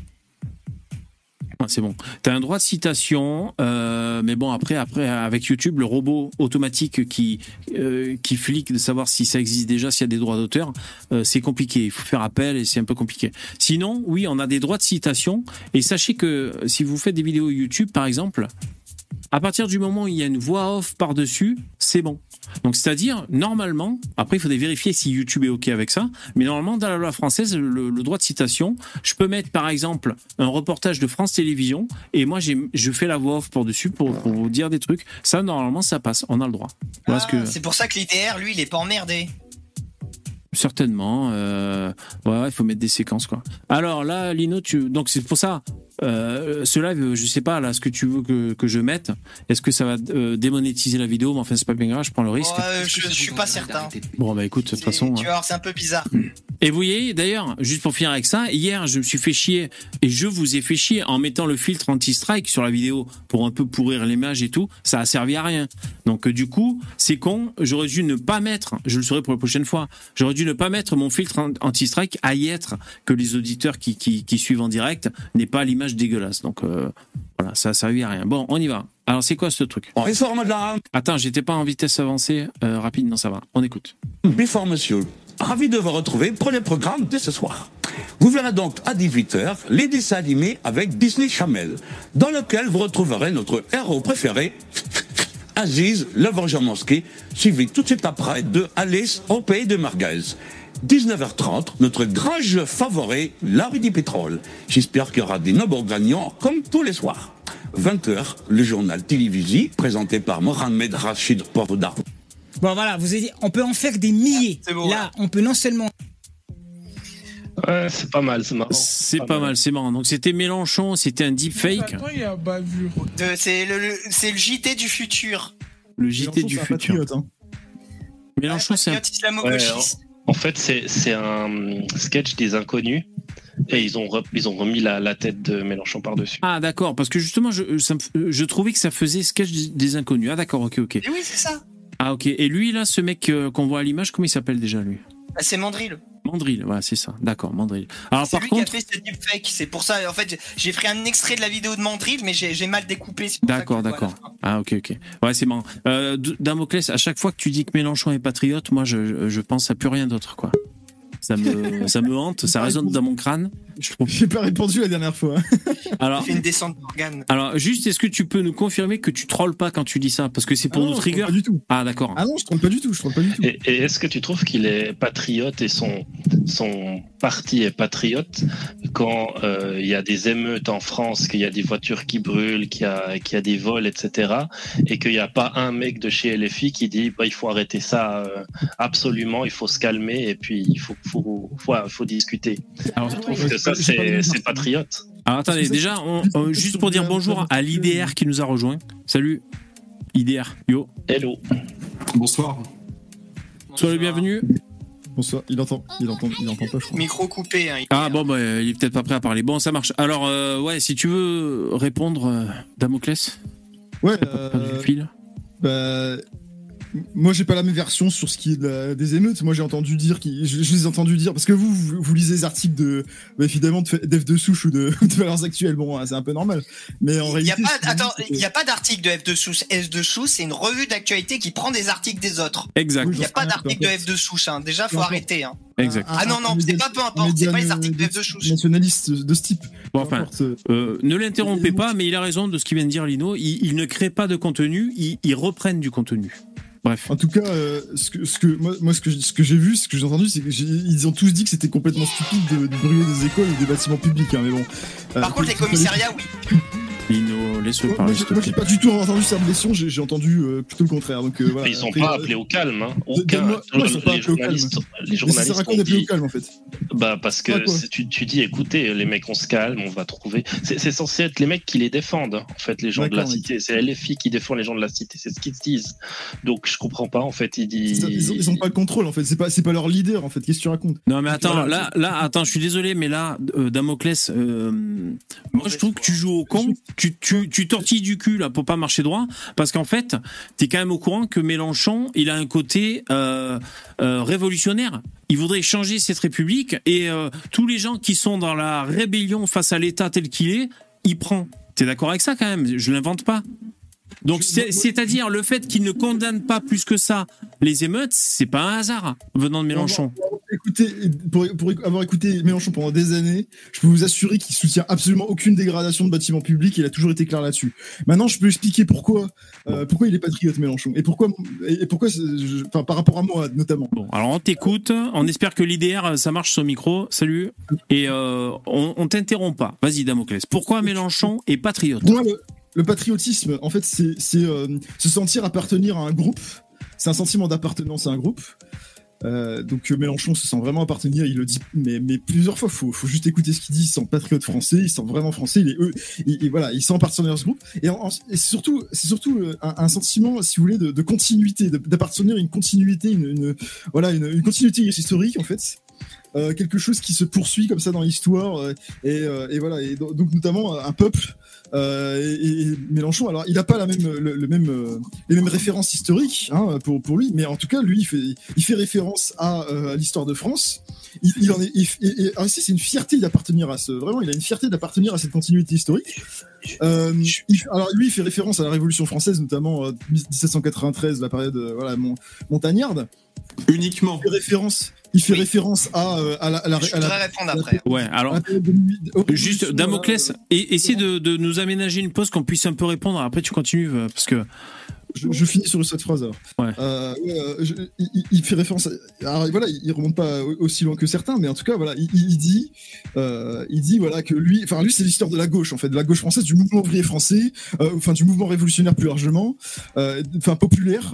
Ah, c'est bon. T'as un droit de citation, euh, mais bon après, après avec YouTube, le robot automatique qui euh, qui flique de savoir si ça existe déjà, s'il y a des droits d'auteur, euh, c'est compliqué. Il faut faire appel et c'est un peu compliqué. Sinon, oui, on a des droits de citation. Et sachez que si vous faites des vidéos YouTube, par exemple, à partir du moment où il y a une voix off par-dessus, c'est bon. Donc, c'est-à-dire, normalement, après, il faudrait vérifier si YouTube est OK avec ça, mais normalement, dans la loi française, le, le droit de citation, je peux mettre, par exemple, un reportage de France Télévisions, et moi, j'ai, je fais la voix off par-dessus pour, pour vous dire des trucs. Ça, normalement, ça passe, on a le droit. Voilà ah, ce que... C'est pour ça que l'I D R, lui, il est pas emmerdé. Certainement. Euh... Ouais, il faut mettre des séquences, quoi. Alors là, Lino, tu... donc c'est pour ça... Euh, ce live, je sais pas là, ce que tu veux que, que je mette, est-ce que ça va euh, démonétiser la vidéo? Mais enfin, c'est pas bien grave, je prends le risque. Ouais, je, je suis pas certain. Bon, bah écoute, de toute façon. Tu vois, c'est un peu bizarre. Et vous voyez, d'ailleurs, juste pour finir avec ça, hier, je me suis fait chier, et je vous ai fait chier en mettant le filtre anti-strike sur la vidéo pour un peu pourrir l'image et tout. Ça a servi à rien. Donc, euh, du coup, c'est con. J'aurais dû ne pas mettre, je le saurai pour la prochaine fois, j'aurais dû ne pas mettre mon filtre anti-strike à y être, que les auditeurs qui, qui, qui suivent en direct n'aient pas l'image dégueulasse. Donc euh, voilà, ça a servi à rien. Bon, on y va. Alors c'est quoi ce truc? Attends, j'étais pas en vitesse avancée euh, rapide, non ça va. On écoute. Bonsoir monsieur, ravi de vous retrouver pour le programme de ce soir. Vous verrez donc à dix-huit heures les dessins animés avec Disney Channel, dans lequel vous retrouverez notre héros préféré, Aziz, le vengeur masqué, suivi tout de suite après de Alice au pays de Merguez. dix-neuf heures trente, notre grand jeu favori, la rue du pétrole. J'espère qu'il y aura des nombreux gagnants comme tous les soirs. vingt heures, le journal télévisé présenté par Mohamed Rachid Pavouda. Bon voilà, vous avez dit, on peut en faire des milliers. C'est beau, là, on peut non seulement... Ouais, c'est pas mal, c'est marrant. C'est pas, pas mal. mal, c'est marrant. Donc c'était Mélenchon, c'était un deepfake. De, c'est, le, le, c'est le J T du futur. Le J T Mélenchon, du c'est un futur. patriote, hein. Mélenchon, c'est un... patriote islamo-gauchiste. Ouais, en, en fait, c'est, c'est un sketch des inconnus. Et ils ont, re, ils ont remis la, la tête de Mélenchon par-dessus. Ah d'accord, parce que justement, je, ça me, je trouvais que ça faisait sketch des inconnus. Ah d'accord, ok, ok. Et oui, c'est ça. Ah ok, et lui là, ce mec euh, qu'on voit à l'image, comment il s'appelle déjà lui? Bah, c'est Mandrill. Mandrill, voilà, c'est ça. D'accord, Mandrill. Alors c'est par lui contre, qui a fait ce deepfake. C'est pour ça. En fait, j'ai pris un extrait de la vidéo de Mandrill, mais j'ai, j'ai mal découpé. C'est pour d'accord, ça que d'accord. Ah ok, ok. Ouais, c'est marrant. Euh, Damoclès, à chaque fois que tu dis que Mélenchon est patriote, moi, je, je pense à plus rien d'autre, quoi. Ça me, ça me hante, ça résonne dans mon crâne. Je trouve. J'ai pas répondu la dernière fois. Alors, fait une descente d'organes. Alors, juste, est-ce que tu peux nous confirmer que tu trolles pas quand tu dis ça? Parce que c'est pour ah nous non, trigger. Pas du tout. Ah, d'accord. Ah non, je troll pas du tout. Je troll pas du tout. Et, et est-ce que tu trouves qu'il est patriote et son, son parti est patriote quand il euh, y a des émeutes en France, qu'il y a des voitures qui brûlent, qu'il y a, qu'il y a des vols, et cetera, et qu'il n'y a pas un mec de chez L F I qui dit bah, il faut arrêter ça euh, absolument, il faut se calmer et puis il faut, faut, faut, faut discuter. Alors, je trouve que ça, c'est, c'est patriote. Alors attendez, déjà, on, on, juste pour dire bonjour à l'I D R qui nous a rejoint. Salut, I D R, yo. Hello. Bonsoir. Sois le bienvenu. Bonsoir, il entend, il entend, il entend pas, je crois. Micro coupé. Hein, ah bon, bah, il est peut-être pas prêt à parler. Bon, ça marche. Alors, euh, ouais, si tu veux répondre, euh, Damoclès. Ouais. Euh, du fil. Bah, moi, j'ai pas la même version sur ce qui est de la, des émeutes. Moi, j'ai entendu dire, qui, je, je les ai entendu dire, parce que vous, vous, vous lisez les articles de, bah, évidemment, de F de Souche ou de, de Valeurs Actuelles. Bon, hein, c'est un peu normal. Mais en il réalité. Y a pas, attends, il n'y a pas d'article de F de Souche. F de Souche, c'est une revue d'actualité qui prend des articles des autres. Exact. Il n'y a pas d'article de F de Souche, hein. Déjà, faut arrêter, hein. Exact. un- Ah non, non, un c'est média- pas peu un importe, c'est média pas les na- articles F de Chouch. nationaliste de ce type. Bon, Peu enfin, importe. euh, ne l'interrompez pas, mais il a raison de ce qu'il vient de dire, Lino. Il, il ne crée pas de contenu, il, ils reprennent du contenu. Bref. En tout cas, euh, ce que, ce que, moi, moi, ce que, ce que j'ai vu, ce que j'ai entendu, c'est qu'ils ont tous dit que c'était complètement stupide de, de brûler des écoles ou des bâtiments publics. Hein, mais bon. Euh, Par contre, les qu'il fallait- commissariats, oui. Lino, laisse-le Moi, parler. moi, s'il te j'ai- moi, plaît. j'ai pas du tout entendu cette version, j'ai j'ai entendu euh, plutôt le contraire. Donc, euh, voilà. Mais ils sont Après, pas euh, appelés au calme. Hein. de- Aucun. donne-moi- moi, ils sont pas les appelés au calme. journalistes, les Mais ça journalistes sert à quoi ont d'appeler dit, au calme en fait? bah parce que Ouais, quoi. c'est- tu, tu dis, écoutez, les mecs, on se calme, on va trouver. C'est c'est censé être les mecs qui les défendent, en fait, les gens de la D'accord, oui. cité. C'est L F I qui défend les gens de la cité, c'est ce qu'ils se disent. Donc je comprends pas, en fait, ils C'est ça, disent. Ils ont, ils ont pas le contrôle en fait, c'est pas, c'est pas leur leader en fait, qu'est-ce que tu racontes? Non mais attends, Voilà. là, là, attends, je suis désolé, mais là, euh, Damoclès, euh, moi je trouve que tu joues au con, tu, tu, tu tortilles du cul là pour pas marcher droit, parce qu'en fait, t'es quand même au courant que Mélenchon, il a un côté euh, euh, révolutionnaire. Il voudrait changer cette République et euh, tous les gens qui sont dans la rébellion face à l'État tel qu'il est, il prend. T'es d'accord avec ça quand même? Je l'invente pas. Donc c'est- c'est-à-dire le fait qu'il ne condamne pas plus que ça les émeutes, c'est pas un hasard venant de Mélenchon. Écoutez, pour, pour avoir écouté Mélenchon pendant des années, je peux vous assurer qu'il soutient absolument aucune dégradation de bâtiments publics. Il a toujours été clair là-dessus. Maintenant, je peux expliquer pourquoi, euh, pourquoi il est patriote Mélenchon et pourquoi, et, et pourquoi, c'est- je- enfin, par rapport à moi notamment. Bon, alors on t'écoute, on espère que l'I D R ça marche sur micro. Salut. Et euh, on, on t'interrompt pas. Vas-y Damoclès. Pourquoi Mélenchon est patriote? Pour moi, le, le patriotisme, en fait, c'est c'est, euh, se sentir appartenir à un groupe. C'est un sentiment d'appartenance à un groupe. Euh, donc euh, Mélenchon se sent vraiment appartenir, il le dit, mais, mais plusieurs fois, faut, faut juste écouter ce qu'il dit. Il se sent patriote français, il se sent vraiment français. Il est eux, il, il- voilà, il sent appartenir à ce groupe. Et, en- en- et c'est surtout, c'est surtout euh, un, un sentiment, si vous voulez, de, de continuité, de- d'appartenir à une continuité, une, une- voilà, une, une continuité historique en fait. Euh, quelque chose qui se poursuit comme ça dans l'histoire euh, et, euh, et voilà et do- donc notamment euh, un peuple euh, et, et Mélenchon alors il a pas la même le, le même euh, les mêmes références historiques hein, pour pour lui mais en tout cas lui il fait il fait référence à, euh, à l'histoire de France il, il en est il, et, et aussi c'est une fierté d'appartenir à ce vraiment il a une fierté d'appartenir à cette continuité historique euh, il, alors lui il fait référence à la Révolution française notamment euh, dix-sept cent quatre-vingt-treize la période euh, voilà mon, montagnarde uniquement il fait référence il fait Oui. référence à, euh, à la, à la, Je à la- voudrais répondre après. Ouais, alors à la- de- juste Damoclès, et essaie de, de nous aménager une pause qu'on puisse un peu répondre. Après tu continues euh, parce que Je, je finis sur cette phrase. Alors. Ouais. Euh, ouais, euh, je- il, il fait référence. À, alors voilà, il remonte pas aussi loin que certains, mais en tout cas voilà, il, il dit, euh, il dit voilà que lui, enfin lui c'est l'histoire de la gauche en fait, de la gauche française, du mouvement ouvrier français, euh, enfin du mouvement révolutionnaire plus largement, euh, enfin populaire.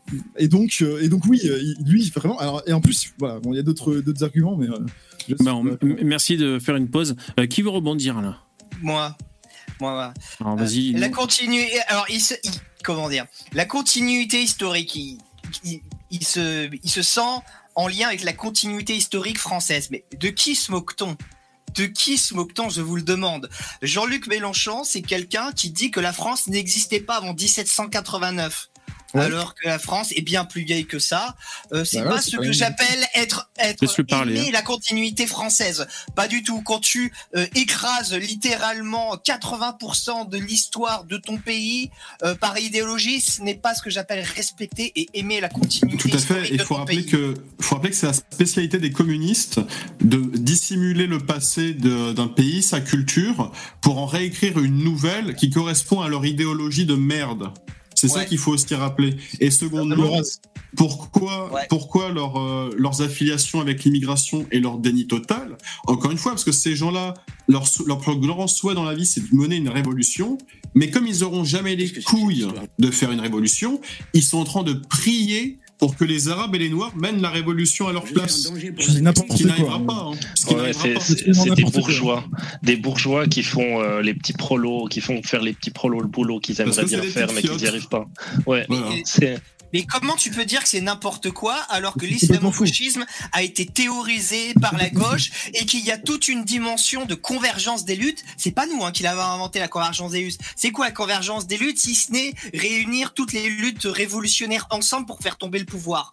Et donc, euh, et donc oui, euh, il- lui vraiment. Alors et en plus, voilà, bon, il y a d'autres d'autres arguments, mais. Euh, je- bon, m- merci de faire une pause. Euh, qui veut rebondir là? Moi. Moi, moi. Alors vas-y. La Lino. continuité. Alors, il se. il- comment dire? La continuité historique, il, il- il se, il se sent en lien avec la continuité historique française. Mais de qui se moque-t-on? De qui se moque-t-on, je vous le demande? Jean-Luc Mélenchon, c'est quelqu'un qui dit que la France n'existait pas avant dix-sept cent quatre-vingt-neuf. Ouais. Alors que la France est bien plus vieille que ça. Euh, c'est Bah ouais, pas c'est ce pas que une- j'appelle être, être Laisse-le parler, aimer hein. la continuité française. Pas du tout. Quand tu euh, écrases littéralement quatre-vingts pour cent de l'histoire de ton pays euh, par idéologie, ce n'est pas ce que j'appelle respecter et aimer la continuité Tout à historique fait. Il de faut ton rappeler pays. que, faut rappeler que c'est la spécialité des communistes de dissimuler le passé de- d'un pays, sa culture, pour en réécrire une nouvelle qui correspond à leur idéologie de merde. C'est ça Ouais. qu'il faut aussi rappeler. Et secondement, pourquoi, Ouais. pourquoi leur, euh, leurs affiliations avec l'immigration et leur déni total? Encore une fois, parce que ces gens-là, leur, sou- leur plus grand souhait dans la vie, c'est de mener une révolution. Mais comme ils auront jamais les couilles de faire une révolution, ils sont en train de prier pour que les Arabes et les Noirs mènent la révolution à leur place. C'est n'importe Ce qui quoi. n'arrivera pas. Hein. Ce qui Ouais, n'arrivera c'est pas. c'est- absolument c'est des n'importe quoi. bourgeois, des bourgeois qui font euh, les petits prolos, qui font faire les petits prolos, le boulot qu'ils Parce aimeraient que c'est bien des faire, petites mais qu'ils n'y fiottes. arrivent pas. Ouais, Voilà. c'est Mais comment tu peux dire que c'est n'importe quoi alors que C'est complètement fou. l'islamo-gauchisme a été théorisé par la gauche et qu'il y a toute une dimension de convergence des luttes? C'est pas nous hein, qui l'avons inventé la convergence des luttes. C'est quoi la convergence des luttes si ce n'est réunir toutes les luttes révolutionnaires ensemble pour faire tomber le pouvoir?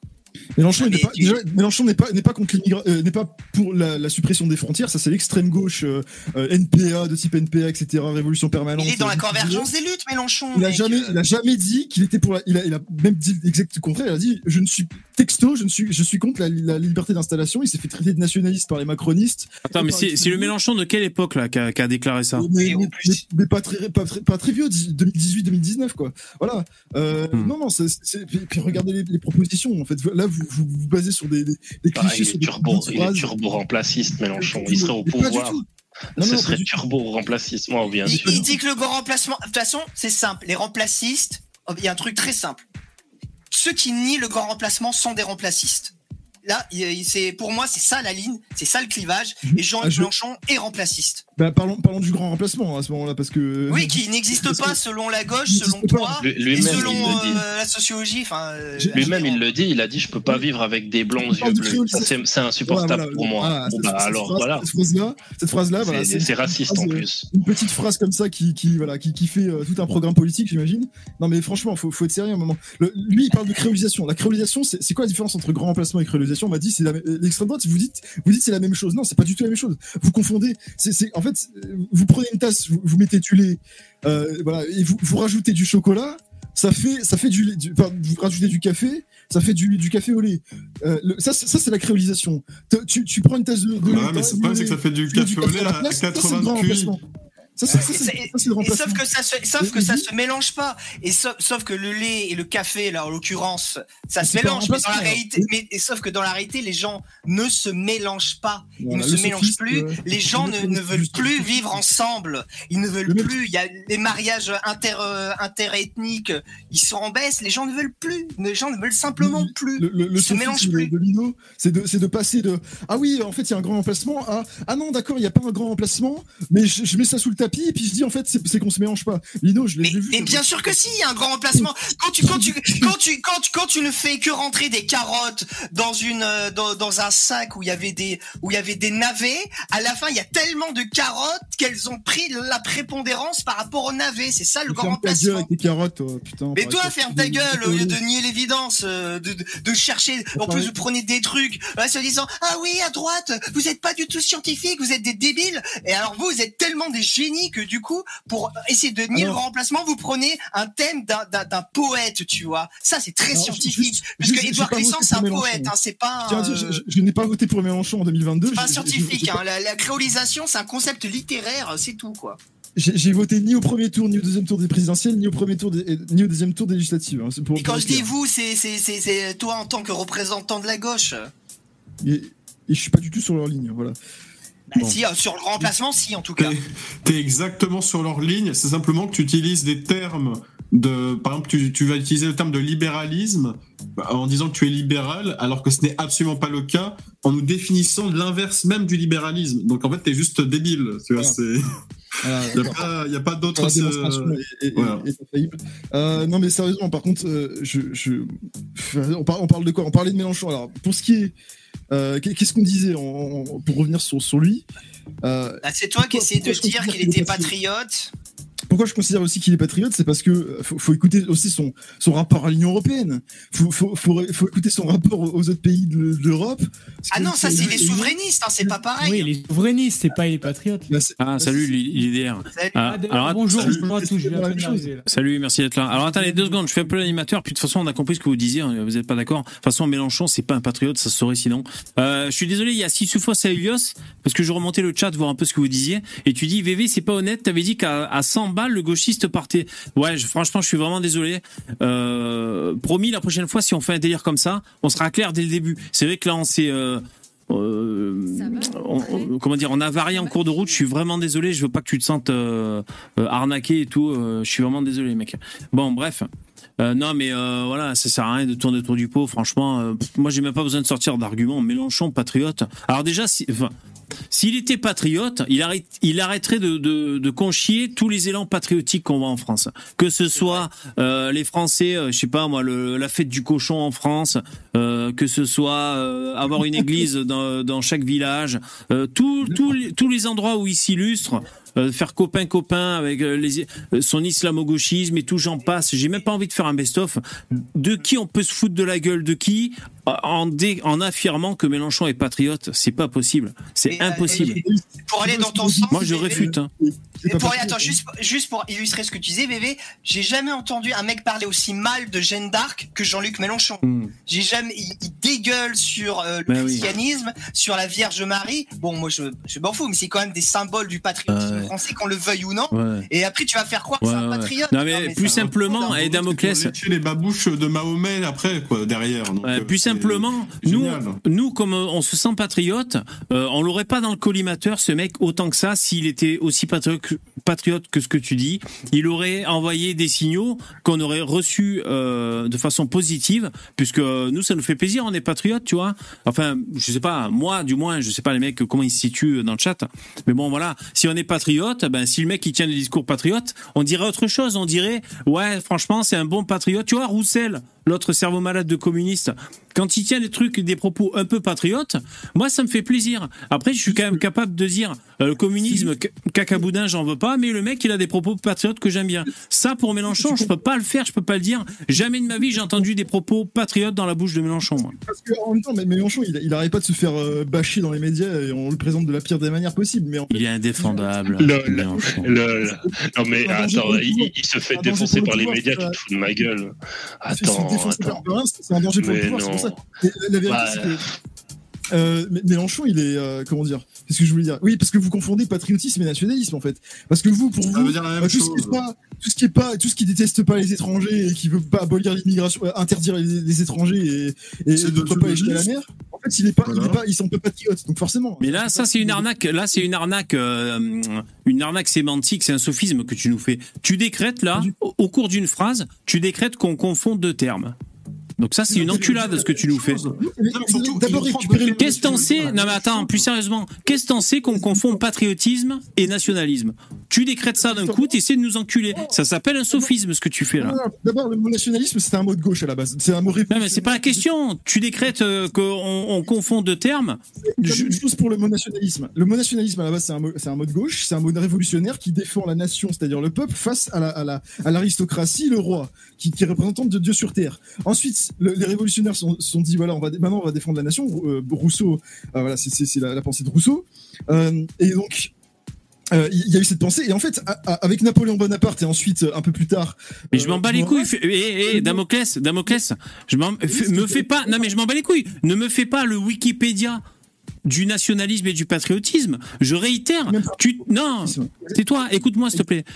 Mélenchon Ah, n'est mais pas, tu- déjà, Mélenchon n'est pas, n'est pas contre l'immigration, euh, n'est pas pour la, la suppression des frontières. Ça, c'est l'extrême gauche, euh, euh, N P A, de type N P A, et cetera. Révolution permanente. Il est dans la euh, convergence des luttes, Mélenchon. Il a mec. jamais, il a jamais dit qu'il était pour la, il a, il a même dit l'exact contraire. Il a dit, je ne suis texto, je ne suis, je suis contre la, la liberté d'installation. Il s'est fait traiter de nationaliste par les macronistes. Attends, mais c'est c'est le Mélenchon de quelle époque là qui a, qui a déclaré ça? Mais, Et en mais, plus- mais- mais pas très, pas, très- pas très vieux, deux mille dix-huit deux mille dix-neuf, quoi. Voilà. Euh, Hmm. Non, non, c'est, c'est- puis, puis regardez les, les propositions. En fait, là, vous vous, vous basez sur des, des, des Ah, clichés, il sur est des turbo, petites il est phrases. turbo remplaciste, Mélenchon. Mais Il serait au pas du pouvoir. tout. Non, Ce non, serait pas du tout. turbo remplaciste, moi, bien Il, sûr. il dit que le grand remplacement. De toute façon, c'est simple. Les remplacistes, oh, il y a un truc très simple. Ceux qui nient le grand remplacement sont des remplacistes. Là, il- il- c'est pour moi, c'est ça la ligne, c'est ça le clivage. Et Ah, Jean-Luc je- Mélenchon est remplaciste. Bah, parlons, parlons du grand remplacement à ce moment-là, parce que. Oui, qui n'existe parce pas que- selon la gauche, il selon n'existe pas. toi, Lui- et Lui-même, selon il le dit. euh, la sociologie. Enfin, euh, J'ai- Lui-même, il le dit, il a dit, je peux pas vivre avec des blancs aux Il parle yeux de bleus. créolisation. Ça, c'est- c'est insupportable Voilà, voilà. pour moi. Ah, Bon, cette- bah, cette alors, phrase- voilà. Cette phrase-là, cette phrase-là, voilà, C'est c'est c'est raciste phrase, en euh, plus. une petite phrase comme ça qui, qui voilà, qui, qui fait euh, tout un programme politique, j'imagine. Non, mais franchement, faut, faut être sérieux un moment. Le- lui, il parle de créolisation. La créolisation, c'est c'est quoi la différence entre grand remplacement et créolisation? On m'a dit, c'est la- l'extrême droite. Vous dites, vous dites, c'est la même chose. Non, c'est pas du tout la même chose. Vous confondez. C'est, c'est, en fait, vous prenez une tasse, vous, vous mettez du lait, euh, voilà, et vous, vous rajoutez du chocolat. Ça fait, ça fait du, lait- du pardon, vous rajoutez du café, ça fait du, du café au lait. Euh, le- ça, c'est- ça c'est la créolisation. Te- Tu, tu prends une tasse de, de lait, Ouais, mais t'as le problème, c'est que ça fait du tu mets café au lait à la à place, ça, c'est le quatre-vingts grand de Q I. remplacement. Ça, c'est, ça, Et c'est, ça- ça, c'est le Et remplacement. sauf que ça se, sauf Mais- que ça mais- se mélange pas. Et sauf, sauf que le lait et le café, là, en l'occurrence, ça Mais se c'est pas un mélange. Mais dans la remplacement. réalité, mais, et sauf que dans la réalité, les gens ne se mélangent pas. Ils Voilà, ne le se mélangent sophiste, plus. euh, Les gens ne, le ne veulent juste- plus vivre ensemble. Ils ne veulent Le même- plus. Il y a les mariages inter, euh, interethniques. Ils sont en baisse. Les gens ne veulent plus. Les gens ne veulent simplement plus. Le, le, le Ils se mélangent sophisme plus. de, de Lino, c'est de, c'est de passer de ah oui, en fait, il y a un grand remplacement à ah non, d'accord, il n'y a pas un grand remplacement, mais je, je mets ça sous le tapis et puis je dis en fait, c'est, c'est qu'on se mélange pas. Lino, je l'ai Mais, je l'ai vu. mais bien sûr que si, il y a un grand remplacement. Quand tu, quand tu, quand tu, quand tu, quand tu ne fais que rentrer des carottes dans une, euh, dans, dans un sac où il y avait des, où il y avait des navets, à la fin, il y a tellement de carottes qu'elles ont pris la prépondérance par rapport aux navets. C'est ça le grand Ferme ta gueule remplacement. avec tes carottes, toi, putain. Mais par toi, exemple, ferme ta des- gueule des- au lieu de nier l'évidence, euh, de, de, de chercher. En plus, vous prenez des trucs, en se disant ah oui, à droite, vous êtes pas du tout scientifique, vous êtes des débiles. Et alors vous, vous êtes tellement des génies que du coup, pour essayer de nier Alors- le grand remplacement, vous prenez un thème d'un, d'un, d'un poète, tu vois. Ça, c'est très Alors, scientifique, juste- parce que juste, Édouard j'ai pas Glissant, voté c'est un pour Mélenchon. poète, hein, c'est pas. Je tiens à dire, euh, je, je- je n'ai pas voté pour Mélenchon en deux mille vingt-deux. c'est pas j'ai- j'ai- scientifique, j'ai hein. pas- La, la créolisation, c'est un concept littéraire, c'est tout, quoi. J'ai, j'ai voté ni au premier tour, ni au deuxième tour des présidentielles, ni au premier tour des, ni au deuxième tour des législatives. Hein. C'est pour, Et quand pour je être dis clair. vous, c'est, c'est, c'est, c'est toi en tant que représentant de la gauche. Et, et je suis pas du tout sur leur ligne, voilà. Bah, Bon. si, euh, sur le grand remplacement, si, en tout cas. T'es t'es exactement sur leur ligne, c'est simplement que tu utilises des termes de. Par exemple, tu, tu vas utiliser le terme de libéralisme bah, en disant que tu es libéral, alors que ce n'est absolument pas le cas, en nous définissant l'inverse même du libéralisme. Donc en fait, t'es juste débile. Tu vois, Voilà. c'est. Voilà, Il n'y a d'accord. pas, y a pas d'autre. La démonstration euh, est, est- voilà. est infaillible. Euh, non, mais sérieusement, par contre, euh, je, je... On, par- on parle de quoi? On parlait de Mélenchon. Alors, pour ce qui est. Euh, qu'est-ce qu'on disait en- en- pour revenir sur, sur lui euh, Bah, c'est toi qui pourquoi- essayes de pourquoi je dire considère qu'il qu'il est était patriote patriote. Pourquoi je considère aussi qu'il est patriote? C'est parce que euh, faut, faut écouter aussi son, son rapport à l'Union Européenne. Faut, faut, faut, faut écouter son rapport aux autres pays de, de l'Europe. Parce Ah que non, ça, c'est les et- souverainistes, hein, c'est pas pareil. Oui, les souverainistes, c'est pas les patriotes. Bah, c'est- Ah, bah, salut c'est- l'I D R. Salut. Ah, Ah, d'ailleurs, alors, bonjour, salut. bonjour à tous, je viens La à même peine chose. d'arriver, là. Salut, merci d'être là. Alors attendez deux secondes, je fais un peu l'animateur, puis de toute façon on a compris ce que vous disiez, vous n'êtes pas d'accord. De toute façon Mélenchon c'est pas un patriote, ça se saurait sinon. Euh, je suis désolé, il y a Sissoufos et Elios, parce que je remontais le chat voir un peu ce que vous disiez, et tu dis V V c'est pas honnête, t'avais dit qu'à à cent balles le gauchiste partait. Ouais, je, franchement je suis vraiment désolé. Euh, promis la prochaine fois si on fait un délire comme ça, on sera clair dès le début. C'est vrai que là on s'est... Euh, Euh, on, on- comment dire, on a varié en cours de route. Je suis vraiment désolé. Je veux pas que tu te sentes euh, euh, arnaqué et tout. Euh, je suis vraiment désolé, mec. Bon, bref. Euh, non, mais euh, voilà, ça sert à rien de tourner autour du pot. Franchement, euh, pff, moi, j'ai même pas besoin de sortir d'arguments. Mélenchon, patriote. Alors déjà, si, enfin, s'il était patriote, il, arrête, il arrêterait de, de, de conchier tous les élans patriotiques qu'on voit en France. Que ce soit euh, les Français, euh, je sais pas moi, le, la fête du cochon en France, euh, que ce soit euh, avoir une église dans, dans chaque village, euh, tout, tout les, tous les endroits où il s'illustre. Euh, faire copain copain avec euh, les, euh, son islamo-gauchisme et tout, j'en passe. J'ai même pas envie de faire un best-of. De qui on peut se foutre de la gueule de qui, en, dé, en affirmant que Mélenchon est patriote. C'est pas possible. C'est Mais, impossible. euh, pour aller dans ton sens. Moi, je V V, réfute. Hein. Pour, attends, juste, juste pour illustrer ce que tu disais, V V, j'ai jamais entendu un mec parler aussi mal de Jeanne d'Arc que Jean-Luc Mélenchon. Mm. J'ai jamais, il, il dégueule sur euh, le ben christianisme, oui. sur la Vierge Marie. Bon, moi, je, je m'en fous, mais c'est quand même des symboles du patriotisme euh, français, qu'on le veuille ou non. Ouais. Et après, tu vas faire croire que ouais, c'est un patriote. Non, mais, non, mais plus simplement, et Damoclès. Tu les babouches de Mahomet après, quoi, derrière. Donc, ouais, plus simplement, nous, nous, comme on se sent patriote, euh, on l'aurait pas dans le collimateur, ce mec, autant que ça, s'il était aussi patriote que, patriote que ce que tu dis. Il aurait envoyé des signaux qu'on aurait reçus euh, de façon positive, puisque euh, nous, ça nous fait plaisir, on est patriote, tu vois. Enfin, je sais pas, moi, du moins, je sais pas les mecs comment ils se situent dans le chat, mais bon, voilà. Si on est patriote, ben si le mec il tient des discours patriotes, on dirait autre chose. On dirait, ouais, franchement, c'est un bon patriote. Tu vois, Roussel, l'autre cerveau malade de communiste, quand il tient des trucs, des propos un peu patriotes, moi, ça me fait plaisir. Après, je suis quand même capable de dire, euh, le communisme, cacaboudin, j'en veux pas, mais le mec, il a des propos patriotes que j'aime bien. Ça, pour Mélenchon, je peux pas le faire, je peux pas le dire. Jamais de ma vie, j'ai entendu des propos patriotes dans la bouche de Mélenchon, moi. Parce qu'en même temps, Mélenchon, il, il arrête pas de se faire euh, bâcher dans les médias et on le présente de la pire des manières possibles. Mais en fait, il est indéfendable. Lol. Lol. Non, mais attends, il, il se fait défoncer par les médias, tu te fous de ma gueule. Attends, attends. C'est un danger pour le pouvoir, c'est pour ça. Et la vérité, bah, c'est que euh, Mélenchon, il est euh, comment dire? Qu'est-ce que je voulais dire? Oui, parce que vous confondez patriotisme et nationalisme en fait. Parce que vous, pour ça vous, euh, tout, ce qui est pas, tout ce qui est pas, tout ce qui déteste pas les étrangers et qui veut pas abolir l'immigration, euh, interdire les, les étrangers et, et ne peut pas échapper à la mer. En fait, il est pas, voilà. il est pas, ils sont pas patriotes, donc forcément. Mais là, ça c'est une arnaque. Là, c'est une arnaque, euh, une arnaque sémantique. C'est un sophisme que tu nous fais. Tu décrètes là, au, au cours d'une phrase, tu décrètes qu'on confond deux termes. Donc ça, c'est une enculade ce que tu nous fais. Qu'est-ce que t'en sais? Non mais attends, plus sérieusement, qu'est-ce que t'en sais qu'on confond patriotisme et nationalisme? Tu décrètes ça d'un coup, t'essaies de nous enculer. Ça s'appelle un sophisme ce que tu fais là. D'abord, le mot nationalisme, c'est un mot de gauche à la base. C'est un mot républicain. Non mais c'est pas la question. Tu décrètes euh, qu'on on confond deux termes. C'est une chose pour le mot nationalisme. Le mot nationalisme à la base, c'est un mot, c'est un mot de gauche, c'est un mot révolutionnaire qui défend la nation, c'est-à-dire le peuple, face à la, à la, à l'aristocratie, le roi, qui, qui est représentant de Dieu sur terre. Ensuite, Le, les révolutionnaires sont, sont dit voilà, on va maintenant on va défendre la nation. Euh, Rousseau, euh, voilà, c'est, c'est, c'est la, la pensée de Rousseau. Euh, et donc il euh, y a eu cette pensée et en fait à, à, avec Napoléon Bonaparte et ensuite un peu plus tard. Mais euh, je m'en bats les couilles. Eh, eh, Damoclès, Damoclès, je m'en, f- me fais pas. Non mais je m'en bats les couilles. Ne me fais pas le Wikipédia du nationalisme et du patriotisme. Je réitère. Tu non, c'est toi. Écoute-moi s'il te plaît.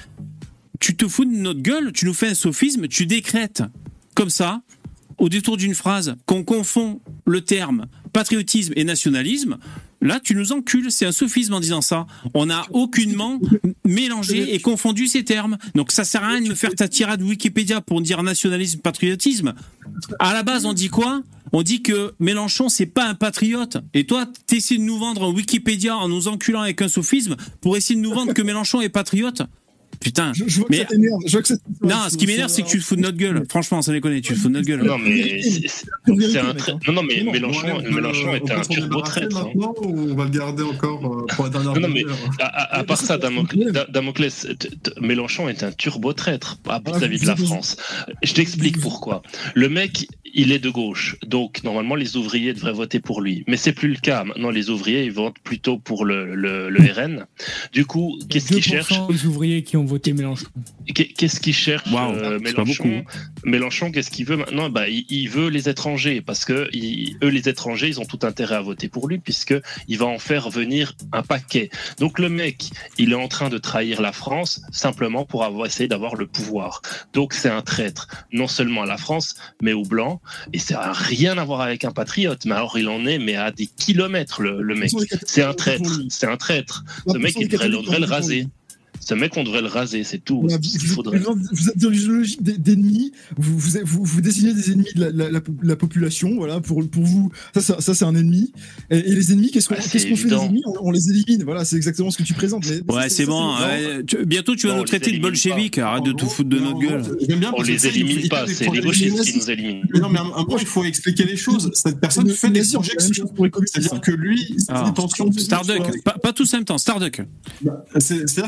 Tu te fous de notre gueule. Tu nous fais un sophisme. Tu décrètes comme ça, au détour d'une phrase, qu'on confond le terme patriotisme et nationalisme. Là, tu nous encules, c'est un sophisme en disant ça. On n'a aucunement mélangé et confondu ces termes. Donc ça sert à rien de me faire ta tirade Wikipédia pour dire nationalisme, patriotisme. À la base, on dit quoi? On dit que Mélenchon, c'est pas un patriote. Et toi, t'essaies de nous vendre un Wikipédia en nous enculant avec un sophisme pour essayer de nous vendre que Mélenchon est patriote. Putain, je, je vois mais que ça t'énerve. Je vois que ça non, ce qui m'énerve, c'est que tu te fous de notre gueule. Franchement, ça déconne, tu te fous de notre gueule. Non, mais c'est, c'est un tra... non, non, mais Mélenchon, Mélenchon est un turbo traître. Maintenant, on va le garder encore pour la dernière. Non, non, mais à, à part ça, Damoclès, Mélenchon est un turbo traître vis-à-vis de la France. Je t'explique pourquoi. Le mec, il est de gauche, donc normalement les ouvriers devraient voter pour lui. Mais c'est plus le cas. Maintenant, les ouvriers, ils votent plutôt pour le, le, le R N. Du coup, qu'est-ce qu'ils cherchent? Les ouvriers qui ont voté Mélenchon. Qu'est-ce qu'il cherche wow, euh, Mélenchon Mélenchon, qu'est-ce qu'il veut maintenant? Bah, il, il veut les étrangers parce que il, eux, les étrangers, ils ont tout intérêt à voter pour lui puisque il va en faire venir un paquet. Donc le mec, il est en train de trahir la France simplement pour avoir essayé d'avoir le pouvoir. Donc c'est un traître, non seulement à la France, mais aux blancs. Et ça n'a rien à voir avec un patriote. Mais alors il en est, mais à des kilomètres le, le mec. C'est un traître. C'est un traître. Ce mec, il devrait, on devrait le raser. Ce mec, on devrait le raser, c'est tout. Voilà, c'est ce vous, qu'il faudrait. Vous êtes dans une logique d'ennemis, vous, vous, vous, vous dessinez des ennemis de la, la, la, la population, voilà, pour, pour vous, ça, ça, ça c'est un ennemi. Et, et les ennemis, qu'est-ce qu'on, ah, qu'est-ce qu'on fait des ennemis? on, on les élimine, voilà, c'est exactement ce que tu présentes. Mais, mais ouais, ça, c'est ça, bon, ça, ouais, tu, bientôt tu vas non, nous traiter de bolcheviques, arrête de te foutre de notre gueule. On les élimine pas, c'est les gauchistes qui nous éliminent. Mais non, mais un peu, il faut expliquer les choses. Cette personne fait des projections. C'est-à-dire que lui, Starduck, pas tous en même temps, Starduck. C'est-à-dire qu'il fait des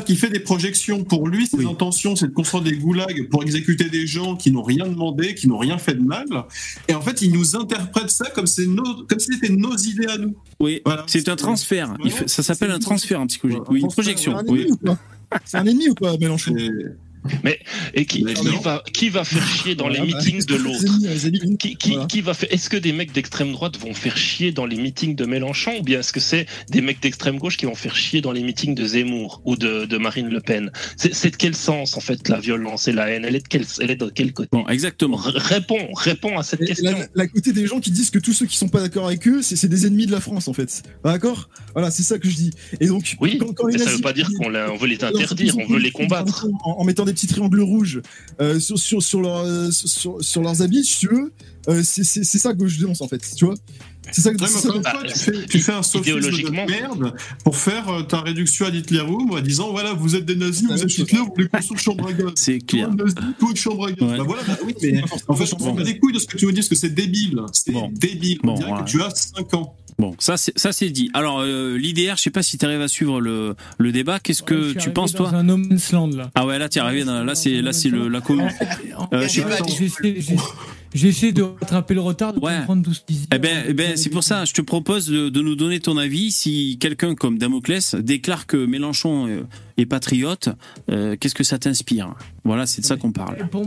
projection. Pour lui, ses Oui. intentions, c'est de construire des goulags pour exécuter des gens qui n'ont rien demandé, qui n'ont rien fait de mal. Et en fait, il nous interprète ça comme, c'est nos, comme si c'était nos idées à nous. Oui, Voilà. c'est un transfert. Il fait- ça s'appelle C'est un une transfert en psychologie. Voilà, Oui, une un transfert, projection. C'est un Oui. ennemi ou pas C'est un ennemi ou pas, Mélenchon? Et- Mais et qui, Mais qui non. va qui va faire chier dans les Voilà, bah, meetings de les l'autre? ennemis, les ennemis. Qui, qui, Voilà. qui va faire Est-ce que des mecs d'extrême droite vont faire chier dans les meetings de Mélenchon, ou bien est-ce que c'est des mecs d'extrême gauche qui vont faire chier dans les meetings de Zemmour ou de, de Marine Le Pen? C'est c'est de quel sens en fait la violence et la haine? Elle est de quel, elle est de quel côté? Bon, exactement. R- Réponds, réponds à cette Et question. La, la côté des gens qui disent que tous ceux qui sont pas d'accord avec eux, c'est c'est des ennemis de la France en fait. D'accord? Voilà, c'est ça que je dis. Et donc, Oui, quand, quand mais les ça nazis- veut pas dire qu'on la- on veut les dans interdire, cette on veut les position combattre. En, en mettant des petits triangles rouges euh, sur, sur, sur, leur, euh, sur, sur leurs habits, si tu veux, euh, c'est c'est- c'est ça que je dénonce en fait, tu vois. C'est ça que Ouais, c'est mais ça encore une que- fois, Bah, tu fais, tu fais un sophisme idéologiquement. de merde pour faire euh, ta réduction à Hitlerum en disant voilà, vous êtes des nazis, vous êtes Hitler, vous voulez construire chambre à gaz. C'est clair. Toi, nazi, toi, une chambre à gaz. Ouais. Bah voilà, bah oui, mais en fait, on s'en bat les couilles de ce que tu veux dire, parce que c'est débile. C'est Bon. débile. On Bon, dirait voilà. que tu as cinq ans. Bon, ça c'est ça c'est dit. Alors euh, l'I D R, je sais pas si tu arrives à suivre le, le débat. Qu'est-ce que Ouais, je suis tu arrivé penses dans toi? un no man's land là. Ah ouais, là t'es arrivé. Dans, là c'est là c'est le la commune. En- Euh, en- je sais pas, j'ai essayé- j'ai- J'ai essayé de rattraper le retard, de Ouais. comprendre tout ce qu'ils disaient. Eh ben, eh ben, c'est pour ça, je te propose de, de nous donner ton avis. Si quelqu'un comme Damoclès déclare que Mélenchon euh, est patriote, euh, qu'est-ce que ça t'inspire? Voilà, c'est de ça qu'on parle. Pour,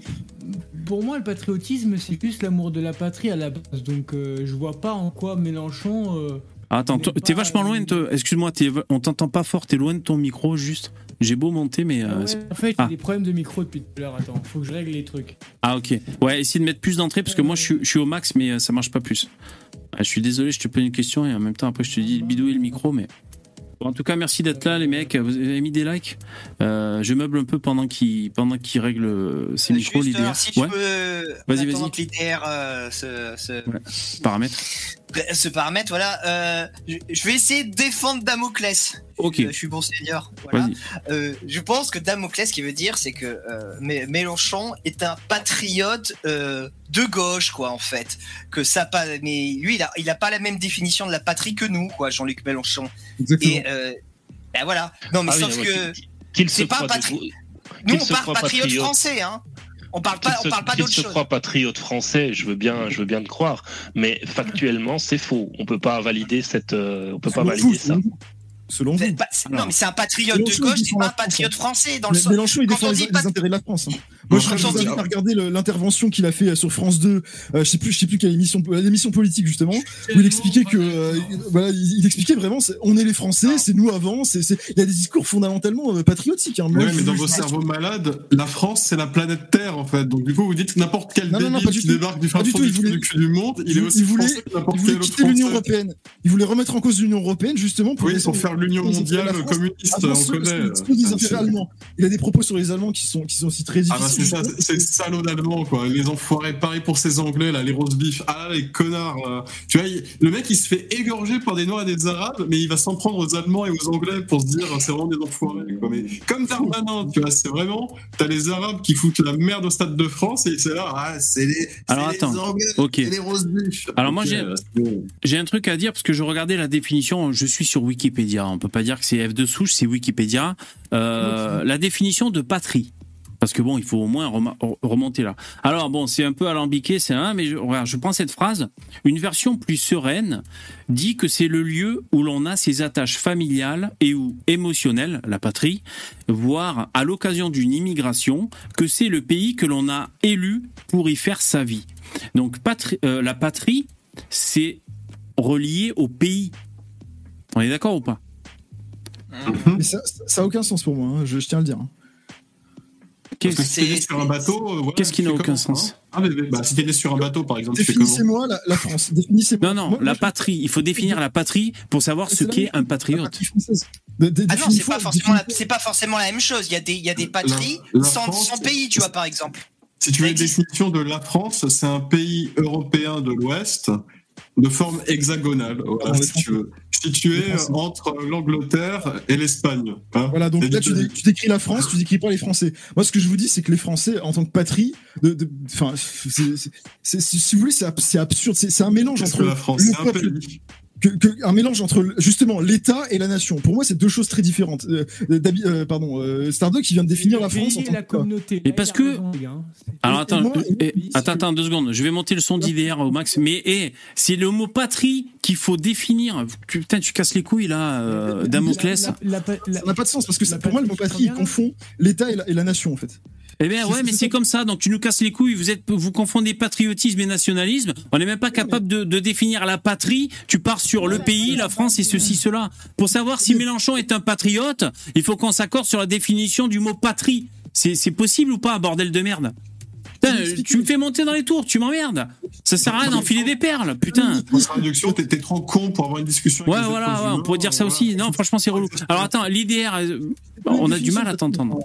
pour moi, le patriotisme, c'est juste l'amour de la patrie à la base. Donc, euh, je vois pas en quoi Mélenchon. euh, Ah, attends, Mais toi, pas, t'es vachement loin de te... Excuse-moi, t'es- on t'entend pas fort, t'es loin de ton micro, juste. J'ai beau monter, mais... euh, ouais, c'est- en fait, Ah. j'ai des problèmes de micro depuis tout à l'heure. Attends, faut que je règle les trucs. Ah, ok. Ouais, essaye de mettre plus d'entrée, parce que moi, je suis, je suis au max, mais euh, ça marche pas plus. Ah, je suis désolé, je te pose une question, et en même temps, après, je te dis de bidouiller le micro, mais... Bon, en tout cas, merci d'être là, les mecs. Vous avez mis des likes. Euh, je meuble un peu pendant qu'ils pendant qu'ils règlent euh, ces micros, Juste, l'I D R. alors, si tu Ouais, peux, Vas-y, en attendant vas-y. que l'I D R euh, se, se, Ouais. paramètres. ce paramètre, voilà, euh, je, je vais essayer de défendre Damoclès. Ok, Euh, je suis bon seigneur. Voilà. vas-y. Euh, je pense que Damoclès, ce qui veut dire, c'est que euh, Mé- Mélenchon est un patriote euh, de gauche, quoi, en fait. Que ça pas, mais lui, il a, il a pas la même définition de la patrie que nous, quoi, Jean-Luc Mélenchon. Exactement. Et euh, ben voilà. Non, mais Ah oui, sauf ouais, que qu'il- qu'il se c'est pas croit un patri- de- nous, qu'il on se parle croit patriote patriote. français, hein. On parle Qu'il pas, se, on parle pas qu'il d'autre se chose. croit patriote français, je veux bien, je veux bien le croire, mais factuellement c'est faux. On peut pas valider cette, euh, on peut pas Selon valider vous, ça. selon vous. Selon vous. C'est pas- c'est- non, mais c'est un patriote de Mélenchon, gauche, il c'est défend pas la un patriote France, français dans le Mais sens. Mélenchon, il quand défend on les, dit les pat- intérêts de la France. hein. Moi, je, Quand je on vous dit- invite à regarder le- l'intervention qu'il a fait euh, sur France deux. Euh, je sais plus, je sais plus quelle émission, l'émission politique justement, où il expliquait que, euh, voilà, il, il expliquait vraiment, c'est- on est les Français, c'est nous avant. C'est, c'est, il y a des discours fondamentalement euh, patriotiques. Hein. Moi, Ouais, je- mais dans je- vos je- cerveaux malades, la France, c'est la planète Terre, en fait. Donc, du coup, vous dites que n'importe quel Non, non, non, débile pas du qui tout. débarque du fin Pas du fond tout, du il trou voulait- du cul du monde, il est il- aussi il voulait- français que n'importe Il voulait quel autre quitter l'Union Français. européenne. Il voulait remettre en cause l'Union européenne justement pour, Oui, pour faire l'Union mondiale la France communiste, avant on ceux- connaît. ceux- ceux des intérêts allemands. Il a des propos sur les Allemands qui sont, qui sont aussi très Ah bah c'est difficiles. ça, c'est salaud d'allemand quoi, les enfoirés, pareil pour ces anglais là, les roast beef, ah là les connards, euh. Tu vois, il- le mec il se fait égorger par des noirs et des arabes, mais il va s'en prendre aux allemands et aux anglais pour se dire c'est vraiment des enfoirés quoi, mais comme Darmanin, tu vois, c'est vraiment, t'as les arabes qui foutent la merde au Stade de France et c'est là, ah c'est les, c'est Alors, les attends. anglais, Ok. c'est les roast beef. Alors, moi, Ok, j'ai- euh, c'est bon. J'ai un truc à dire parce que je regardais la définition. Je suis sur Wikipédia. On peut pas dire que c'est F de souche, c'est Wikipédia. Euh, la définition de patrie. Parce que bon, il faut au moins rem- remonter là. Alors bon, c'est un peu alambiqué, c'est un, mais je, regarde, je prends cette phrase. Une version plus sereine dit que c'est le lieu où l'on a ses attaches familiales et ou émotionnelles, la patrie, voire à l'occasion d'une immigration, que c'est le pays que l'on a élu pour y faire sa vie. Donc patri- euh, la patrie, c'est relié au pays. On est d'accord ou pas? Mais ça, ça a aucun sens pour moi. hein, Je, je tiens à le dire. hein. Parce que Qu'est-ce si t'es né sur un bateau, euh, voilà, Qu'est-ce qui tu n'a fais aucun comment, sens hein Ah mais, mais, bah si t'es né sur un bateau par exemple, tu fais comment? Définissez-moi la, la France. Définissez-moi. Non, non, Moi- la moi, patrie. Il faut définir la patrie pour savoir C'est ce la qu'est même un chose, la patriote. patrie française. De- de- Ah non, c'est définis-moi- pas forcément la, définis-moi- c'est pas forcément la même chose. Il y a des, il y a des patries La- la sans, France, sans pays, tu vois, par exemple. Si tu veux Ça une existe. définition de la France, c'est un pays européen de l'Ouest de forme hexagonale, voilà, Ah, si tu veux. Situé Les Français. entre l'Angleterre et l'Espagne. hein. Voilà, donc C'est là tu, du- dé- tu décris la France, tu décris pas les Français. Moi, ce que je vous dis, c'est que les Français, en tant que patrie, de, de- enfin, c'est- c'est- c'est- si vous voulez, c'est ab- c'est absurde. C'est c'est un mélange Qu'est-ce entre que la France le C'est un peuple. pays. que, que un mélange entre justement l'État et la nation. Pour moi, c'est deux choses très différentes. Euh, Dabi, euh, pardon, euh, Stardock qui vient de définir la France en tant la que communauté. Et parce que alors attends, moi, euh, attends, attends deux secondes. Je vais monter le son d'I D R au max. Mais eh, c'est le mot patrie qu'il faut définir. Putain, tu casses les couilles là, euh, Damoclès. La, la, la, la, ça n'a pas de sens parce que la c'est, pour moi, le mot patrie il confond l'État et la, et la nation en fait. Eh bien, ouais, mais c'est comme ça. Donc, tu nous casses les couilles. Vous êtes, vous confondez patriotisme et nationalisme. On n'est même pas capable de, de définir la patrie. Tu pars sur le pays, la France et ceci, cela. Pour savoir si Mélenchon est un patriote, il faut qu'on s'accorde sur la définition du mot patrie. C'est, c'est possible ou pas, bordel de merde? Putain, tu me fais monter dans les tours, tu m'emmerdes. Ça sert à rien d'enfiler des perles, putain. Dans sa réduction, t'es, t'es trop con pour avoir une discussion. Ouais, avec voilà, ouais, on pourrait dire ça aussi. Non, franchement, c'est relou. Alors, attends, l'I D R, euh, on a du mal à t'entendre.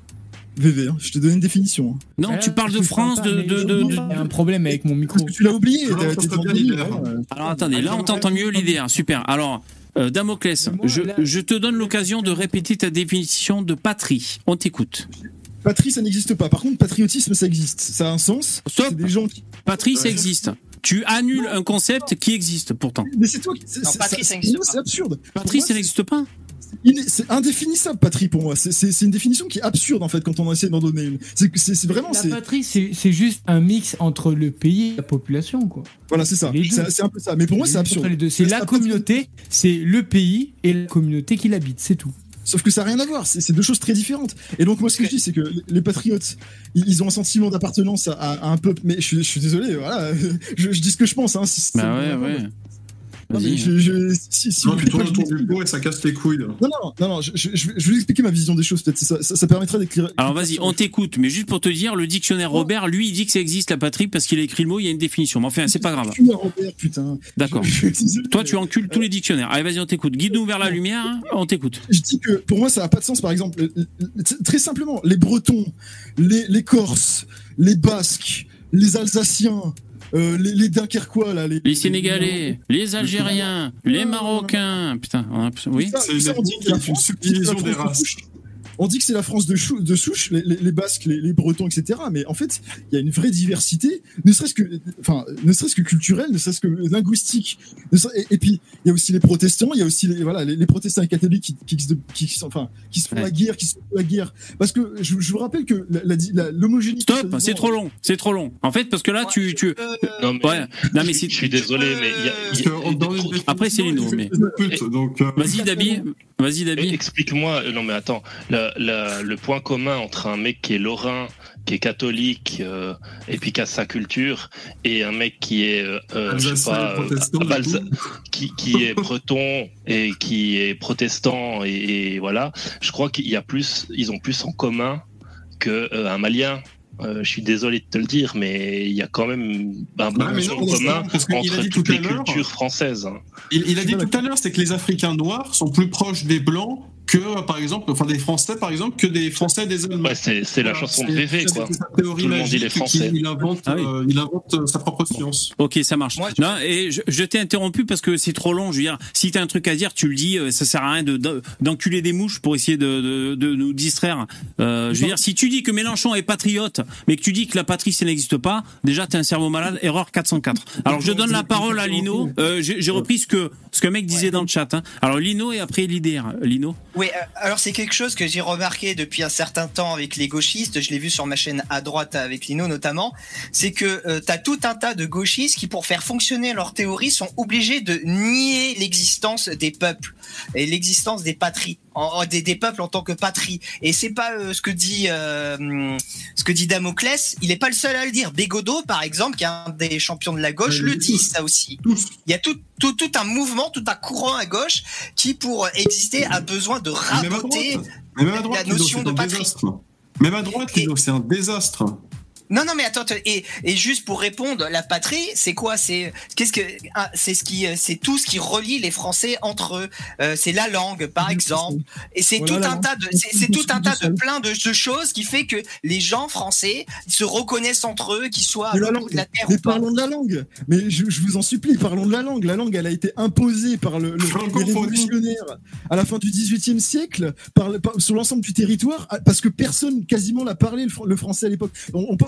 V V, hein, je te donne une définition. Hein. Non, ah, tu parles de France, de, de, de, de... Il y a un problème avec mon micro. Parce que tu l'as oublié. Non, t'as, t'as t'es bien dit, l'I D R. ouais. Alors attendez, là on t'entend mieux l'I D R, super. Alors, euh, Damoclès, je, je te donne l'occasion de répéter ta définition de patrie. On t'écoute. Patrie, ça n'existe pas. Par contre, patriotisme, ça existe. Ça a un sens. Stop. C'est des gens qui... Patrie, ça existe. Tu annules un concept qui existe pourtant. Mais c'est toi qui... C'est, Non, c'est, patrie, ça, ça n'existe c'est, pas. c'est absurde. Patrie, Pour ça moi, n'existe pas. c'est, c'est indéfinissable, patrie, pour moi. C'est, c'est, c'est une définition qui est absurde, en fait, quand on essaie d'en donner une. C'est, c'est, c'est vraiment... La c'est... patrie, c'est, c'est juste un mix entre le pays et la population, quoi. Voilà, c'est ça. Les deux. C'est, c'est un peu ça. Mais pour moi, Les c'est deux absurde. contre les deux. C'est la communauté, c'est le pays et la communauté qui l'habite, c'est tout. Sauf que ça n'a rien à voir, c'est, c'est deux choses très différentes. Et donc moi ce que je dis c'est que les patriotes, ils, ils ont un sentiment d'appartenance à, à un peuple, mais je, suis- je suis désolé, voilà, je, je dis ce que je pense. Hein, si, si- Bah ouais, ouais. Non, mais Vas-y. je, je, si, si Non, vous tu voulez tournes pas, je autour du pot et ça casse les couilles. là. Non, non, non, non, je, je, je vais je vais vous expliquer ma vision des choses, peut-être, c'est ça, ça, ça permettra d'écrire. Alors vas-y, on t'écoute, mais juste pour te dire, le dictionnaire Robert, lui, il dit que ça existe la patrie parce qu'il a écrit le mot, il y a une définition. Mais enfin, c'est pas grave. Tu Robert, putain. D'accord. Je- je suis désolé. Toi, tu encules tous les dictionnaires. Allez, vas-y, on t'écoute. Guide-nous vers la lumière, hein. On t'écoute. Je dis que pour moi ça n'a pas de sens, par exemple, euh, euh, très simplement, les Bretons, les, les Corses, les Basques, les Alsaciens, euh, les, les Dunkerquois, là, les, Les Sénégalais, les Algériens, les Marocains. Putain, on a... oui. Ça, C'est ça, une on dit que la ethnie, une France, subdivision c'est la des France de races. souche. On dit que c'est la France de, chou- de souche, les, les- les Basques, les, les Bretons, et cetera. Mais en fait, il y a une vraie diversité, ne serait-ce que, enfin, ne serait-ce que culturelle, ne serait-ce que linguistique. ne serait- Et, et puis, il y a aussi les protestants, il y a aussi les, voilà, les, les protestants et catholiques qui, qui, qui, qui, qui sont- enfin, qui se font Ouais. la guerre, qui se font la guerre. Parce que je, je vous rappelle que la, la, la- l'homogénéité. Stop, c'est trop long, c'est trop long. En fait, parce que là, tu, tu, Non, mais, ouais, non mais je, c'est. je suis désolé, mais il y a, Parce il y a- que dans les définitions, Après, c'est Lino, il fait mais- des putes, donc, euh, Vas-y, Dabi, vas-y, Eh, Dabi. Explique-moi, euh, non mais attends, la- la- le point commun entre un mec qui est lorrain, qui est catholique, euh, et puis qui a sa culture, et un mec qui est, euh, euh, je sais Alsacien pas, et protestant, euh, Alsa- du coup. qui, qui est breton et qui est protestant, et, et voilà, je crois qu'il y a plus, ils ont plus en commun que euh, un Malien. Euh, je suis désolé de te le dire, mais il y a quand même un bon Ouais, mais point non, commun parce qu'il a entre dit toutes tout à les l'heure- cultures françaises. hein. Il, il a dit tout à l'heure, c'est que les Africains noirs sont plus proches des Blancs que, par exemple, enfin des Français, par exemple, que des Français des Allemands. Ouais, c'est c'est la Voilà, chanson de c'est- V V, c'est- quoi. c'est sa théorie Tout le monde dit les magique Français. qu'il- Il invente, Ah oui. euh, il invente euh, sa propre science. Ok, ça marche. Moi, je- Non, et je, je t'ai interrompu parce que c'est trop long. Je veux dire, si t'as un truc à dire, tu le dis. euh, Ça sert à rien de, de- d'enculer des mouches pour essayer de, de, de nous distraire. Euh, je veux dire, si tu dis que Mélenchon est patriote, mais que tu dis que la patrie ça n'existe pas, déjà t'es un cerveau malade. Erreur quatre cent quatre. Alors je donne la parole à Lino. Euh, j'ai, j'ai repris ce que ce qu'un mec disait dans le chat. Hein. Alors Lino et après l'I D R. Lino. Oui, euh, alors c'est quelque chose que j'ai remarqué depuis un certain temps avec les gauchistes, je l'ai vu sur ma chaîne à droite avec Lino notamment, c'est que euh, t'as tout un tas de gauchistes qui pour faire fonctionner leur théorie sont obligés de nier l'existence des peuples et l'existence des patries, en, en- des, des peuples en tant que patrie. Et c'est pas euh, ce que dit euh, ce que dit Damoclès, il est pas le seul à le dire. Bégodeau par exemple, qui est un des champions de la gauche, Ouais, le dit ça aussi. Tous. Il y a tout, tout, tout un mouvement, tout un courant à gauche qui, pour exister, a besoin de Même à raboter. droite, même à droite, la notion Ludo, de c'est un patrie. désastre. Même à droite, Et- Ludo, c'est un désastre. Non, non, mais attends, attends, et, et juste pour répondre, la patrie, c'est quoi? C'est qu'est-ce que ah, c'est ce qui, c'est tout ce qui relie les Français entre eux. Euh, c'est la langue, par exemple, et c'est Voilà, tout la un langue. tas de, c'est, c'est tout un tas de plein de, de choses qui fait que les gens français se reconnaissent entre eux, qu'ils soient à Mais la l'autre langue, bout de la terre mais ou pas. parlons de la langue. Mais je, je vous en supplie, parlons de la langue. La langue, elle a été imposée par le, le, les Francophonie. révolutionnaires à la fin du dix-huitième siècle, par, le- par- sur l'ensemble du territoire, parce que personne quasiment n'a parlé le, fr- le français à l'époque. On- on-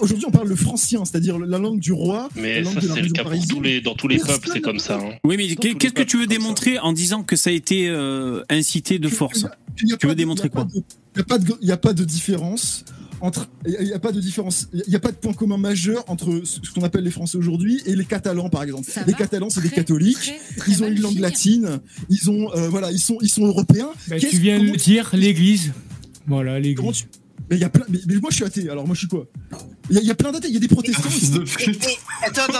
aujourd'hui, on parle le francien, c'est-à-dire la langue du roi. Mais la langue ça, de la c'est le région cas pour parisienne. tous les, dans tous les Personne peuples, c'est comme ça. Hein. Oui, mais Dans qu'est- tous qu'est-ce les que tu veux peuples, comme démontrer en disant que ça a été euh, incité de force? Il y a Tu pas veux de- démontrer il y a quoi? pas de- Il n'y a, pas de- il y a pas de différence entre. Il n'y a pas de différence. Il n'y a pas de point commun majeur entre ce qu'on appelle les Français aujourd'hui et les Catalans, par exemple. Ça les va Catalans, c'est des très, catholiques. très, très Ils ont mal une langue finir. latine. Ils ont, euh, voilà, ils sont, ils sont européens. Bah, Qu'est-ce- tu viens de comment le tu- dire, l'église. Voilà, comment l'église. tu- Mais il y a plein. Mais, mais moi, je suis athée. Alors moi, je suis quoi? Il y, a- il y a plein d'athées. Il y a des protestants. Fils de Et- pute. et- attends, attends.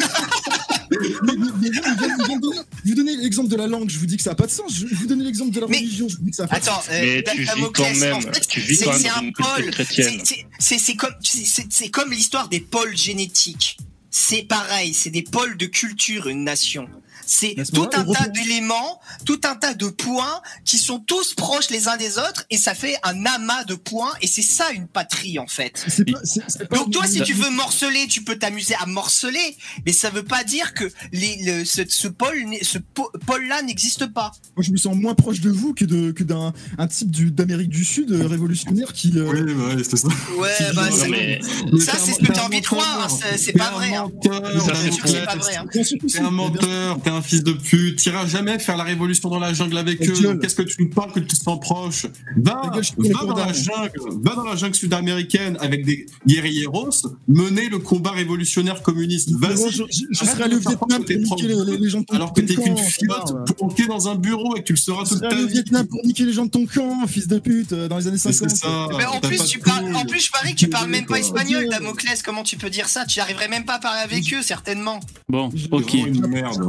Mais- mais- mais- mais- mais- mais- mais- Je vous donnez l'exemple de la langue, je vous dis que ça n'a pas de sens. Je je vous donne l'exemple de la Mais- religion, je vous dis que ça n'a pas de Attends, sens. euh, Mais Da- tu vis Damoclès, quand même- en fait, tu vis c'est- quand même c'est dans un une culture pôle. chrétienne. C'est- c'est- C'est c'est comme, c'est- c'est c'est comme l'histoire des pôles génétiques. C'est pareil, c'est des pôles de culture, une nation. C'est Mais à ce tout moment-là, un tas européen. d'éléments, tout un tas de points qui sont tous proches les uns des autres et ça fait un amas de points et c'est ça une patrie en fait. C'est pas- c'est- c'est pas- Donc toi, si tu veux morceler, tu peux t'amuser à morceler, mais ça veut pas dire que les, le, ce, ce pôle, n'est- ce po- pôle-là n'existe pas. Moi, je me sens moins proche de vous que de que d'un un type du- d'Amérique du Sud euh, révolutionnaire qui. euh, Oui, bah, ouais, c'est ça. Ouais, C'est bah, bizarre. c'est- Mais ça, c'est ce que t'as envie de croire, hein, c'est- c'est pas vrai, hein. T'es un Ça, menteur, c'est sûr que c'est pas vrai, hein. Bien sûr que T'es si, un mais bien menteur, t'es un fils de pute, t'iras jamais faire la révolution dans la jungle avec Ta eux. gueule. Qu'est-ce que tu nous parles que tu te sens proche? Va, Ta gueule, je connais va pour dans la d'armes. jungle, va dans la jungle sud-américaine avec des guerrilleros, mener le combat révolutionnaire communiste. sûr. Vas-y. Je, je- je Arrête serais de allé au faire Vietnam croire pour que t'es niquer les, les- les gens de ton Alors que ton t'es camp, qu'une ça va, fiotte ouais. planquée dans un bureau et que tu le seras Je toute serais ta allé au vie. Vietnam pour niquer les gens de ton camp, fils de pute, euh, dans les années Mais cinquante. c'est ça. Mais en t'as plus, pas tu de parles, couilles. en plus, je parie que tu parles même pas Quoi. espagnol, Ok. Damoclès. Comment tu peux dire ça? Tu arriverais même pas à parler avec eux, certainement. Bon, Je- ok. Vraiment une merde.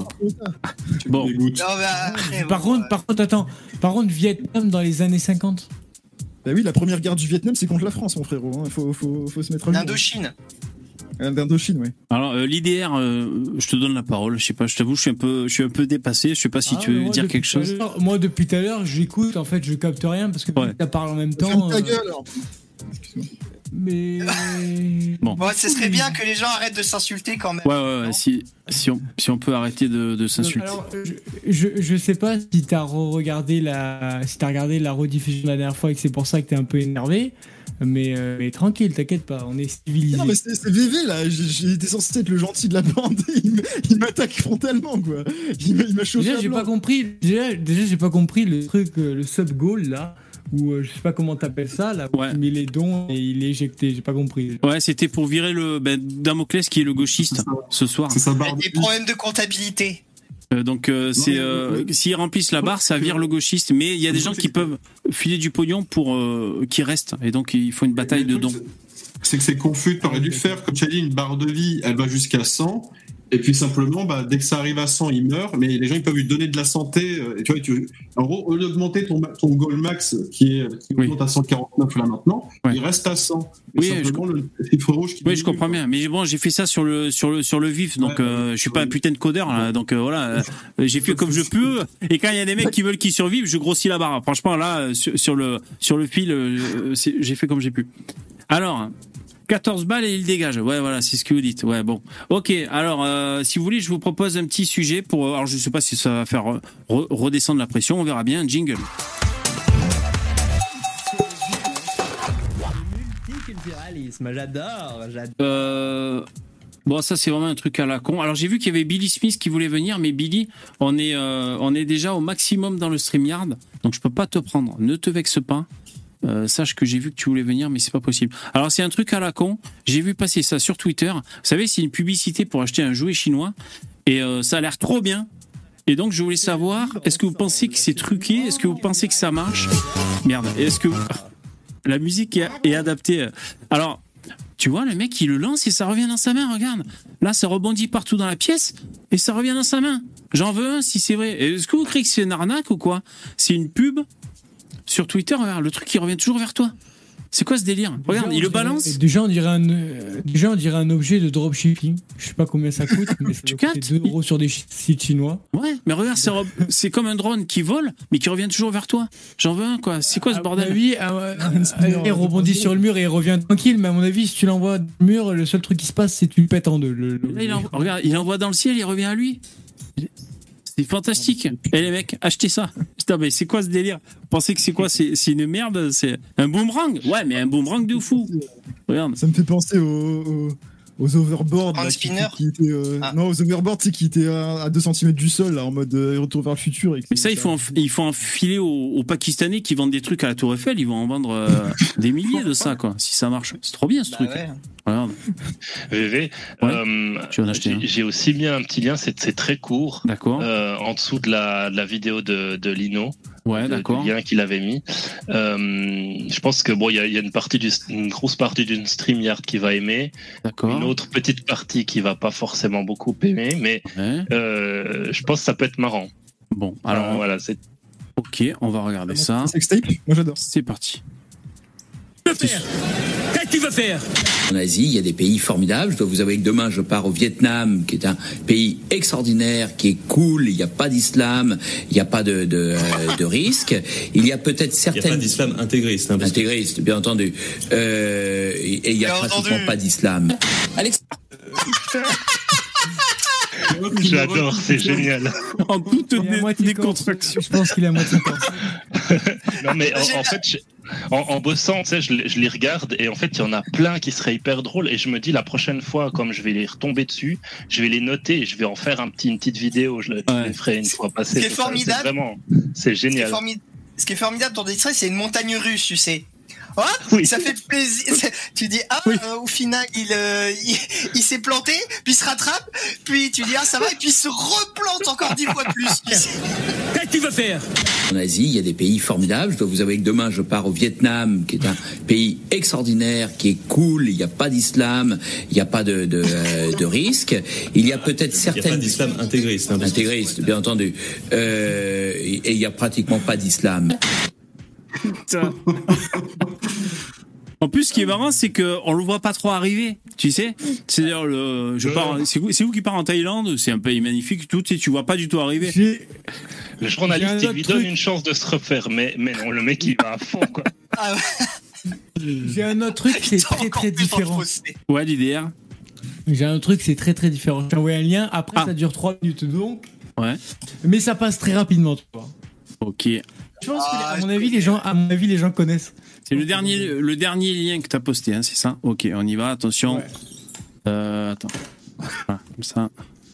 Bon. Écoute. Non, mais après, Par bon, contre, par contre, attends. Par contre, Vietnam dans les années cinquante. Bah oui, la première guerre du Vietnam, c'est contre la France, mon frérot. Il faut, faut, faut se mettre à jour. l'Indochine. Euh, D'Indochine, ouais. Alors euh, l'I D R, euh, je te donne la parole. Je sais pas, je t'avoue, je suis un peu, je suis un peu dépassé. Je sais pas si Ah, tu veux moi, dire depuis quelque tout à chose. l'heure- Moi, depuis tout à l'heure, j'écoute. En fait, je capte rien parce que Ouais. ça parle en même temps. Ferme ta euh, gueule, alors. Excuse-moi. Mais. Bon. Bon, ce serait bien que les gens arrêtent de s'insulter quand même. Ouais, ouais, ouais. Si, si on, si on peut arrêter de, de s'insulter. Alors, je, je, je sais pas si t'as regardé la, si t'as regardé la rediffusion la dernière fois et que c'est pour ça que t'es un peu énervé. Mais, euh, mais tranquille, t'inquiète pas, on est civilisé. Non, mais c'est c'est V V là, J'ai- j'étais censé être le gentil de la bande, il me- il m'attaque frontalement quoi. Il m'a- il m'a chauffé. Déjà, à j'ai blanc. pas compris. Déjà, déjà j'ai pas compris le truc, euh, le sub goal là, où euh, je sais pas comment t'appelles ça, là, où Ouais. il met les dons et il est éjecté. J'ai pas compris. Ouais, c'était pour virer le ben, Damoclès qui est le gauchiste ce soir. C'est sa barre Avec de des problèmes de comptabilité. Euh, donc euh, c'est euh, s'ils remplissent la barre, ça vire le gauchiste. Mais il y a des gens qui peuvent filer du pognon pour euh, qui restent. Et donc il faut une bataille de dons. C'est que c'est confus. T'aurais dû faire, comme tu as dit, une barre de vie, elle va jusqu'à cent. Et puis simplement, bah, dès que ça arrive à cent, il meurt. Mais les gens, ils peuvent lui donner de la santé. euh, Et tu vois, tu... En gros, au lieu d'augmenter ton, ton goal max, qui, est, qui Oui. augmente à cent quarante-neuf là maintenant, Ouais. il reste à cent. Et Oui, simplement, le chiffre rouge qui Oui, je diminue, comprends quoi. bien. Mais bon, j'ai fait ça sur le sur le sur le vif, donc Ouais, euh, je suis pas un ouais. putain de codeur là. Donc euh, voilà, euh, j'ai fait comme je peux. Et quand il y a des mecs qui veulent qu'ils survivent, je grossis la barre. Franchement, là, euh, sur, sur le sur le fil, euh, c'est- j'ai fait comme j'ai pu. Alors. quatorze balles et il dégage. Ouais, voilà, c'est ce que vous dites. Ouais, bon. Ok, alors, euh, si vous voulez, je vous propose un petit sujet pour. Alors, je sais pas si ça va faire re- redescendre la pression, on verra bien. Jingle. Multiculturalisme, j'adore, j'adore. Euh. Bon, ça c'est vraiment un truc à la con. Alors j'ai vu qu'il y avait Billy Smith qui voulait venir, mais Billy, on est, euh, on est déjà au maximum dans le StreamYard, donc je peux pas te prendre. Ne te vexe pas. Euh, sache que j'ai vu que tu voulais venir, mais c'est pas possible. Alors c'est un truc à la con. J'ai vu passer ça sur Twitter. Vous savez, c'est une publicité pour acheter un jouet chinois, et euh, ça a l'air trop bien. Et donc je voulais savoir, est-ce que vous pensez que c'est truqué? Est-ce que vous pensez que ça marche? Merde. Est-ce que la musique est, est adaptée? Alors. Tu vois, le mec, il le lance et ça revient dans sa main, regarde. Là, ça rebondit partout dans la pièce et ça revient dans sa main. J'en veux un si c'est vrai. Et est-ce que vous croyez que c'est une arnaque ou quoi? C'est une pub sur Twitter, regarde, le truc, il revient toujours vers toi. C'est quoi ce délire? Regarde, Déjà, il le on dirait- balance. Déjà, on dirait un, euh, déjà, on dirait un objet de dropshipping. Je sais pas combien ça coûte, mais ça Tu doit coûter captes deux euros sur des chi- sites chinois. Ouais, mais regarde, c'est, re- c'est comme un drone qui vole, mais qui revient toujours vers toi. J'en veux un, quoi. C'est quoi ce À mon bordel? avis, euh, euh, il rebondit sur le mur et il revient tranquille, mais à mon avis, si tu l'envoies dans le mur, le seul truc qui se passe, c'est que tu le pètes en deux. Le- le- Là, il envoie- regarde, il envoie dans le ciel, il revient à lui. C'est fantastique. Et les mecs, achetez ça. Putain, mais c'est quoi ce délire? Vous pensez que c'est quoi? C'est c'est une merde? C'est un boomerang? Ouais, mais un boomerang de fou. Regarde. Ça me fait penser aux, aux, aux overboards. Hand Là, qui, spinner qui étaient, euh, Ah. Non, aux overboards, tu sais, qui étaient à, à deux centimètres du sol, là, en mode euh, retour vers le futur. Et que Mais ça, il faut, en, il faut en filer aux, aux Pakistanais qui vendent des trucs à la Tour Eiffel. Ils vont en vendre euh, des milliers de ça, quoi, si ça marche. C'est trop bien, ce Bah truc. ouais. Regarde. V V, Ouais. euh, Tu vas en acheter un. j'ai j'ai aussi mis un petit lien, c'est c'est très court, D'accord. euh, en dessous de la, de la vidéo de, de Lino. Ouais, de- d'accord. du lien qu'il avait mis. Euh, je pense que bon, il y a, il y a une partie du, une grosse partie d'une StreamYard qui va aimer, D'accord. une autre petite partie qui va pas forcément beaucoup aimer, mais Ouais. euh, je pense que ça peut être marrant. Bon, Alors alors, voilà, c'est ok, on va regarder ça. Sextape, moi j'adore. C'est parti. Qu'est-ce que tu veux faire? En Asie, il y a des pays formidables. Je dois vous avouer que demain, je pars au Vietnam, qui est un pays extraordinaire, qui est cool. Il n'y a pas d'islam, il n'y a pas de, de, euh, de risque. Il y a peut-être Il n'y a pas certaines... d'islam intégriste. Hein, parce que- Intégriste, bien entendu. Euh, et il n'y a Bien pratiquement entendu. pas d'islam. Alex, j'adore, c'est génial. En toute Il est à dé- moitié décontraction. Je pense qu'il est à moitié corse. Non mais en, en fait, je- en, en bossant, tu sais, je, les- je les regarde et en fait, il y en a plein qui seraient hyper drôles et je me dis la prochaine fois, comme je vais les retomber dessus, je vais les noter et je vais en faire un petit, une petite vidéo. Je, le- je Ouais. les ferai une fois passée. Ce qui est tout ça. formidable- C'est vraiment, c'est Ce qui, est génial. formi- ce qui est formidable dans Distrait, c'est une montagne russe, tu sais. Oh, Oui. ça fait plaisir. Tu dis, ah, euh, au final, il, euh, il, il s'est planté, puis il se rattrape, puis tu dis, ah, ça va, et puis il se replante encore dix fois plus. Qu'est-ce que tu veux faire? en Asie, il y a des pays formidables. Je dois vous avouer que demain, je pars au Vietnam, qui est un pays extraordinaire, qui est cool. Il n'y a pas d'islam, il n'y a pas de, de, euh, de risque. Il y a peut-être Il n'y a pas certaines... d'islam intégriste. Hein, parce que- Intégriste, bien entendu. Euh, et il n'y a pratiquement pas d'islam. Putain. En plus, ce qui est marrant, c'est qu'on le voit pas trop arriver, tu sais. C'est-à-dire, le, je pars, c'est où, c'est où qui part en Thaïlande? C'est un pays magnifique, tout, et tu vois pas du tout arriver. J'ai Le J'ai journaliste, un il autre lui donne truc. une chance de se refaire, mais, mais non, le mec, il va à fond, quoi. Ah ouais. j'ai un autre truc, c'est T'es très encore très plus dans le différent. fossé. Ouais, l'I D R. J'ai un truc, c'est très très différent. Je t'ai envoyé un lien, après Ah. ça dure trois minutes donc. Ouais. Mais ça passe très rapidement, tu vois. Ok. Je pense Ah, que, à mon je avis, les gens, à mon avis, les gens connaissent. C'est le dernier, le dernier lien que t'as posté, hein, c'est ça? Ok, on y va, attention. Ouais. Euh, attends. Voilà, comme ça.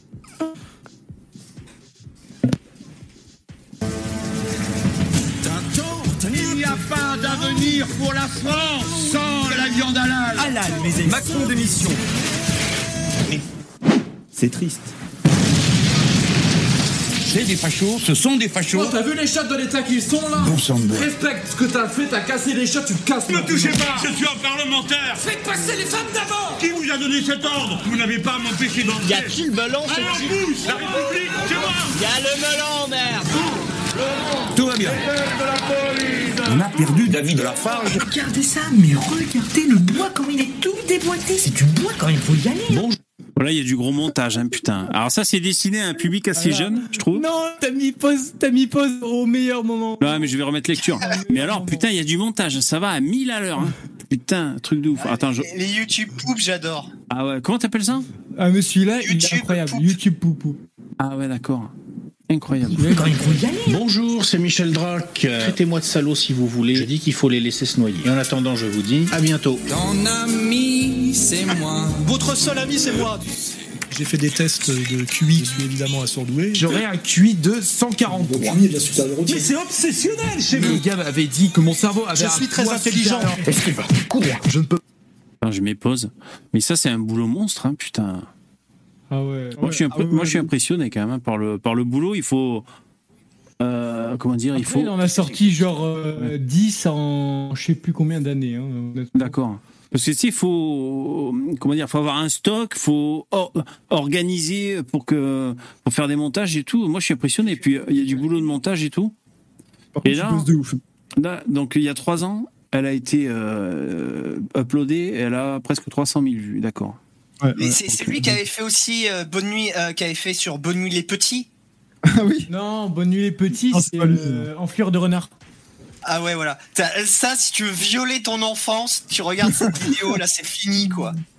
Il n'y a pas d'avenir pour la France sans la viande halal. Halal, mes amis. Macron démission. C'est triste. C'est des fachos, ce sont des fachos. T'as vu les chats de l'État qui sont là? Bon sang de bois. Respecte ce que t'as fait, t'as cassé les chats, tu te casses. Ne me touchez pas. Je suis un parlementaire. Faites passer les femmes d'abord. Qui vous a donné cet ordre? Vous n'avez pas à m'empêcher d'entrer. Y a-t-il melon? Allez, on pousse. La République, c'est moi. Y a le melon, merde. Tout va bien. On a perdu David de la Farge. Regardez ça, mais regardez le bois comme il est tout déboîté. C'est du bois quand il faut y aller. Bon, Voilà, il y a du gros montage, hein, putain. Alors ça, c'est destiné à un public assez Voilà. jeune, je trouve. Non, t'as mis pause, t'as mis pause au meilleur moment. Ouais, mais je vais remettre lecture. Mais alors, putain, il y a du montage, ça va à mille à l'heure. Hein. Putain, truc de ouf. Attends, je... Les YouTube poop, j'adore. Ah ouais, comment t'appelles ça? Ah, mais celui-là, il est YouTube incroyable. poop. YouTube poupou. Ah ouais, d'accord. Incroyable. Quand il faut y aller. Bonjour, c'est Michel Drac. Traitez-moi de salaud si vous voulez. Je dis qu'il faut les laisser se noyer. Et en attendant, je vous dis à bientôt. Ton ami, c'est moi. Votre seul ami, c'est moi. J'ai fait des tests de Q I, je suis évidemment assurdoué. J'aurais un Q I de cent quarante-trois. Premier de la supérieure Mais c'est obsessionnel chez vous. Le gars m'avait dit que mon cerveau avait Je un suis très poids intelligent. supérieur. Est-ce qu'il va courir? Je ne peux Attends, je m'épose. Mais ça, c'est un boulot monstre, hein, putain. Ah ouais. Moi, je suis, impré- Ah ouais, moi, je suis ouais. impressionné quand même hein, par le par le boulot. Il faut euh, comment dire, il Après, faut. il en a sorti genre euh, dix en je sais plus combien d'années. Hein, honnêtement. D'accord. Parce que tu sais, il faut comment dire, faut avoir un stock, faut or- organiser pour que pour faire des montages et tout. Moi, je suis impressionné. Et puis il y a du boulot de montage et tout. Par Et contre, là- tu bosses de ouf. Là, donc il y a trois ans, elle a été euh, uploadée. Et elle a presque trois cent mille vues. D'accord. Ouais, Mais ouais. c'est c'est lui qui avait fait aussi euh, Bonne Nuit, euh, qui avait fait sur Bonne Nuit les Petits. Ah oui. Non, Bonne nuit les petits, Non, c'est c'est pas lui, euh, Enflure de renard. Ah ouais, voilà. T'as- Ça, si tu veux violer ton enfance, tu regardes cette vidéo, là, c'est fini, quoi.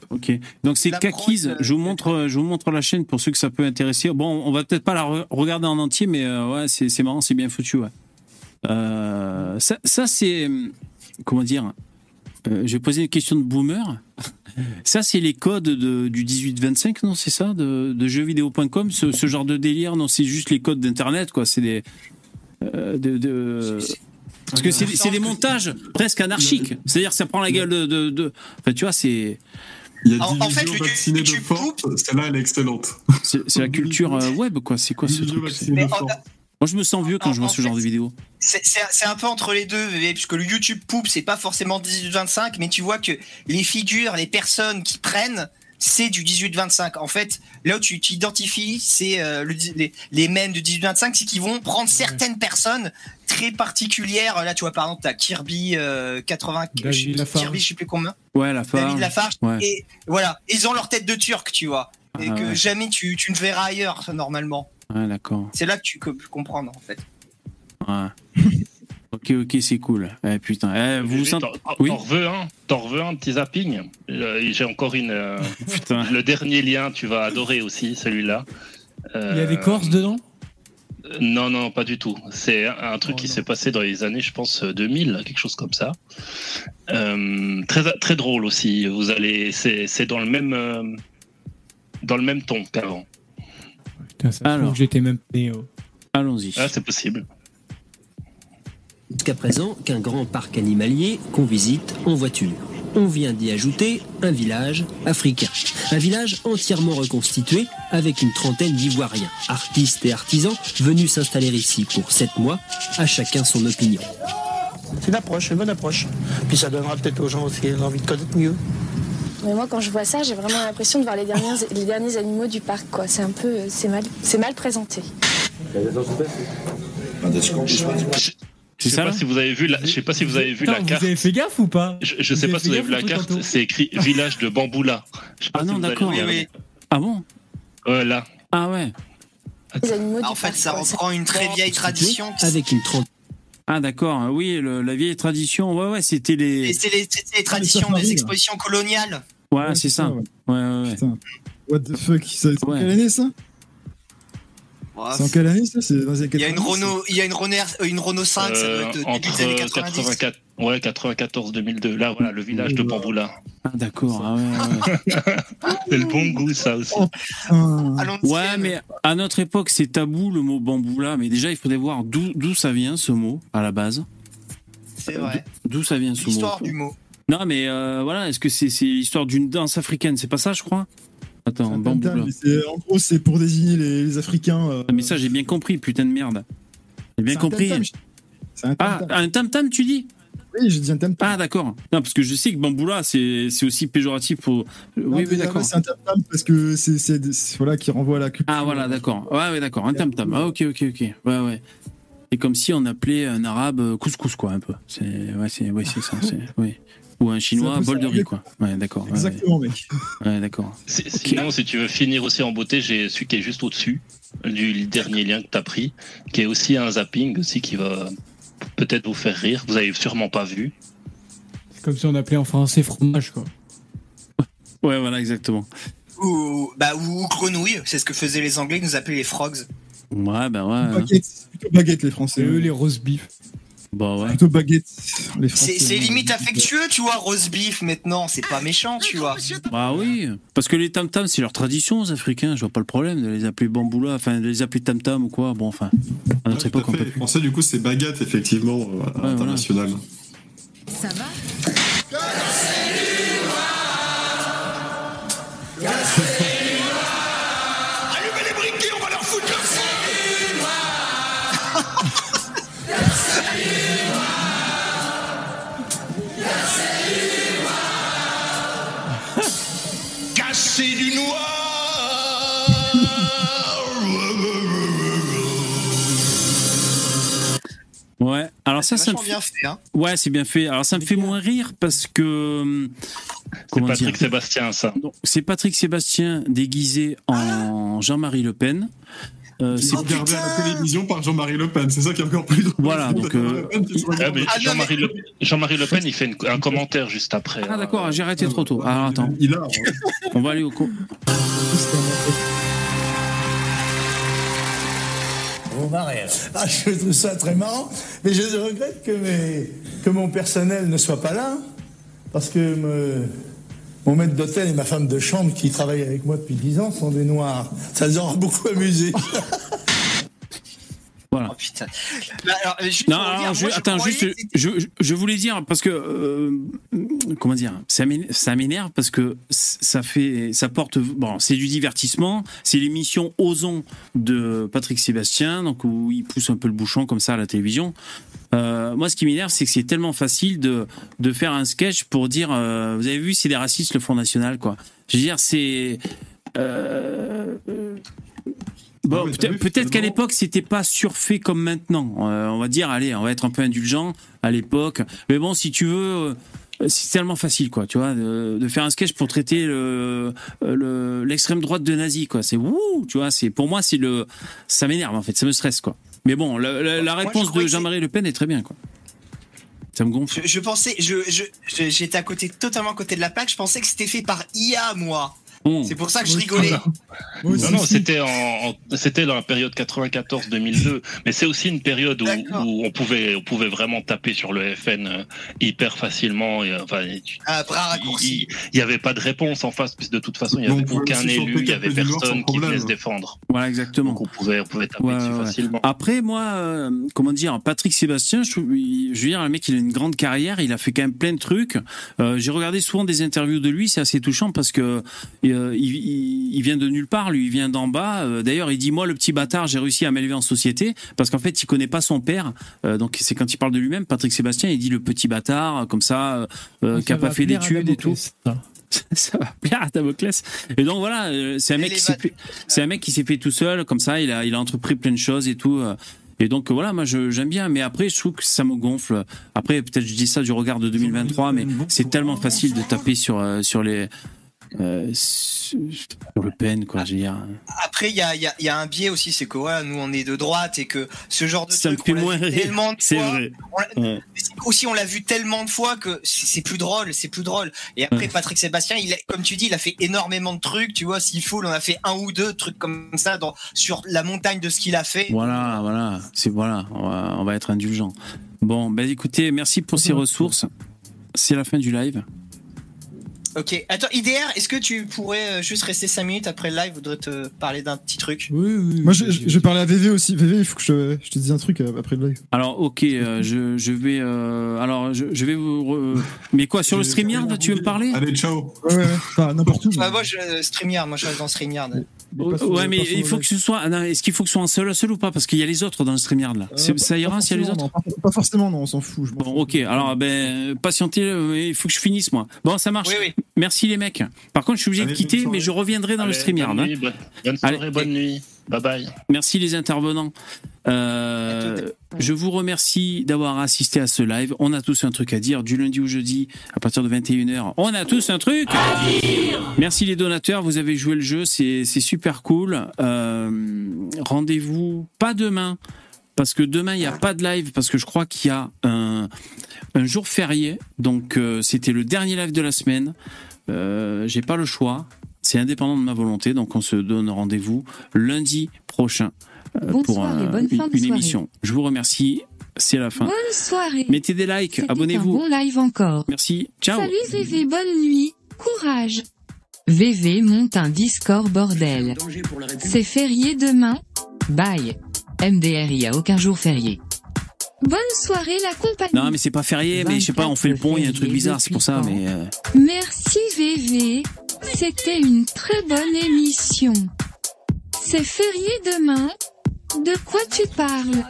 Ok. Donc c'est Kakiz. Je vous montre, je vous montre la chaîne pour ceux que ça peut intéresser. Bon, on va peut-être pas la re- regarder en entier, mais euh, ouais, c'est, c'est marrant, c'est bien foutu. Ouais. Euh, ça, ça c'est comment dire. Euh, je vais poser une question de boomer. Ça, c'est les codes de, du dix-huit vingt-cinq, non? C'est ça, de, de jeuxvideo point com, ce, ce genre de délire? Non, c'est juste les codes d'internet, quoi. C'est des euh, de, de... Parce que c'est, c'est des montages presque anarchiques. C'est-à-dire, ça prend la gueule de, de, de... Enfin, tu vois, c'est. Il y a En- en fait, Division le vaccinée de YouTube force, celle-là elle est excellente. C'est, c'est la culture euh, web, quoi. C'est quoi ce Division truc? vaccinée Mais de en- force. Moi, je me sens vieux quand En- je vois en ce genre fait, de vidéos. C'est, c'est, c'est un peu entre les deux, V V, puisque le YouTube Poop, c'est pas forcément dix-huit vingt-cinq, mais tu vois que les figures, les personnes qui prennent, c'est du dix-huit vingt-cinq. En fait, là où tu t'identifies, c'est euh, le, les, les mèmes de dix-huit vingt-cinq, c'est qu'ils vont prendre certaines personnes très particulières. Là, tu vois, par exemple, t'as Kirby euh, quatre-vingts, David Lafarge. Kirby, je sais plus combien, Ouais, la fin. David Lafarge, Ouais. et voilà, ils ont leur tête de turc, tu vois, et Ah que ouais. jamais tu, tu ne verras ailleurs, normalement. Ouais, d'accord. C'est là que tu peux comprendre, en fait. Ouais. Ok, ok, c'est cool. Eh, putain. Eh, vous vous sentez. T'en, Oui. t'en veux un T'en veux un petit zapping? Euh, J'ai encore une. euh, Putain. Le dernier lien, tu vas adorer aussi, celui-là. Euh, Il y a des Corses dedans? Non, non, pas du tout. C'est un, un truc Oh qui non. s'est passé dans les années, je pense, deux mille, quelque chose comme ça. Euh, très, très drôle aussi. Vous allez, c'est, c'est dans le même, euh, dans le même ton qu'avant. Putain, ça se Alors. trouve que j'étais même pas né. oh. Allons-y. Ah, c'est possible. Jusqu'à présent qu'un grand parc animalier qu'on visite en voiture. On vient d'y ajouter un village africain. Un village entièrement reconstitué avec une trentaine d'Ivoiriens, artistes et artisans venus s'installer ici pour sept mois, à chacun son opinion. C'est une approche, une bonne approche. Puis ça donnera peut-être aux gens aussi l'envie de connaître mieux. Mais moi, quand je vois ça, j'ai vraiment l'impression de voir les derniers, les derniers animaux du parc, quoi. C'est un peu, c'est mal, c'est mal présenté. Je sais ça, pas là si vous avez vu la, je sais pas si vous avez vu Putain, la vous carte. avez fait gaffe ou pas? Je, je Vous sais avez pas fait si vous avez vu gaffe la au truc carte. tantôt C'est écrit village de Bamboula. Je sais pas Ah si non, vous avez d'accord. regardé. Ah bon? Ouais, là. Ah ouais. Les animaux du En fait, parc, ça quoi. reprend une très vieille tradition. Avec une trentaine. Ah d'accord. Oui, le- la vieille tradition. Ouais, ouais, c'était Et les. c'est les, c'est les traditions safaris, des là. expositions coloniales. Ouais, Ouais, c'est c'est ça. ça, Ouais, ouais. ouais, ouais. Putain. What the fuck? Ça- C'est en Ouais. quelle année ça? Ouais, C'est en quelle année ça? C'est dans les années Il y a une quatre-vingt-dix? Renault, il y a une Renault, euh, une Renault cinq, ça doit Euh, être début entre des années quatre-vingt-dix. quatre-vingt-quatre, ouais, quatre-vingt-quatorze deux mille deux. Là, voilà, le village de Bamboula. Ah d'accord. Ah ouais. ouais. C'est le bon goût, ça aussi. Ah. À l'ancienne. Ouais, mais à notre époque, c'est tabou le mot bamboula. Mais déjà, il faudrait voir d'où d'où ça vient ce mot à la base. C'est vrai. D'où ça vient ce mot? L'histoire du mot. Non, mais euh, voilà. Est-ce que c'est c'est l'histoire d'une danse africaine? C'est pas ça, je crois. Attends, Un bamboula. tam-tam, mais c'est- En gros, c'est pour désigner les, les Africains. euh, Ah, mais ça, j'ai bien compris. Putain de merde. J'ai bien c'est un compris. tam-tam, je- C'est un Ah, tam-tam. un tam-tam, tu dis? Oui, j'ai dit un tam-tam. Ah d'accord. Non, parce que je sais que bamboula, c'est c'est aussi péjoratif pour. Non, Oui, oui, mais d'accord. C'est un tam-tam parce que c'est c'est- c'est- voilà qui renvoie à la culture. Ah voilà, d'accord. Ouais, ouais, d'accord. Un tam tam. Ah ok, ok, ok. Ouais, ouais. C'est comme si on appelait un arabe euh, couscous quoi, un peu. C'est ouais, c'est ouais, c'est ça. C'est oui. Ou un chinois C'est un peu bol de ça, riz oui. quoi. Ouais, d'accord. Ouais, Exactement, mec. Ouais, ouais, d'accord. Si- Sinon, si tu veux finir aussi en beauté, j'ai celui qui est juste au-dessus du dernier lien que tu as pris, qui est aussi un zapping aussi qui va peut-être vous faire rire. Vous avez sûrement pas vu. C'est comme si on appelait en français fromage, quoi. Ouais, voilà, exactement. Ou, bah, ou grenouille, c'est ce que faisaient les Anglais, ils nous appelaient les frogs. Ouais, bah ouais. hein. Baguette, c'est plutôt baguette les Français. Et eux, les roast beef. Bah ouais. Plutôt baguette les Français. C'est c'est limite affectueux, tu vois, roast beef maintenant, c'est pas méchant, tu vois. Bah oui. Parce que les tam tam, c'est leur tradition aux Africains. Je vois pas le problème de les appeler bamboula, enfin de les appeler tam tam ou quoi. Bon, enfin. À notre Ouais, tout époque, à on fait. peut Les plus. Français, du coup, c'est baguette, effectivement, euh, à voilà. l'international. Ça va? Allumez les briquets, on va leur foutre le feu. Casser du noir. Ouais. Alors ça, C'est ça me vachement fait. bien fait, hein. Ouais, c'est bien fait. Alors ça me fait moins rire parce que. hum, C'est Comment Patrick dire Sébastien, ça. Donc, c'est Patrick Sébastien déguisé en Jean-Marie Le Pen. euh, c'est regardé à la télévision par Jean-Marie Le Pen, c'est ça qui est encore plus drôle. Voilà, donc euh, Ah, mais Jean-Marie Le... Jean-Marie Le Pen, il fait une- un commentaire juste après. ah d'accord, j'ai arrêté trop tôt. Alors attends, Il a. on va aller au co. Vous marrez. Ah, je trouve ça très marrant, mais je regrette que, mes, que mon personnel ne soit pas là, parce que me- mon maître d'hôtel et ma femme de chambre qui travaillent avec moi depuis dix ans sont des noirs. Ça les aura beaucoup amusés. Voilà. Oh putain. Bah, alors, euh, juste Non, pour alors, revenir, je, moi, je attends, croyais juste, que je, je, je voulais dire parce que euh, comment dire, ça m'énerve, ça m'énerve parce que ça fait, ça porte, bon, c'est du divertissement, c'est l'émission Osons de Patrick Sébastien, donc où il pousse un peu le bouchon comme ça à la télévision. Euh, moi, ce qui m'énerve, c'est que c'est tellement facile de de faire un sketch pour dire, euh, vous avez vu, c'est des racistes le Front National, quoi. Je veux dire, c'est euh, Bon, Ah oui, peut-être, t'as vu, peut-être qu'à finalement- l'époque, c'était pas surfait comme maintenant. Euh, on va dire, allez, on va être un peu indulgent à l'époque. Mais bon, si tu veux, euh, c'est tellement facile, quoi, tu vois, de, de faire un sketch pour traiter le, le, l'extrême droite de nazi, quoi. C'est wouh, tu vois, c'est, pour moi, c'est le, ça m'énerve, en fait, ça me stresse, quoi. Mais bon, la, la, la Moi, je réponse croyais de que Jean-Marie Le Pen est très bien, quoi. Ça me gonfle. Je, je pensais, je, je, je- j'étais à côté, totalement à côté de la plaque. Je pensais que c'était fait par I A, moi. Mmh. C'est pour ça que je rigolais. Non, non, c'était en, en- c'était dans la période quatre-vingt-quatorze deux mille deux, mais c'est aussi une période où, où on pouvait, on pouvait vraiment taper sur le F N euh, hyper facilement. Et, enfin, tu- Ah, bras raccourci. il il y avait pas de réponse en face, puisque de toute façon, il y Donc, avait on pouvait aucun aussi élu, chanter il y avait quelques humeurs sans personne qui venait problème. se défendre. Voilà, exactement. Donc on pouvait, on pouvait taper Ouais, dessus ouais. facilement. Après, moi, euh, comment dire, Patrick Sébastien, je, trouve- il- je veux dire, le mec, il a une grande carrière, il a fait quand même plein de trucs. Euh, j'ai regardé souvent des interviews de lui, c'est assez touchant parce que euh, il, il, il vient de nulle part, lui, il vient d'en bas. Euh, d'ailleurs, il dit, moi, le petit bâtard, j'ai réussi à m'élever en société parce qu'en fait, il connaît pas son père. Euh, donc, c'est quand il parle de lui-même, Patrick Sébastien, il dit le petit bâtard, comme ça, euh, qui a pas fait d'études et tout. Ça va plaire à Damoclès. Et donc voilà, euh, c'est un mec qui s'est fait, c'est un mec qui s'est fait tout seul, comme ça, il a, il a entrepris plein de choses et tout. euh, Et donc euh, voilà, moi je, j'aime bien, mais après je trouve que ça me gonfle. Après peut-être je dis ça du regard de deux mille vingt-trois, mais c'est tellement facile de taper sur euh, sur les euh, sur Le Pen, quoi. Je veux dire. Après, il y a, il y, a, il y a un biais aussi, c'est que voilà, nous on est de droite et que ce genre de Ça me truc, fait on l'a moins vu rire. tellement de C'est fois. vrai. on l'a- Ouais. mais c'est- Aussi, on l'a vu tellement de fois que c'est c'est plus drôle, c'est plus drôle. Et après, Ouais. Patrick Sébastien, il a, comme tu dis, il a fait énormément de trucs. Tu vois, s'il faut, on a fait un ou deux trucs comme ça dans, sur la montagne de ce qu'il a fait. Voilà, voilà, c'est voilà, on va, on va être indulgent. Bon, ben écoutez, merci pour ces ressources. C'est la fin du live. Ok, attends, I D R, est-ce que tu pourrais euh, juste rester cinq minutes après le live? Je voudrais te parler d'un petit truc. Oui, oui. Moi, je, je, je vais parler à V V aussi. V V, il faut que je, je te dise un truc euh, après le live. Alors, ok, euh, je, je vais, euh, alors, je, je vais vous, re- mais quoi, sur le StreamYard, tu veux me parler? Allez, ciao. Ouais, ouais, ouais. Enfin, n'importe où. Bah, moi, je, euh, StreamYard, moi je reste dans StreamYard. Ouais, mais il faut que ce soit, non, est-ce qu'il faut que ce soit un seul à seul ou pas? Parce qu'il y a les autres dans le StreamYard, là. C'est- ça ira s'il y a les autres? Non, pas, pas forcément, non, on s'en fout. Je m'en Bon, ok, alors, ben, patientez, euh, il faut que je finisse, moi. Bon, ça marche. Oui, oui. Merci, les mecs. Par contre, je suis obligé de Allez, quitter, bonne soirée. mais je reviendrai dans le Allez, StreamYard. bonne hein. nuit, bonne, bonne Allez. soirée, bonne nuit. Bye bye. Merci les intervenants. Euh, je vous remercie d'avoir assisté à ce live. On a tous un truc à dire du lundi au jeudi à partir de vingt et une heures. On a tous un truc à dire. Merci les donateurs, vous avez joué le jeu, c'est c'est super cool. Euh, rendez-vous pas demain parce que demain il n'y a pas de live parce que je crois qu'il y a un un jour férié. Donc euh, c'était le dernier live de la semaine. Euh, j'ai pas le choix. C'est indépendant de ma volonté, donc on se donne rendez-vous lundi prochain euh, Bonne pour soirée, un- bonne une, fin de une soirée. émission. Je vous remercie, c'est la fin. Bonne soirée. Mettez des likes, C'était abonnez-vous. un bon live encore. Merci, ciao. Salut V V, bonne nuit. Courage. V V monte un Discord bordel. C'est férié demain. Bye. M D R, il y a aucun jour férié. Bonne soirée la compagnie. Non mais c'est pas férié, mais je sais pas, on fait le pont, il y a un truc bizarre, c'est pour ça, mais... euh, Merci V V. C'était une très bonne émission. C'est férié demain. De quoi tu parles?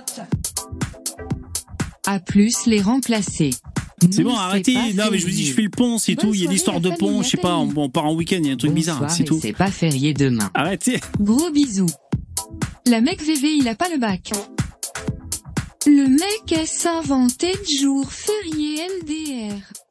À plus les remplacer. C'est Non, bon, arrêtez. pas Non mais je vous dis, férié. je fais le pont, c'est Bonne tout. Il y a soirée, l'histoire de la pont, famille, je sais la pas, on, famille. on part en week-end, il y a un truc bizarre, Bonsoir c'est et tout. C'est pas férié demain. Arrêtez. Gros bisous. La mec V V, il a pas le bac. Le mec est s'inventé de jour férié M D R.